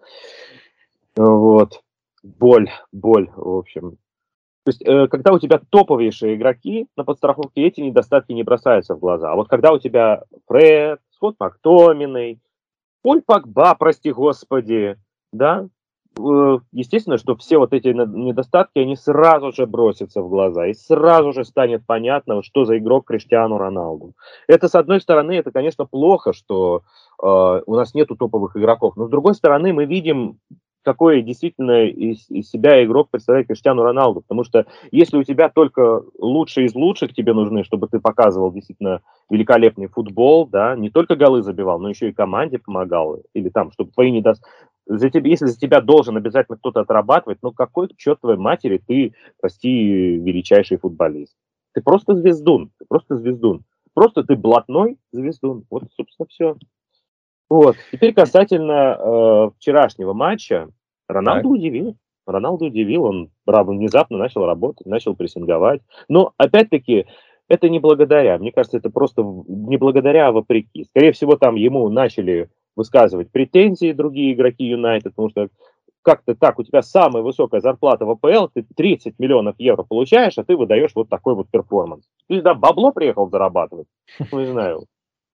Вот. Боль, в общем. То есть, когда у тебя топовейшие игроки на подстраховке, эти недостатки не бросаются в глаза. А вот когда у тебя Фред, Скотт Мактоминой, Поль Погба, прости господи, да, естественно, что все вот эти недостатки, они сразу же бросятся в глаза, и сразу же станет понятно, что за игрок Криштиану Роналду. Это, с одной стороны, это, конечно, плохо, что у нас нету топовых игроков, но с другой стороны, мы видим, какой действительно из себя игрок представляет Криштиану Роналду, потому что если у тебя только лучшие из лучших тебе нужны, чтобы ты показывал действительно великолепный футбол, да, не только голы забивал, но еще и команде помогал, или там, чтобы твои если за тебя должен обязательно кто-то отрабатывать, ну какой к чертовой матери ты, прости, величайший футболист. Ты просто звездун, Просто ты блатной звездун. Вот, собственно, все. Вот. Теперь касательно вчерашнего матча. Роналду удивил. Он, правда, внезапно начал работать, начал прессинговать. Но, опять-таки, это не благодаря. Мне кажется, это просто не благодаря, а вопреки. Скорее всего, там ему начали высказывать претензии другие игроки Юнайтед, потому что как-то так, у тебя самая высокая зарплата в АПЛ, ты 30 миллионов евро получаешь, а ты выдаешь вот такой вот перформанс. Ты да, бабло приехал зарабатывать? Ну, не знаю.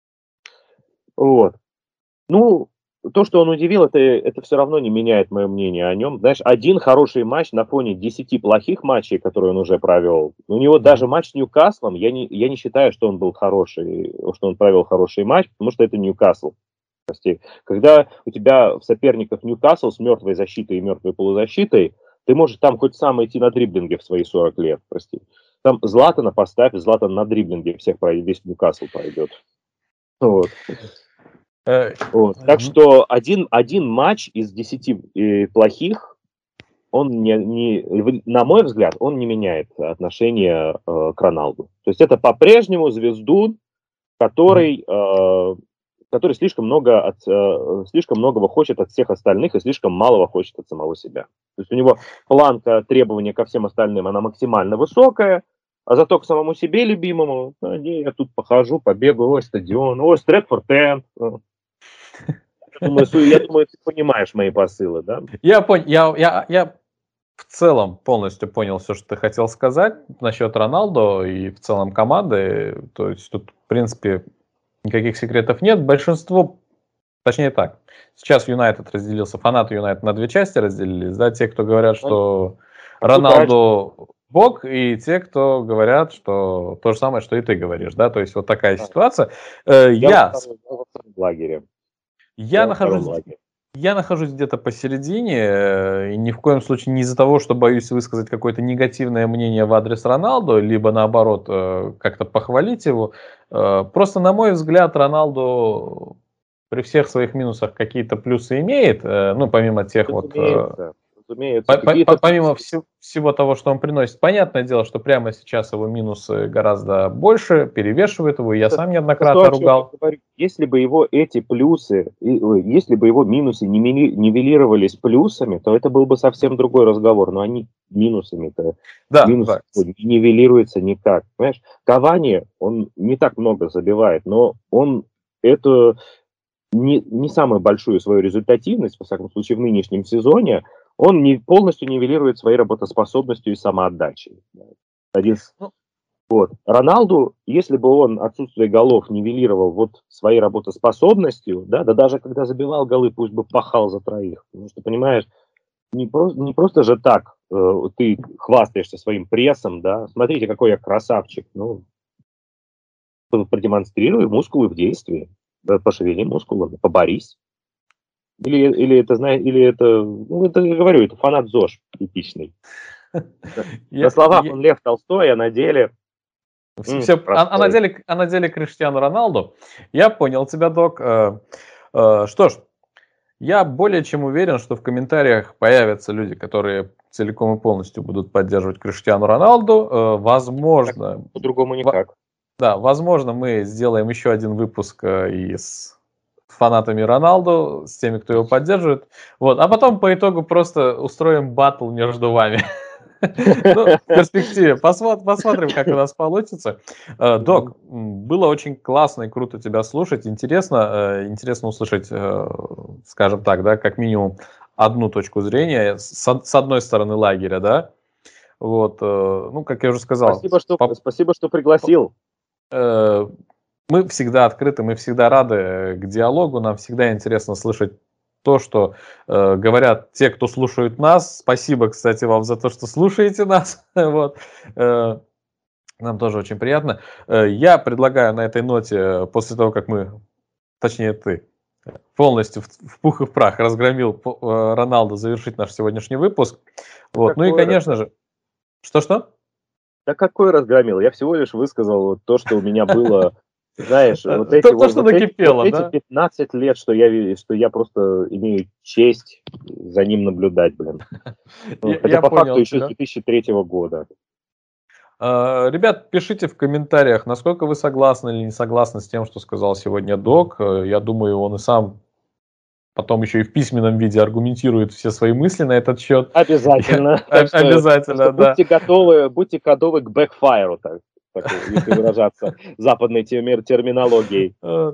Вот. Ну, то, что он удивил, это все равно не меняет мое мнение о нем. Знаешь, один хороший матч на фоне 10 плохих матчей, которые он уже провел. У него даже матч с Ньюкаслом, я не считаю, что он был хороший, что он провел хороший матч, потому что это Ньюкасл. Когда у тебя в соперниках Ньюкасл с мертвой защитой и мертвой полузащитой, ты можешь там хоть сам идти на дриблинге в свои 40 лет, прости. Там Златана поставь, Златан на дриблинге всех пройдет, весь Ньюкасл пройдет. Вот. Вот. Так что один матч из 10 плохих, он на мой взгляд, он не меняет отношение к Роналду. То есть это по-прежнему звездун, который слишком многого хочет от всех остальных и слишком малого хочет от самого себя. То есть у него планка требования ко всем остальным, она максимально высокая, а зато к самому себе любимому, я тут похожу, побегаю, стадион, Стрэдфорд-Энд. Я думаю, ты понимаешь мои посылы, да? Я в целом полностью понял все, что ты хотел сказать насчет Роналду и в целом команды. То есть тут, в принципе, никаких секретов нет. Большинство, точнее так, сейчас Юнайтед разделился, фанаты Юнайтед на две части разделились. Да, те, кто говорят, что Роналду бог, и те, кто говорят, что то же самое, что и ты говоришь. Да, то есть вот такая ситуация. Я в лагере. Я нахожусь где-то посередине, и ни в коем случае не из-за того, что боюсь высказать какое-то негативное мнение в адрес Роналду, либо наоборот как-то похвалить его. Просто, на мой взгляд, Роналду при всех своих минусах какие-то плюсы имеет, ну, помимо тех помимо всего того, что он приносит. Понятное дело, что прямо сейчас его минусы гораздо больше, перевешивают его, я сам неоднократно ругал. Если бы его эти плюсы, если бы его минусы нивелировались плюсами, то это был бы совсем другой разговор, но они минусами-то не нивелируются никак. Понимаешь? Кавани, он не так много забивает, но он это не самую большую свою результативность, во всяком случае, в нынешнем сезоне, он полностью нивелирует своей работоспособностью и самоотдачей. Вот. Роналду, если бы он отсутствие голов нивелировал вот своей работоспособностью, да даже когда забивал голы, пусть бы пахал за троих. Потому что, понимаешь, не просто же так ты хвастаешься своим прессом, да, смотрите, какой я красавчик. Ну, продемонстрируй мускулы в действии, да, пошевели мускулами, поборись. Или это, знаешь, или это, ну, это, я говорю, это фанат ЗОЖ типичный. На словах он Лев Толстой, а на деле... А на деле Криштиану Роналду. Я понял тебя, док. Что ж, я более чем уверен, что в комментариях появятся люди, которые целиком и полностью будут поддерживать Криштиану Роналду. Возможно... По-другому никак. Да, возможно, мы сделаем еще один выпуск и с фанатами Роналду, с теми, кто его поддерживает. Вот. А потом по итогу просто устроим батл между вами. В перспективе. Посмотрим, как у нас получится. Док, было очень классно и круто тебя слушать. Интересно услышать, скажем так, да, как минимум одну точку зрения с одной стороны лагеря, да. Вот, ну, как я уже сказал. Спасибо, что пригласил. Мы всегда открыты, мы всегда рады к диалогу. Нам всегда интересно слышать то, что говорят те, кто слушают нас. Спасибо, кстати, вам за то, что слушаете нас. Вот. Нам тоже очень приятно. Я предлагаю на этой ноте, после того, как мы, точнее ты, полностью в пух и в прах разгромил Роналду, завершить наш сегодняшний выпуск. Вот. Ну и, конечно же... Что-что? Да какой разгромил? Я всего лишь высказал вот то, что у меня было... Знаешь, вот эти, что накипело, эти 15 лет, что я просто имею честь за ним наблюдать, блин. Хотя по факту еще с 2003 года. Ребят, пишите в комментариях, насколько вы согласны или не согласны с тем, что сказал сегодня Док. Я думаю, он и сам потом еще и в письменном виде аргументирует все свои мысли на этот счет. Обязательно. Обязательно, да. Будьте готовы к бэкфайру, если выражаться западной терминологией.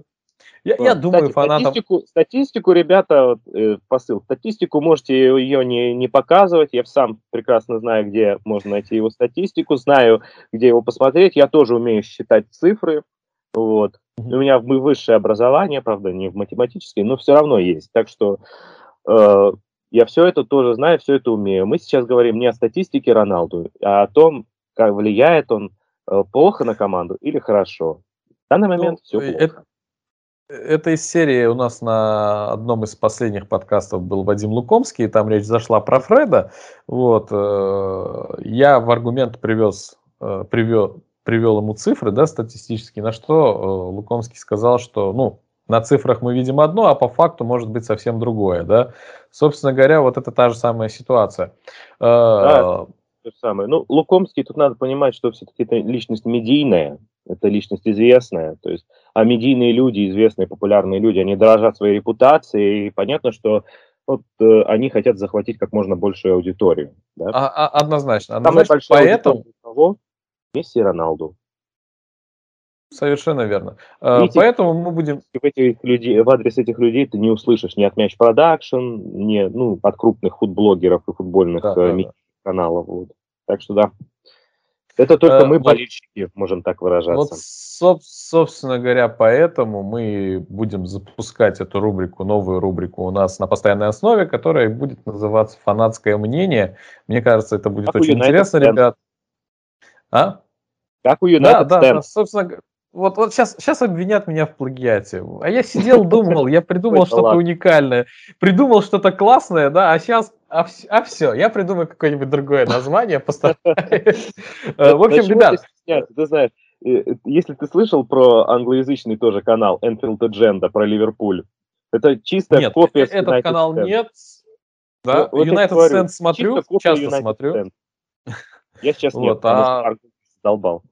Я думаю, фанатам... Статистику, ребята, посыл. Статистику можете ее не показывать. Я сам прекрасно знаю, где можно найти его статистику, знаю, где его посмотреть. Я тоже умею считать цифры. Вот. У меня высшее образование, правда, не в математическое, но все равно есть. Так что я все это тоже знаю, все это умею. Мы сейчас говорим не о статистике Роналду, а о том, как влияет он плохо на команду или хорошо. В данный момент все плохо. Это из серии у нас на одном из последних подкастов был Вадим Лукомский, и там речь зашла про Фреда. Вот, я в аргумент привел ему цифры, да, статистические, на что Лукомский сказал, что, ну, на цифрах мы видим одно, а по факту может быть совсем другое, да. Собственно говоря, вот это та же самая ситуация. Да, то же самое. Ну, Лукомский, тут надо понимать, что все-таки это личность медийная, это личность известная, то есть, а медийные люди, известные, популярные люди, они дорожат своей репутацией, и понятно, что вот, они хотят захватить как можно большую аудиторию. Да? Однозначно. Самая большая аудитория кого? Месси и Роналду. Совершенно верно. Видите, поэтому мы будем... В адрес этих людей ты не услышишь ни от Мяч Продакшн, ни от крупных футблогеров и футбольных каналов. Вот. Так что да. Это только мы, болельщики, можем так выражаться. Вот, собственно говоря, поэтому мы будем запускать эту рубрику, новую рубрику у нас на постоянной основе, которая будет называться «Фанатское мнение». Мне кажется, это будет очень интересно, ребят. А? Как у United да, собственно, вот сейчас обвинят меня в плагиате. А я сидел, думал, я придумал что-то уникальное, придумал что-то классное, да, а сейчас, все, я придумаю какое-нибудь другое название, постараюсь. В общем, ребят. Ты знаешь, если ты слышал про англоязычный тоже канал Enfield Agenda про Ливерпуль, это чистая копия. Нет, этот канал нет. Да, United Stand смотрю, часто смотрю. Я сейчас нет, потому что задолбал.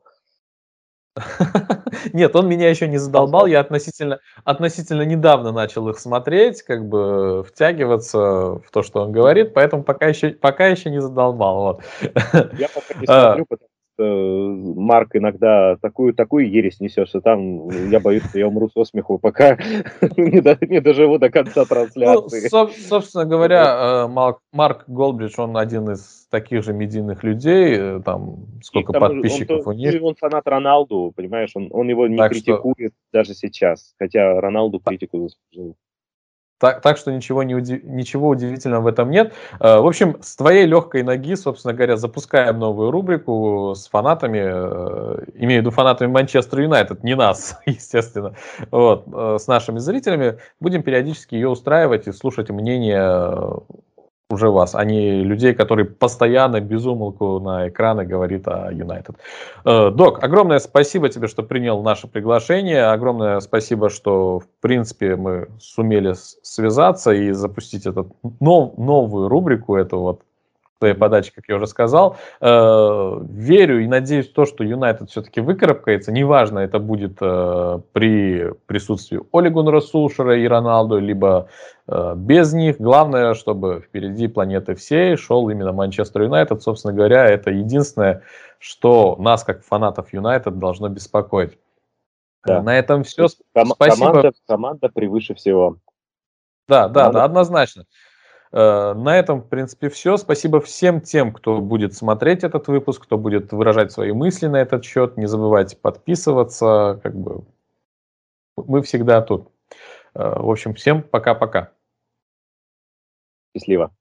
Нет, он меня еще не задолбал, я относительно недавно начал их смотреть, как бы втягиваться в то, что он говорит, поэтому пока еще не задолбал. Вот. Я пока не смотрю, потому Марк иногда такую ересь несет, что там я боюсь, что я умру со смеху, пока не доживу до конца Ну, трансляции. собственно говоря, Марк Голдридж, он один из таких же медийных людей, там И к сколько тому же подписчиков у них, он фанат Роналду, понимаешь, он его не так что критикует даже сейчас, хотя Роналду критику заслужил. Так что ничего удивительного в этом нет. В общем, с твоей легкой ноги, собственно говоря, запускаем новую рубрику с фанатами, имею в виду фанатами Манчестер Юнайтед, не нас, естественно, вот, с нашими зрителями. Будем периодически ее устраивать и слушать мнение уже вас, а не людей, которые постоянно без умолку на экраны говорит о Юнайтед. Док, огромное спасибо тебе, что принял наше приглашение. Огромное спасибо, что, в принципе, мы сумели связаться и запустить эту новую рубрику, эту вот твоей подачи, как я уже сказал. Верю и надеюсь в то, что Юнайтед все-таки выкарабкается. Неважно, это будет при присутствии Оли Гуннара Сулшера и Роналду, либо без них. Главное, чтобы впереди планеты всей шел именно Манчестер Юнайтед. Собственно говоря, это единственное, что нас, как фанатов Юнайтед, должно беспокоить. Да. На этом все. Спасибо. Команда превыше всего. Да, однозначно. На этом, в принципе, все. Спасибо всем тем, кто будет смотреть этот выпуск, кто будет выражать свои мысли на этот счет. Не забывайте подписываться. Мы всегда тут. В общем, всем пока-пока. Счастливо.